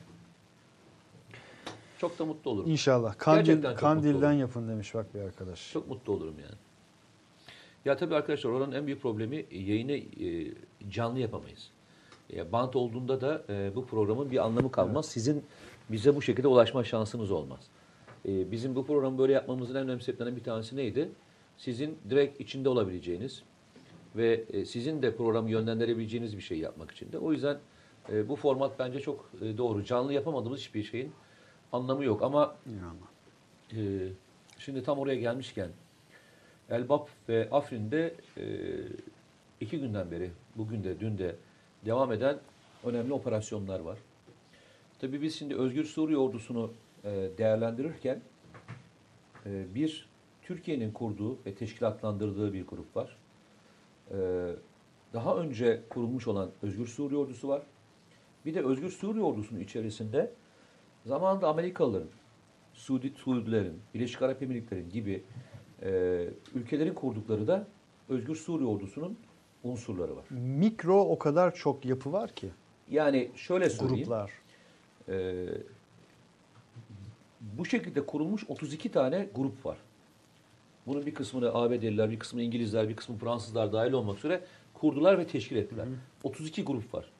Çok da mutlu olurum. İnşallah. Kandil, Gerçekten çok mutlu Kandil'den olurum. yapın demiş bak bir arkadaş. Çok mutlu olurum yani. Ya tabii arkadaşlar oranın en büyük problemi yayını e, canlı yapamayız. E, bant olduğunda da e, bu programın bir anlamı kalmaz. Evet. Sizin bize bu şekilde ulaşma şansınız olmaz. E, bizim bu programı böyle yapmamızın en önemli sebeplerinden bir tanesi neydi? Sizin direkt içinde olabileceğiniz ve e, sizin de programı yönlendirebileceğiniz bir şey yapmak için de. O yüzden e, bu format bence çok e, doğru. Canlı yapamadığımız hiçbir şeyin anlamı yok ama İnanma. e, şimdi tam oraya gelmişken Elbap ve Afrin'de e, iki günden beri, bugün de dün de devam eden önemli operasyonlar var. Tabii biz şimdi Özgür Suriye ordusunu e, değerlendirirken e, bir Türkiye'nin kurduğu ve teşkilatlandırdığı bir grup var. E, daha önce kurulmuş olan Özgür Suriye ordusu var. Bir de Özgür Suriye ordusunun içerisinde zamanında Amerikalıların, Suudi, Suudilerin, Birleşik Arap Emirlikleri'nin gibi e, ülkelerin kurdukları da Özgür Suriye ordusunun unsurları var. Mikro o kadar çok yapı var ki. Yani şöyle söyleyeyim. Gruplar. E, bu şekilde kurulmuş otuz iki tane grup var. Bunun bir kısmını A B D'liler, bir kısmını İngilizler, bir kısmı Fransızlar dahil olmak üzere kurdular ve teşkil ettiler. Hı hı. otuz iki grup var.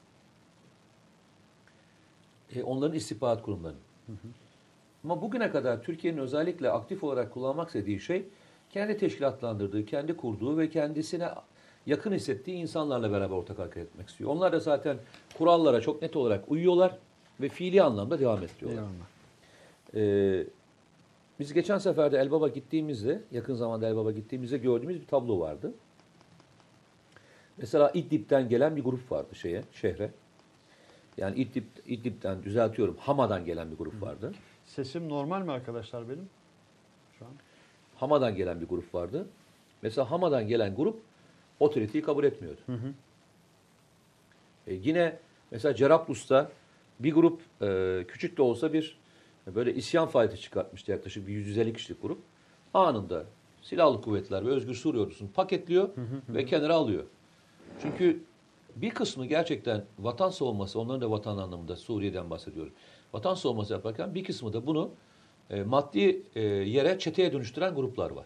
E, onların istihbarat kurumları. Hı hı. Ama bugüne kadar Türkiye'nin özellikle aktif olarak kullanmak istediği şey kendi teşkilatlandırdığı, kendi kurduğu ve kendisine yakın hissettiği insanlarla beraber ortak hareket etmek istiyor. Onlar da zaten kurallara çok net olarak uyuyorlar ve fiili anlamda devam ettiriyorlar. Ee, biz geçen seferde Elbap'a gittiğimizde, yakın zamanda Elbap'a gittiğimizde gördüğümüz bir tablo vardı. Mesela İdlib'den gelen bir grup vardı şeye, şehre. Yani İdlib, İdlib'den düzeltiyorum, Hama'dan gelen bir grup vardı. Sesim normal mi arkadaşlar benim? Şu an. Hama'dan gelen bir grup vardı. Mesela Hama'dan gelen grup otoriteyi kabul etmiyordu. Hı hı. E yine mesela Cerablus'ta bir grup e, küçük de olsa bir e, böyle isyan faaliyeti çıkartmıştı, yaklaşık bir yüz elli kişilik grup. Anında silahlı kuvvetler ve Özgür Suriye ordusunu paketliyor hı hı hı. ve kenara alıyor. Çünkü bir kısmı gerçekten vatan savunması, onların da vatan anlamında Suriye'den bahsediyorum. Vatan savunması yaparken bir kısmı da bunu e, maddi e, yere, çeteye dönüştüren gruplar var.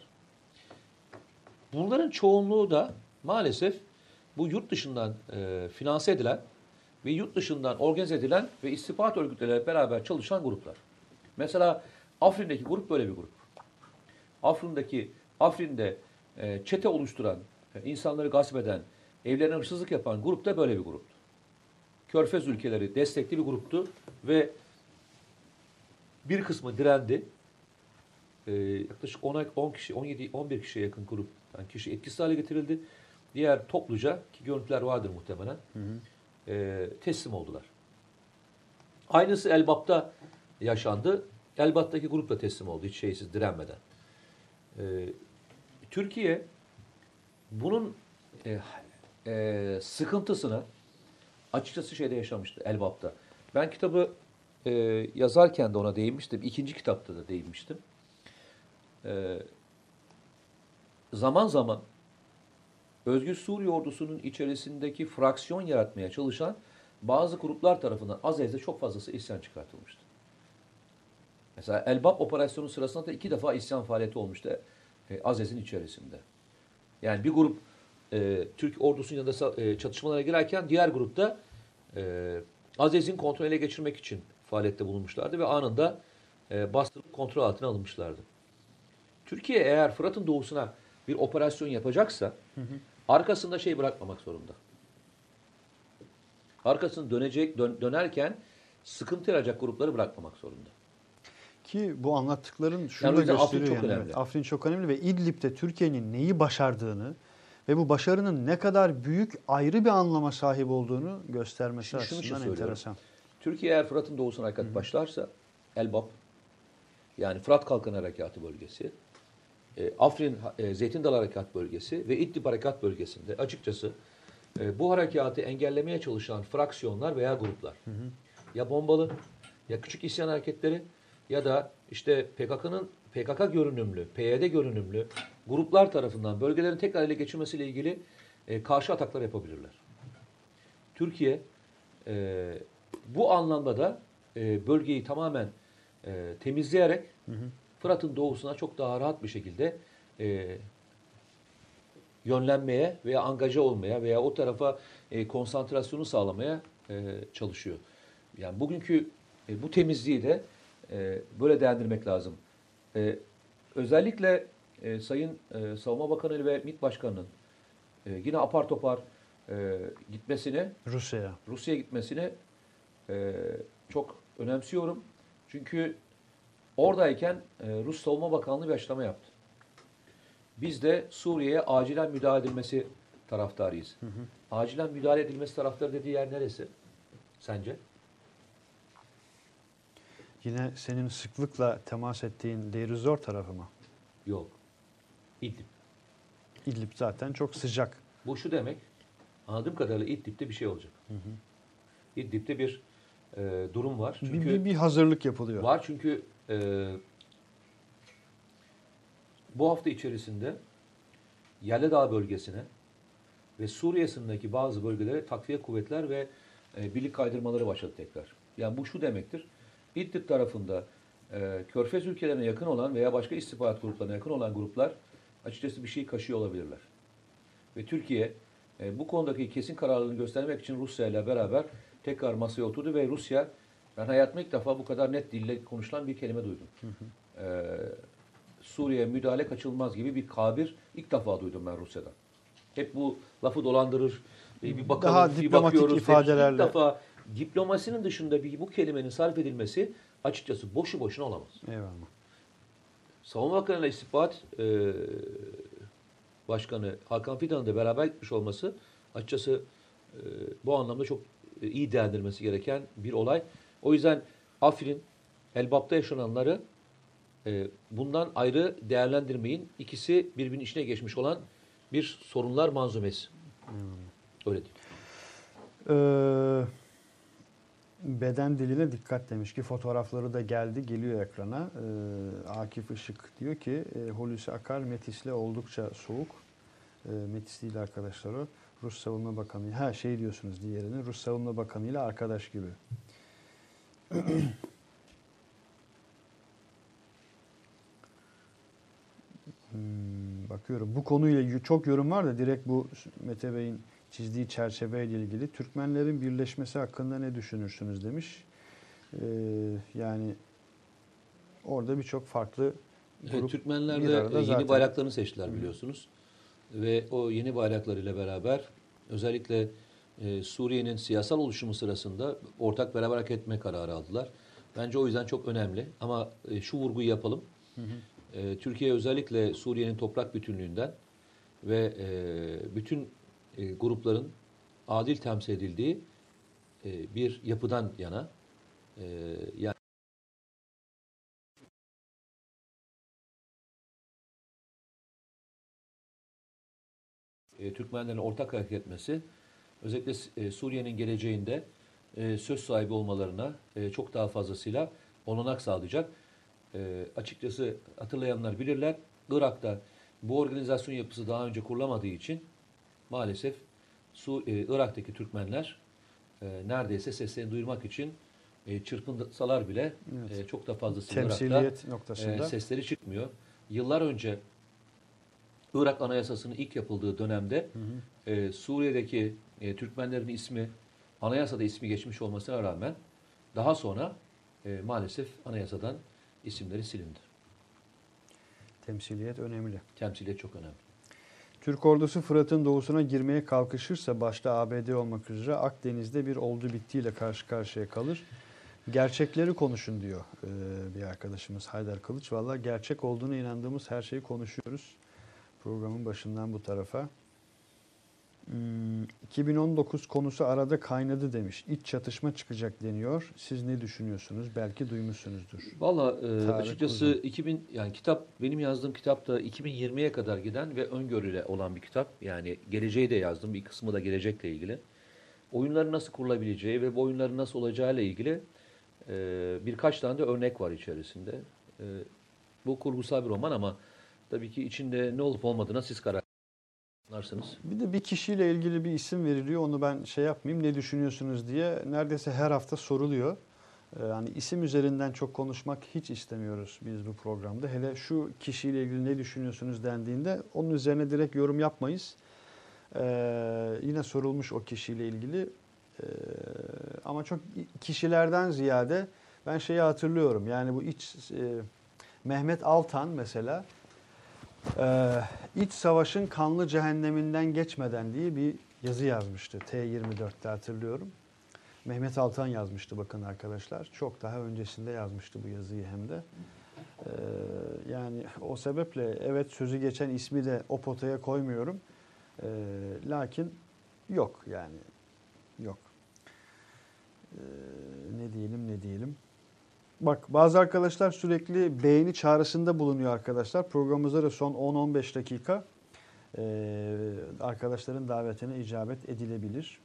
Bunların çoğunluğu da maalesef bu yurt dışından e, finanse edilen ve yurt dışından organize edilen ve istihbarat örgütleriyle beraber çalışan gruplar. Mesela Afrin'deki grup böyle bir grup. Afrin'deki Afrin'de e, çete oluşturan, e, insanları gasp eden, evlerine hırsızlık yapan grup da böyle bir gruptu. Körfez ülkeleri destekli bir gruptu ve bir kısmı direndi. Ee, yaklaşık on kişi, on yedi on bir kişiye yakın grup, yani kişi etkisiz hale getirildi. Diğer topluca, ki görüntüler vardır muhtemelen, hı hı. E, teslim oldular. Aynısı Elbap'ta yaşandı. Elbap'taki grup da teslim oldu, hiç şeysiz, direnmeden. E, Türkiye bunun e, e, sıkıntısını açıkçası şeyde yaşamıştı, Elbap'ta. Ben kitabı e, yazarken de ona değinmiştim. İkinci kitapta da değinmiştim. E, zaman zaman Özgür Suriye ordusunun içerisindeki fraksiyon yaratmaya çalışan bazı gruplar tarafından Azez'de çok fazlası isyan çıkartılmıştı. Mesela Elbap operasyonu sırasında da iki defa isyan faaliyeti olmuştu e, Azez'in içerisinde. Yani bir grup e, Türk ordusunun yanında e, çatışmalara girerken diğer grupta e, Azez'in kontrol ele geçirmek için faaliyette bulunmuşlardı ve anında e, bastırıp kontrol altına alınmışlardı. Türkiye eğer Fırat'ın doğusuna bir operasyon yapacaksa hı hı. arkasında şey bırakmamak zorunda. Arkasını dönecek dön, dönerken sıkıntı yaratacak grupları bırakmamak zorunda. Ki bu anlattıkların şunu yani da gösteriyor. Afrin çok yani. önemli. Evet, Afrin çok önemli ve İdlib'de Türkiye'nin neyi başardığını ve bu başarının ne kadar büyük ayrı bir anlama sahip olduğunu göstermesi Şimdi şunu açısından enteresan. Türkiye eğer Fırat'ın doğusuna harekat başlarsa Elbap, yani Fırat Kalkanı Harekatı bölgesi, e, Afrin e, Zeytin Dalı Harekat bölgesi ve İdlib Harekat bölgesinde açıkçası e, bu harekatı engellemeye çalışan fraksiyonlar veya gruplar, hı hı. ya bombalı, ya küçük isyan hareketleri ya da işte P K K'nın P K K görünümlü, P Y D görünümlü gruplar tarafından bölgelerin tekrar ele geçirmesiyle ilgili e, karşı ataklar yapabilirler. Türkiye e, bu anlamda da e, bölgeyi tamamen e, temizleyerek hı hı. Fırat'ın doğusuna çok daha rahat bir şekilde e, yönlenmeye veya angaja olmaya veya o tarafa e, konsantrasyonu sağlamaya e, çalışıyor. Yani bugünkü e, bu temizliği de e, böyle değerlendirmek lazım. E, özellikle e, Sayın e, Savunma Bakanı ve MİT Başkanı'nın e, yine apar topar e, gitmesine, Rusya'ya Rusya'ya gitmesine e, çok önemsiyorum. Çünkü oradayken e, Rus Savunma Bakanlığı bir açıklama yaptı. Biz de Suriye'ye acilen müdahale edilmesi taraftarıyız. Hı hı. Acilen müdahale edilmesi taraftarı dediği yer neresi sence? Yine senin sıklıkla temas ettiğin Deir ez-Zor tarafı mı? Yok. İdlib. İdlib zaten çok sıcak. Bu şu demek, anladığım kadarıyla İdlib'de bir şey olacak. Hı hı. İdlib'de bir e, durum var. Çünkü bir, bir, bir hazırlık yapılıyor. Var çünkü e, bu hafta içerisinde Yale Dağı bölgesine ve Suriye sınırındaki bazı bölgelere takviye kuvvetler ve e, birlik kaydırmaları başladı tekrar. Yani bu şu demektir. İdlib tarafında e, Körfez ülkelerine yakın olan veya başka istihbarat gruplarına yakın olan gruplar açıkçası bir şey kaşıyor olabilirler. Ve Türkiye e, bu konudaki kesin kararlılığını göstermek için Rusya ile beraber tekrar masaya oturdu ve Rusya, ben hayatımda ilk defa bu kadar net dille konuşulan bir kelime duydum. Hı hı. E, Suriye'ye müdahale kaçınılmaz gibi bir kabir ilk defa duydum ben Rusya'dan. Hep bu lafı dolandırır, bir bakalım, daha bir diplomatik bakıyoruz. ifadelerle. İlk defa diplomasinin dışında bir bu kelimenin sarf edilmesi açıkçası boşu boşuna olamaz. Eyvallah. Savunma Bakanı ile İstihbarat e, Başkanı Hakan Fidan'ın da beraber gitmiş olması açıkçası e, bu anlamda çok e, iyi değerlendirilmesi gereken bir olay. O yüzden Afrin, Elbap'ta yaşananları e, bundan ayrı değerlendirmeyin. İkisi birbirinin içine geçmiş olan bir sorunlar manzumesi. Hmm. Öyle değil. Ee, beden diline dikkat demiş ki fotoğrafları da geldi, geliyor ekrana. Ee, Akif Işık diyor ki e, Hulusi Akar Metis'le oldukça soğuk. E, Metis değil arkadaşlar o. Rus Savunma Bakanı. Ha şey diyorsunuz diğerini. Rus Savunma Bakanı ile arkadaş gibi. hmm, bakıyorum. Bu konuyla çok yorum var da direkt bu Mete Bey'in çizdiği çerçeveyle ilgili. Türkmenlerin birleşmesi hakkında ne düşünürsünüz demiş. Ee, yani orada birçok farklı grup evet, Türkmenler bir de arada yeni zaten bayraklarını seçtiler biliyorsunuz. Hı. Ve o yeni bayraklarıyla beraber özellikle e, Suriye'nin siyasal oluşumu sırasında ortak beraber hareket etme kararı aldılar. Bence o yüzden çok önemli. Ama e, şu vurguyu yapalım. Hı hı. E, Türkiye özellikle Suriye'nin toprak bütünlüğünden ve e, bütün e, grupların adil temsil edildiği e, bir yapıdan yana e, yani e, Türkmenlerin ortak hareket etmesi özellikle e, Suriye'nin geleceğinde e, söz sahibi olmalarına e, çok daha fazlasıyla olanak sağlayacak. E, açıkçası hatırlayanlar bilirler. Irak'ta bu organizasyon yapısı daha önce kurulamadığı için maalesef Su, e, Irak'taki Türkmenler e, neredeyse seslerini duyurmak için e, çırpınsalar bile evet. e, çok da fazlasıyla temsiliyet noktasında e, sesleri çıkmıyor. Yıllar önce Irak Anayasası'nın ilk yapıldığı dönemde hı hı. E, Suriye'deki e, Türkmenlerin ismi anayasada ismi geçmiş olmasına rağmen daha sonra e, maalesef anayasadan isimleri silindi. Temsiliyet önemli. Temsiliyet çok önemli. Türk ordusu Fırat'ın doğusuna girmeye kalkışırsa başta A B D olmak üzere Akdeniz'de bir oldu bittiyle karşı karşıya kalır. Gerçekleri konuşun diyor bir arkadaşımız Haydar Kılıç. Vallahi gerçek olduğuna inandığımız her şeyi konuşuyoruz. Programın başından bu tarafa. Hmm, iki bin on dokuz konusu arada kaynadı demiş. İç çatışma çıkacak deniyor. Siz ne düşünüyorsunuz? Belki duymuşsunuzdur. Valla e, açıkçası uzun. iki bin yani kitap benim yazdığım kitap da iki bin yirmiye kadar giden ve öngörüyle olan bir kitap. Yani geleceği de yazdım. Bir kısmı da gelecekle ilgili. Oyunların nasıl kurulabileceği ve bu oyunların nasıl olacağıyla ilgili e, birkaç tane de örnek var içerisinde. E, bu kurgusal bir roman ama tabii ki içinde ne olup olmadığına siz karar versiniz. Bir de bir kişiyle ilgili bir isim veriliyor. Onu ben şey yapmayayım, ne düşünüyorsunuz diye neredeyse her hafta soruluyor. Yani isim üzerinden çok konuşmak hiç istemiyoruz biz bu programda. Hele şu kişiyle ilgili ne düşünüyorsunuz dendiğinde onun üzerine direkt yorum yapmayız. Ee, yine sorulmuş o kişiyle ilgili. Ee, ama çok kişilerden ziyade ben şeyi hatırlıyorum. Yani bu iç e, Mehmet Altan mesela Ee, İç Savaşın Kanlı Cehenneminden Geçmeden diye bir yazı yazmıştı. T yirmi dörtte hatırlıyorum. Mehmet Altan yazmıştı bakın arkadaşlar. Çok daha öncesinde yazmıştı bu yazıyı hem de. Ee, yani o sebeple evet sözü geçen ismi de o potaya koymuyorum. Ee, lakin yok yani yok. Ee, ne diyelim ne diyelim. Bak bazı arkadaşlar sürekli beğeni çağrısında bulunuyor arkadaşlar. Programımızda da son on on beş dakika ee, arkadaşların davetine icabet edilebilir.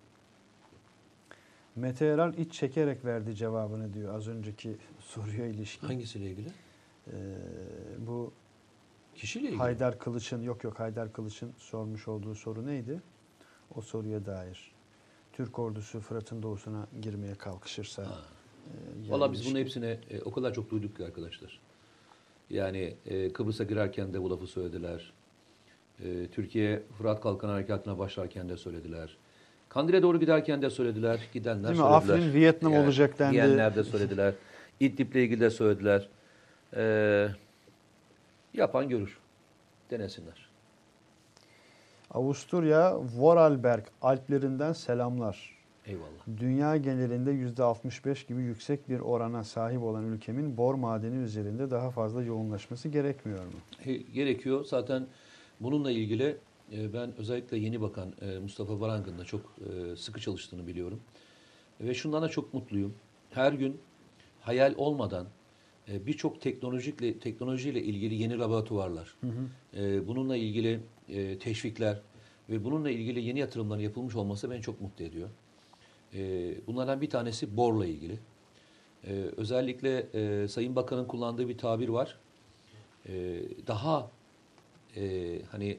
Mete Eral iç çekerek verdi cevabını diyor az önceki soruya ilişkin. Hangisiyle ilgili? Ee, bu Kişiyle ilgili. Haydar Kılıç'ın yok yok Haydar Kılıç'ın sormuş olduğu soru neydi? O soruya dair. Türk ordusu Fırat'ın doğusuna girmeye kalkışırsa. Ha. E, Valla biz bunun hepsine e, o kadar çok duyduk ki arkadaşlar. Yani e, Kıbrıs'a girerken de bu lafı söylediler. E, Türkiye Fırat Kalkan Harekatı'na başlarken de söylediler. Kandil'e doğru giderken de söylediler. Gidenler Değil mi? söylediler. Afrin Vietnam Yani, olacak dendi. Diyenler de söylediler. İdlib'le ilgili de söylediler. E, yapan görür. Denesinler. Avusturya Vorarlberg Alplerinden selamlar. Eyvallah. Dünya genelinde yüzde altmış beş gibi yüksek bir orana sahip olan ülkemin bor madeni üzerinde daha fazla yoğunlaşması gerekmiyor mu? E, gerekiyor. Zaten bununla ilgili e, ben özellikle yeni bakan e, Mustafa Varang'ın da çok e, sıkı çalıştığını biliyorum. Ve şundan da çok mutluyum. Her gün hayal olmadan e, birçok teknolojikle teknolojiyle ilgili yeni laboratuvarlar, Hı hı. e, bununla ilgili e, teşvikler ve bununla ilgili yeni yatırımların yapılmış olması beni çok mutlu ediyor. E, bunlardan bir tanesi borla ilgili. E, özellikle e, Sayın Bakan'ın kullandığı bir tabir var. E, daha e, hani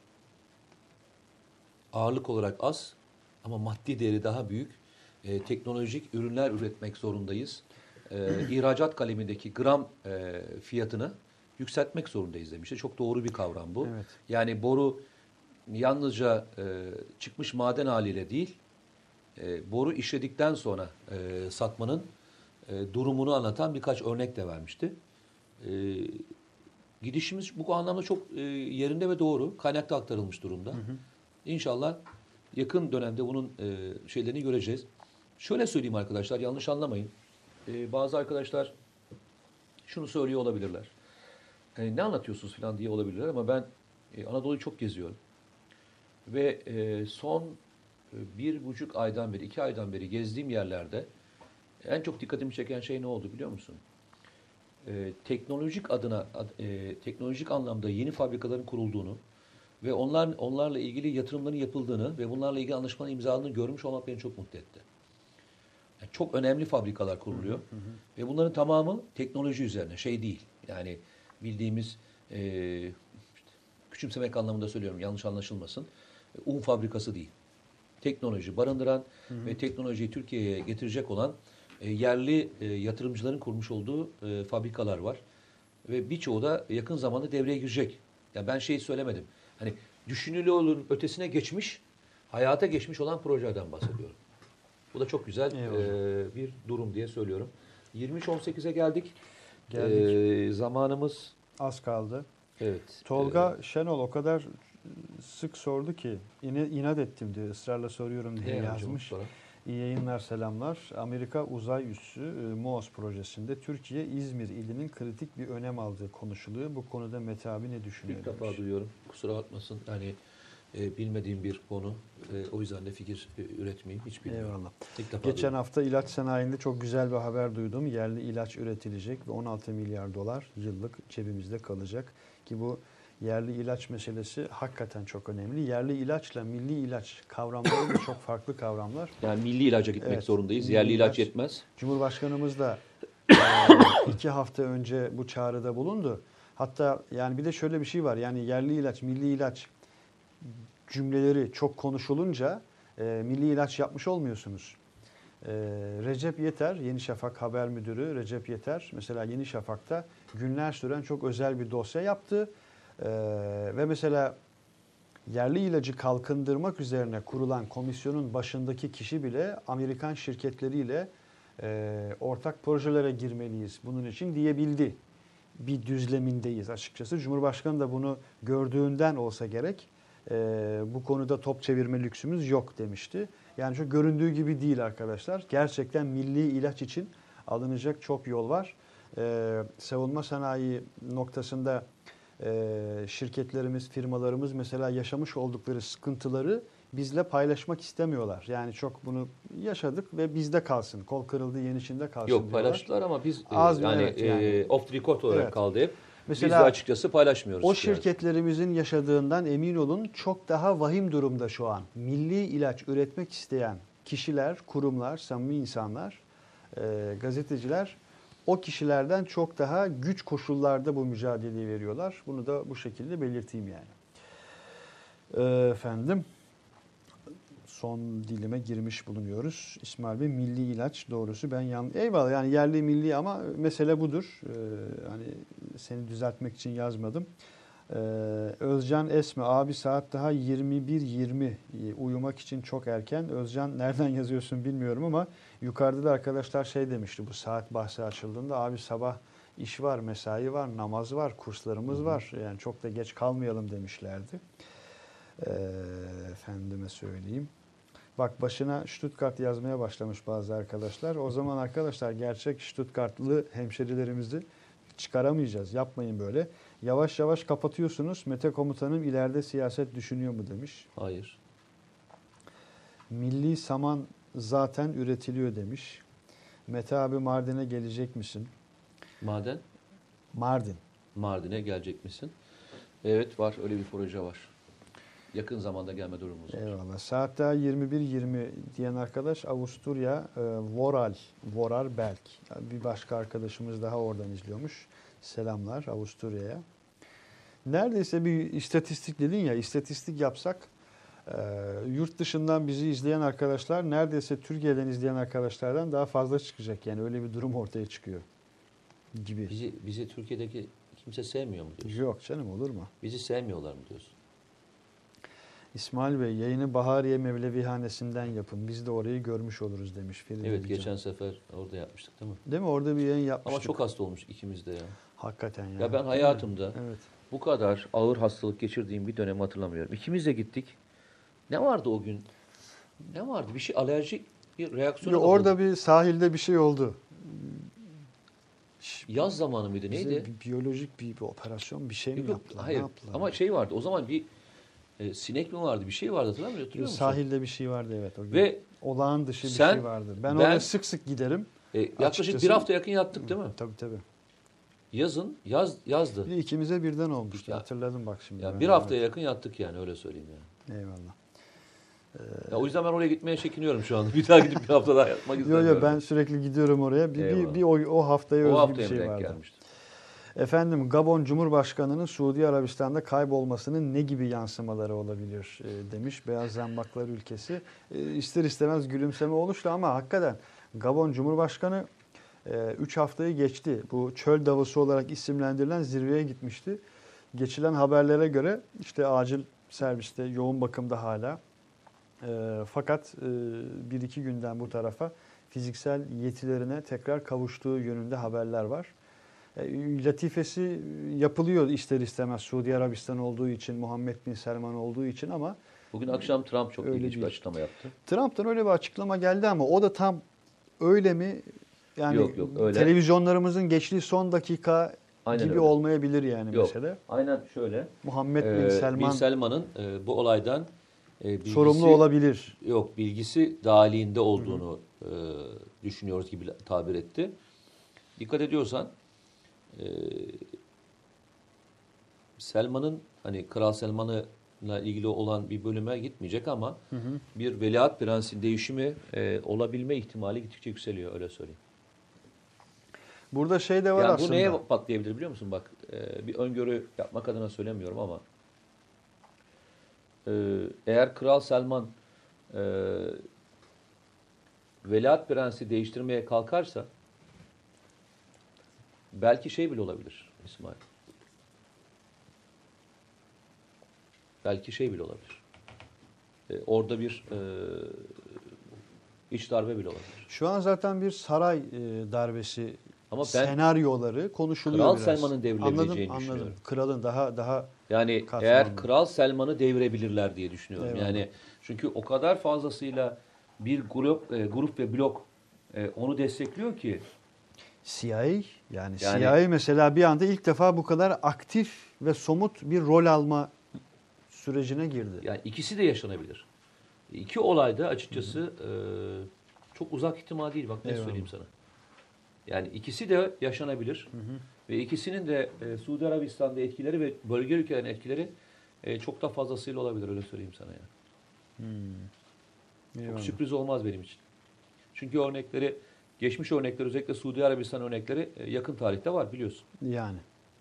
ağırlık olarak az ama maddi değeri daha büyük e, teknolojik ürünler üretmek zorundayız. E, ihracat kalemindeki gram e, fiyatını yükseltmek zorundayız demişti. Çok doğru bir kavram bu. Evet. Yani boru yalnızca e, çıkmış maden haliyle değil, e, boru işledikten sonra e, satmanın e, durumunu anlatan birkaç örnek de vermişti. E, gidişimiz bu anlamda çok e, yerinde ve doğru. Kaynakta aktarılmış durumda. Hı hı. İnşallah yakın dönemde bunun e, şeylerini göreceğiz. Şöyle söyleyeyim arkadaşlar, yanlış anlamayın. E, bazı arkadaşlar şunu söylüyor olabilirler. E, ne anlatıyorsunuz falan diye olabilirler ama ben e, Anadolu'yu çok geziyorum. Ve e, son e, bir buçuk aydan beri, iki aydan beri gezdiğim yerlerde en çok dikkatimi çeken şey ne oldu biliyor musun? E, teknolojik adına, ad, e, teknolojik anlamda yeni fabrikaların kurulduğunu ve onlar onlarla ilgili yatırımların yapıldığını ve bunlarla ilgili anlaşmanın imzalandığını görmüş olmak beni çok mutlu etti. Yani çok önemli fabrikalar kuruluyor. Hı hı hı. Ve bunların tamamı teknoloji üzerine, şey değil. Yani bildiğimiz, e, işte, küçümsemek anlamında söylüyorum, yanlış anlaşılmasın. Un fabrikası değil. Teknoloji barındıran hı hı. ve teknolojiyi Türkiye'ye getirecek olan e, yerli e, yatırımcıların kurmuş olduğu e, fabrikalar var. Ve birçoğu da yakın zamanda devreye girecek. Yani ben şeyi söylemedim. Hani düşünülüyorun ötesine geçmiş, hayata geçmiş olan projelerden bahsediyorum. Bu da çok güzel e, bir durum diye söylüyorum. yirmi üç on sekize geldik. Geldik. E, zamanımız az kaldı. Evet. Tolga e, Şenol o kadar sık sordu ki yine inat ettim diyor. Israrla soruyorum diye yazmış. İyi yayınlar, selamlar. Amerika uzay üssü e, MOOS projesinde Türkiye İzmir ilinin kritik bir önem aldığı konuşuluyor. Bu konuda Mete abi ne düşünüyor? İlk defa duyuyorum. Kusura bakmasın. Yani e, bilmediğim bir konu. E, o yüzden de fikir e, üretmeyeyim. Hiç bilmiyorum. Eyvallah. İlk defa Geçen duydum. hafta ilaç sanayinde çok güzel bir haber duydum. Yerli ilaç üretilecek ve on altı milyar dolar yıllık cebimizde kalacak. Ki bu yerli ilaç meselesi hakikaten çok önemli. Yerli ilaçla milli ilaç kavramları da çok farklı kavramlar. Yani milli ilaca gitmek Evet, zorundayız. milli Yerli ilaç ilaç yetmez. Cumhurbaşkanımız da e, iki hafta önce bu çağrıda bulundu. Hatta yani bir de şöyle bir şey var. Yani yerli ilaç, milli ilaç cümleleri çok konuşulunca e, milli ilaç yapmış olmuyorsunuz. E, Recep Yeter, Yeni Şafak Haber Müdürü Recep Yeter mesela Yeni Şafak'ta günler süren çok özel bir dosya yaptı. E, ve mesela yerli ilacı kalkındırmak üzerine kurulan komisyonun başındaki kişi bile Amerikan şirketleriyle e, ortak projelere girmeliyiz bunun için diyebildi. Bir düzlemindeyiz açıkçası. Cumhurbaşkanı da bunu gördüğünden olsa gerek e, bu konuda top çevirme lüksümüz yok demişti. Yani şu göründüğü gibi değil arkadaşlar. Gerçekten milli ilaç için alınacak çok yol var. e, savunma sanayi noktasında e, şirketlerimiz, firmalarımız mesela yaşamış oldukları sıkıntıları bizle paylaşmak istemiyorlar. Yani çok bunu yaşadık ve bizde kalsın. Kol kırıldı, yenisinde kalsın Yok diyorlar. paylaştılar ama biz Az e, mı? yani, Evet, yani. E, off the record olarak Evet. kaldı hep. Mesela biz de açıkçası paylaşmıyoruz. o yani. şirketlerimizin yaşadığından emin olun çok daha vahim durumda şu an. Milli ilaç üretmek isteyen kişiler, kurumlar, samimi insanlar, e, gazeteciler o kişilerden çok daha güç koşullarda bu mücadeleyi veriyorlar. Bunu da bu şekilde belirteyim yani. E, efendim son dilime girmiş bulunuyoruz. İsmail Bey milli ilaç doğrusu ben yan eyvallah yani yerli milli ama mesele budur. Ee, hani seni düzeltmek için yazmadım. Ee, Özcan Esme abi saat daha yirmi bir yirmi uyumak için çok erken. Özcan nereden yazıyorsun bilmiyorum ama yukarıda da arkadaşlar şey demişti bu saat bahsi açıldığında abi sabah iş var, mesai var, namaz var, kurslarımız var. Yani çok da geç kalmayalım demişlerdi. Ee, efendime söyleyeyim. Bak başına Stuttgart yazmaya başlamış bazı arkadaşlar. O zaman arkadaşlar gerçek Stuttgartlı hemşerilerimizi çıkaramayacağız. Yapmayın böyle. Yavaş yavaş kapatıyorsunuz. Mete komutanım ileride siyaset düşünüyor mu demiş. Hayır. Milli saman zaten üretiliyor demiş. Mete abi Mardin'e gelecek misin? Maden? Mardin. Mardin'e gelecek misin? Evet var öyle bir proje var. Yakın zamanda gelme durumumuz var. Eyvallah. Saat daha yirmi bir yirmi diyen arkadaş Avusturya e, Voral, Vorar Belk. Bir başka arkadaşımız daha oradan izliyormuş. Selamlar Avusturya'ya. Neredeyse bir istatistik dedin ya, istatistik yapsak e, yurt dışından bizi izleyen arkadaşlar neredeyse Türkiye'den izleyen arkadaşlardan daha fazla çıkacak. Yani öyle bir durum ortaya çıkıyor gibi. Bizi, bizi Türkiye'deki kimse sevmiyor mu diyorsun? Yok canım olur mu? Bizi sevmiyorlar mı diyorsun? İsmail Bey yayını Bahariye Mevlevihanesi'nden yapın. Biz de orayı görmüş oluruz demiş. Feride Evet Bilcan. geçen sefer orada yapmıştık değil mi? Değil mi? Orada bir yayın Ama yapmıştık. çok hasta olmuş ikimiz de ya. Hakikaten ya. Ya ben hayatımda Evet. bu kadar ağır hastalık geçirdiğim bir dönem hatırlamıyorum. İkimiz de gittik. Ne vardı o gün? Ne vardı? Bir şey alerjik bir reaksiyon Yo, orada bir sahilde bir şey oldu. Yaz zamanı mıydı? Bize Neydi? bir biyolojik bir, bir operasyon bir şey mi Yok, yok, yaptılar? hayır. Ne yaptılar? Ama şey vardı. O zaman bir e, sinek mi vardı? Bir şey vardı hatırlamıyor musun? Hatırlıyor musun? Sahilde bir şey vardı evet. O gün. Ve olağan dışı bir sen, şey vardı. Ben, ben- oraya sık sık giderim. E, yaklaşık Açıkçası- bir hafta yakın yattık değil mi? Tabii tabii. Yazın, yaz yazdı. Bir de ikimize birden olmuştu. Ya- Hatırladım bak şimdi. Ya ben. bir haftaya Evet. yakın yattık yani öyle söyleyeyim yani. Eyvallah. Ya o yüzden ben oraya gitmeye çekiniyorum şu anda. Bir daha gidip bir hafta daha yatmak Yo istemiyorum. yo ben sürekli gidiyorum oraya. Bir, bir, Eyvallah. bir o, o haftaya o özgü haftaya bir mı şey denk vardı. gelmişti? Efendim Gabon Cumhurbaşkanı'nın Suudi Arabistan'da kaybolmasının ne gibi yansımaları olabilir e, demiş. Beyaz Zambaklar ülkesi. E, ister istemez gülümseme oluştu ama hakikaten Gabon Cumhurbaşkanı üç haftayı geçti. Bu çöl davası olarak isimlendirilen zirveye gitmişti. Geçilen haberlere göre işte acil serviste yoğun bakımda hala. E, fakat e, bir iki günden bu tarafa fiziksel yetilerine tekrar kavuştuğu yönünde haberler var. E, latifesi yapılıyor ister istemez Suudi Arabistan olduğu için, Muhammed Bin Selman olduğu için ama Bugün akşam Trump çok Öyle ilginç bir değil. açıklama yaptı. Trump'tan öyle bir açıklama geldi ama o da tam öyle mi? Yani Yok, yok, öyle. televizyonlarımızın geçtiği son dakika Aynen gibi öyle. olmayabilir yani Yok. mesele. Aynen şöyle. Muhammed Bin Ee, Selman Bin Selman'ın e, bu olaydan e, bilgisi, sorumlu olabilir. Yok bilgisi dahilinde olduğunu e, düşünüyoruz gibi tabir etti. Dikkat ediyorsan e, Selman'ın hani Kral Selman'la ilgili olan bir bölüme gitmeyecek ama Hı hı. bir veliaht prensin değişimi e, olabilme ihtimali gittikçe yükseliyor öyle söyleyeyim. Burada şey de var Yani aslında. bu neye patlayabilir biliyor musun? Bak e, bir öngörü yapmak adına söylemiyorum ama e, eğer Kral Selman e, veliaht prensi değiştirmeye kalkarsa belki şey bile olabilir İsmail. Belki şey bile olabilir. E, orada bir e, iç darbe bile olabilir. Şu an zaten bir saray e, darbesi Ama ben senaryoları konuşuluyor Kral biraz. Selman'ın devrilebileceğini anladım, anladım. düşünüyorum. Kralın daha daha Yani Katmanlı. eğer Kral Selman'ı devirebilirler diye düşünüyorum. Eyvallah. Yani çünkü o kadar fazlasıyla bir grup e, grup ve blok e, onu destekliyor ki C I A yani, Yani- C I A mesela bir anda ilk defa bu kadar aktif ve somut bir rol alma sürecine girdi. Yani ikisi de yaşanabilir. İki olayda açıkçası e, çok uzak ihtimal değil. Bak ne Eyvallah. söyleyeyim sana. Yani ikisi de yaşanabilir. Ve ikisinin de e, Suudi Arabistan'da etkileri ve bölge ülkelerin etkileri e, çok da fazlasıyla olabilir, öyle söyleyeyim sana yani. Çok Eyvallah. sürpriz olmaz benim için. Çünkü örnekleri, geçmiş örnekler, özellikle Suudi Arabistan örnekleri e, yakın tarihte var biliyorsun. Yani.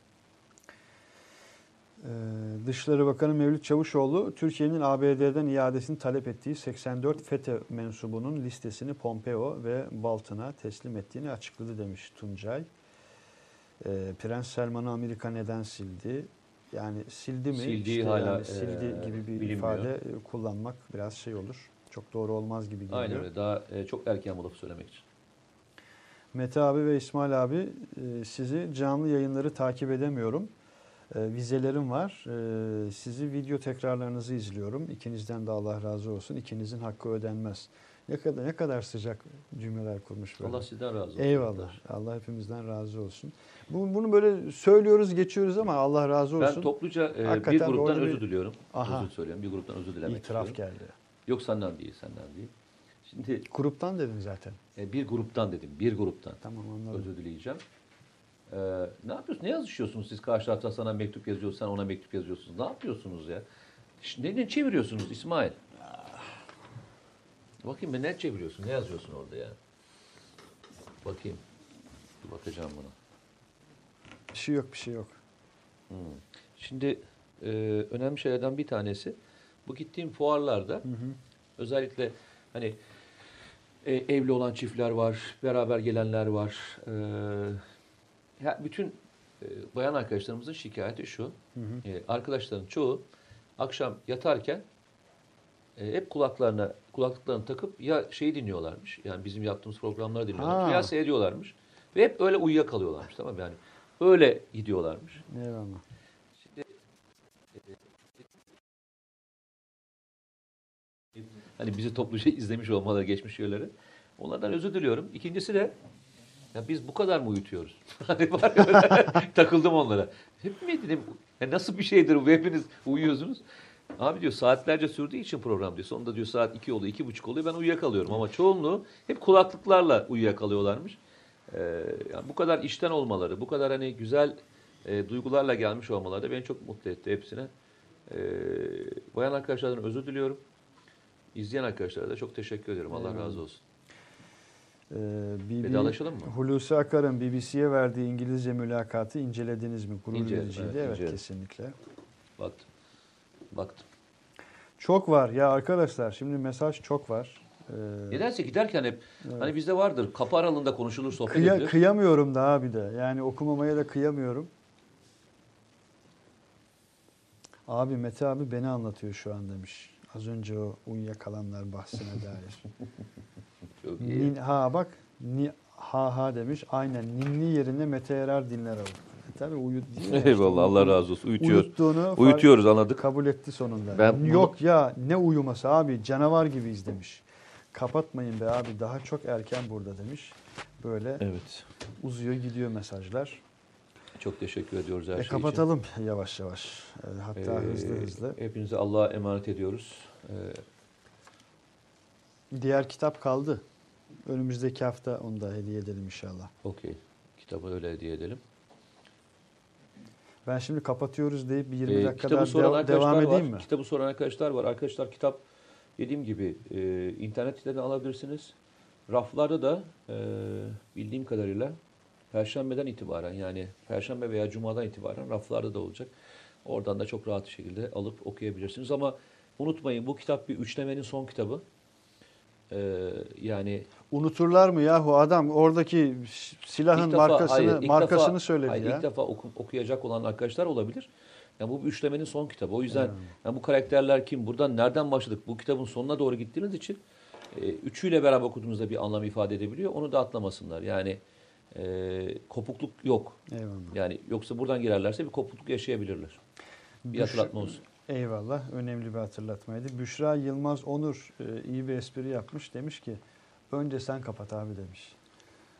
Ee, Dışişleri Bakanı Mevlüt Çavuşoğlu, Türkiye'nin A B D'den iadesini talep ettiği seksen dört FETÖ mensubunun listesini Pompeo ve Bolton'a teslim ettiğini açıkladı demiş Tuncay. Ee, Prens Selman'ı Amerika neden sildi? Yani sildi mi? Sildiği İşte hala, yani sildi e, gibi bir bilinmiyor. ifade e, kullanmak biraz şey olur. Çok doğru olmaz gibi geliyor. Aynen öyle. Daha e, çok erken bu lafı söylemek için. Mete abi ve İsmail abi, e, sizi canlı yayınları takip edemiyorum. E, Vizelerim var. E, Sizi video tekrarlarınızı izliyorum. İkinizden de Allah razı olsun. İkinizin hakkı ödenmez. Ne kadar ne kadar sıcak cümleler kurmuş böyle. Allah sizden razı olsun. Eyvallah. Allah hepimizden razı olsun. Bu, bunu böyle söylüyoruz, geçiyoruz ama Allah razı olsun. Ben topluca e, bir Hakikaten gruptan orada bir- özür diliyorum. Aha. Özür söylüyorum. Bir gruptan özür dilemek İtiraf istiyorum. geldi. Yok senden değil, senden değil. Şimdi Gruptan dedin zaten. e, bir gruptan dedim. Bir gruptan. Tamam, anladım. Özür dileyeceğim. Ee, ne yapıyorsun? Ne yazışıyorsunuz siz? Karşı tarafta sana mektup yazıyor, sen ona mektup yazıyorsunuz. Ne yapıyorsunuz ya? Şimdi ne çeviriyorsunuz İsmail? Bakayım ben ne çeviriyorsun? Ne yazıyorsun orada ya? Bakayım. Bir bakacağım buna. Bir şey yok, bir şey yok. Hmm. Şimdi e, önemli şeylerden bir tanesi, bu gittiğim fuarlarda özellikle hani e, evli olan çiftler var, beraber gelenler var. E, ya bütün e, bayan arkadaşlarımızın şikayeti şu: e, arkadaşların çoğu akşam yatarken e, hep kulaklarına kulaklıklarını takıp ya şeyi dinliyorlarmış, yani bizim yaptığımız programları dinliyorlarmış Ha. veya seyrediyorlarmış ve hep öyle uyuyakalıyorlarmış, tamam mı? Yani öyle gidiyorlarmış. Eyvallah. Hani bizi topluca izlemiş olmaları, geçmiş şeyleri. Onlardan özür diliyorum. İkincisi de ya biz bu kadar mı uyutuyoruz? Hani var ya öyle, takıldım onlara. Hep mi dedim, ya nasıl bir şeydir bu, hepiniz uyuyorsunuz. Abi diyor saatlerce sürdüğü için program diyor. Sonunda diyor saat iki oluyor, iki buçuk oluyor, ben uyuyakalıyorum. Ama çoğunluğu hep kulaklıklarla uyuyakalıyorlarmış. Ee, yani bu kadar işten olmaları, bu kadar hani güzel e, duygularla gelmiş olmaları da beni çok mutlu etti hepsine. Ee, bayan arkadaşlardan özür diliyorum. İzleyen arkadaşlara da çok teşekkür ederim. Allah Eyvallah. razı olsun. Ee, B B Vedalaşalım mı? Hulusi Akar'ın B B C'ye verdiği İngilizce mülakatı incelediniz mi? Gurur İnceledim, vericiydi. evet, Evet, inceledim. kesinlikle. Baktım. Baktım. Çok var ya arkadaşlar. Şimdi mesaj çok var. Ee, Nedense giderken hep hani bizde vardır. Kapı aralığında konuşulur, sohbet kıya- edilir. kıyamıyorum daha bir de. Yani okumamaya da kıyamıyorum. Abi Mete abi beni anlatıyor şu an demiş. Az önce o uyuyakalanlar bahsine dair. Çok iyi. Nin, ha bak ni, ha ha demiş. Aynen ninni yerine Mete Erer dinler abi. E, tabii uyut diyor ya işte. Eyvallah, Allah razı olsun. Uyutuyor. Uyuttuğunu fark- Uyutuyoruz, anladık. kabul etti sonunda. Ben bunu- Yok ya ne uyuması abi, canavar gibiyiz demiş. Kapatmayın be abi, daha çok erken burada demiş. Böyle Evet. uzuyor gidiyor mesajlar. Çok teşekkür ediyoruz her E, şey için. kapatalım yavaş yavaş. E, hatta Ee, hızlı hızlı. Hepinize Allah'a emanet ediyoruz. Ee, Diğer kitap kaldı. Önümüzdeki hafta onu da hediye edelim inşallah. Okey. Kitabı öyle hediye edelim. Ben şimdi kapatıyoruz deyip bir yirmi Ee, dakika kitabı daha soran de- arkadaşlar devam edeyim var. mi? Kitabı soran arkadaşlar var. Arkadaşlar kitap dediğim gibi e, internet siteden alabilirsiniz. Raflarda da e, bildiğim kadarıyla Perşembeden itibaren, yani Perşembe veya Cuma'dan itibaren raflarda da olacak. Oradan da çok rahat bir şekilde alıp okuyabilirsiniz. Ama unutmayın, bu kitap bir üçlemenin son kitabı. Ee, yani Unuturlar mı yahu adam oradaki silahın İlk defa- markasını hayır, ilk markasını defa- söyledi hayır, ya. İlk defa oku- okuyacak olan arkadaşlar olabilir. Yani bu bir üçlemenin son kitabı. O yüzden yani bu karakterler kim? Buradan nereden başladık? Bu kitabın sonuna doğru gittiğiniz için e, üçüyle beraber okuduğunuzda bir anlam ifade edebiliyor. Onu da atlamasınlar. Yani e, kopukluk yok. Eyvallah. Yani yoksa buradan girerlerse bir kopukluk yaşayabilirler. Bir Büş- hatırlatma olsun. Eyvallah. Önemli bir hatırlatmaydı. Büşra Yılmaz Onur e, iyi bir espri yapmış. Demiş ki önce sen kapat abi demiş.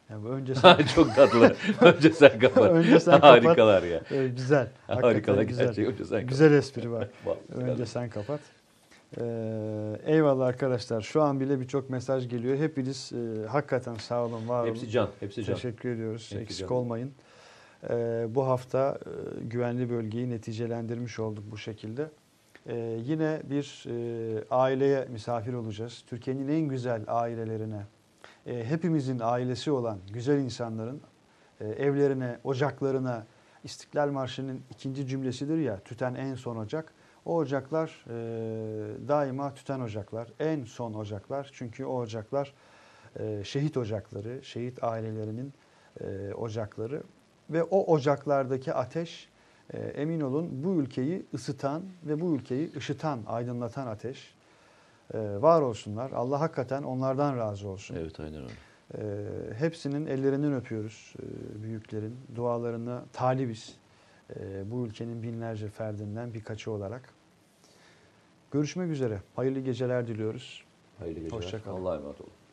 Yani bu önce sen, Çok tatlı. Önce sen kapat. Önce sen kapat. Harikalar ya. e, güzel. Hakikaten Harikalar güzel. gerçekten. Önce sen kapat. Güzel espri var. Vallahi. Önce sen kapat. Ee, eyvallah arkadaşlar. Şu an bile birçok mesaj geliyor. Hepiniz e, hakikaten sağ olun, var olun. Hepsi can. Hepsi can. Teşekkür ediyoruz. Hepsi Eksik can. olmayın. Ee, bu hafta e, güvenli bölgeyi neticelendirmiş olduk bu şekilde. Ee, yine bir e, aileye misafir olacağız. Türkiye'nin en güzel ailelerine, e, hepimizin ailesi olan güzel insanların e, evlerine, ocaklarına, İstiklal Marşı'nın ikinci cümlesidir ya, tüten en son ocak. O ocaklar e, daima tüten ocaklar, en son ocaklar. Çünkü o ocaklar e, şehit ocakları, şehit ailelerinin e, ocakları. Ve o ocaklardaki ateş, e, emin olun, bu ülkeyi ısıtan ve bu ülkeyi ışıtan, aydınlatan ateş. E, var olsunlar. Allah hakikaten onlardan razı olsun. Evet, aynen öyle. E, hepsinin ellerinden öpüyoruz, e, büyüklerin. Dualarına talibiz. E, bu ülkenin binlerce ferdinden birkaçı olarak. Görüşmek üzere. Hayırlı geceler diliyoruz. Hayırlı geceler. Hoşça kalın. Allah'a emanet olun.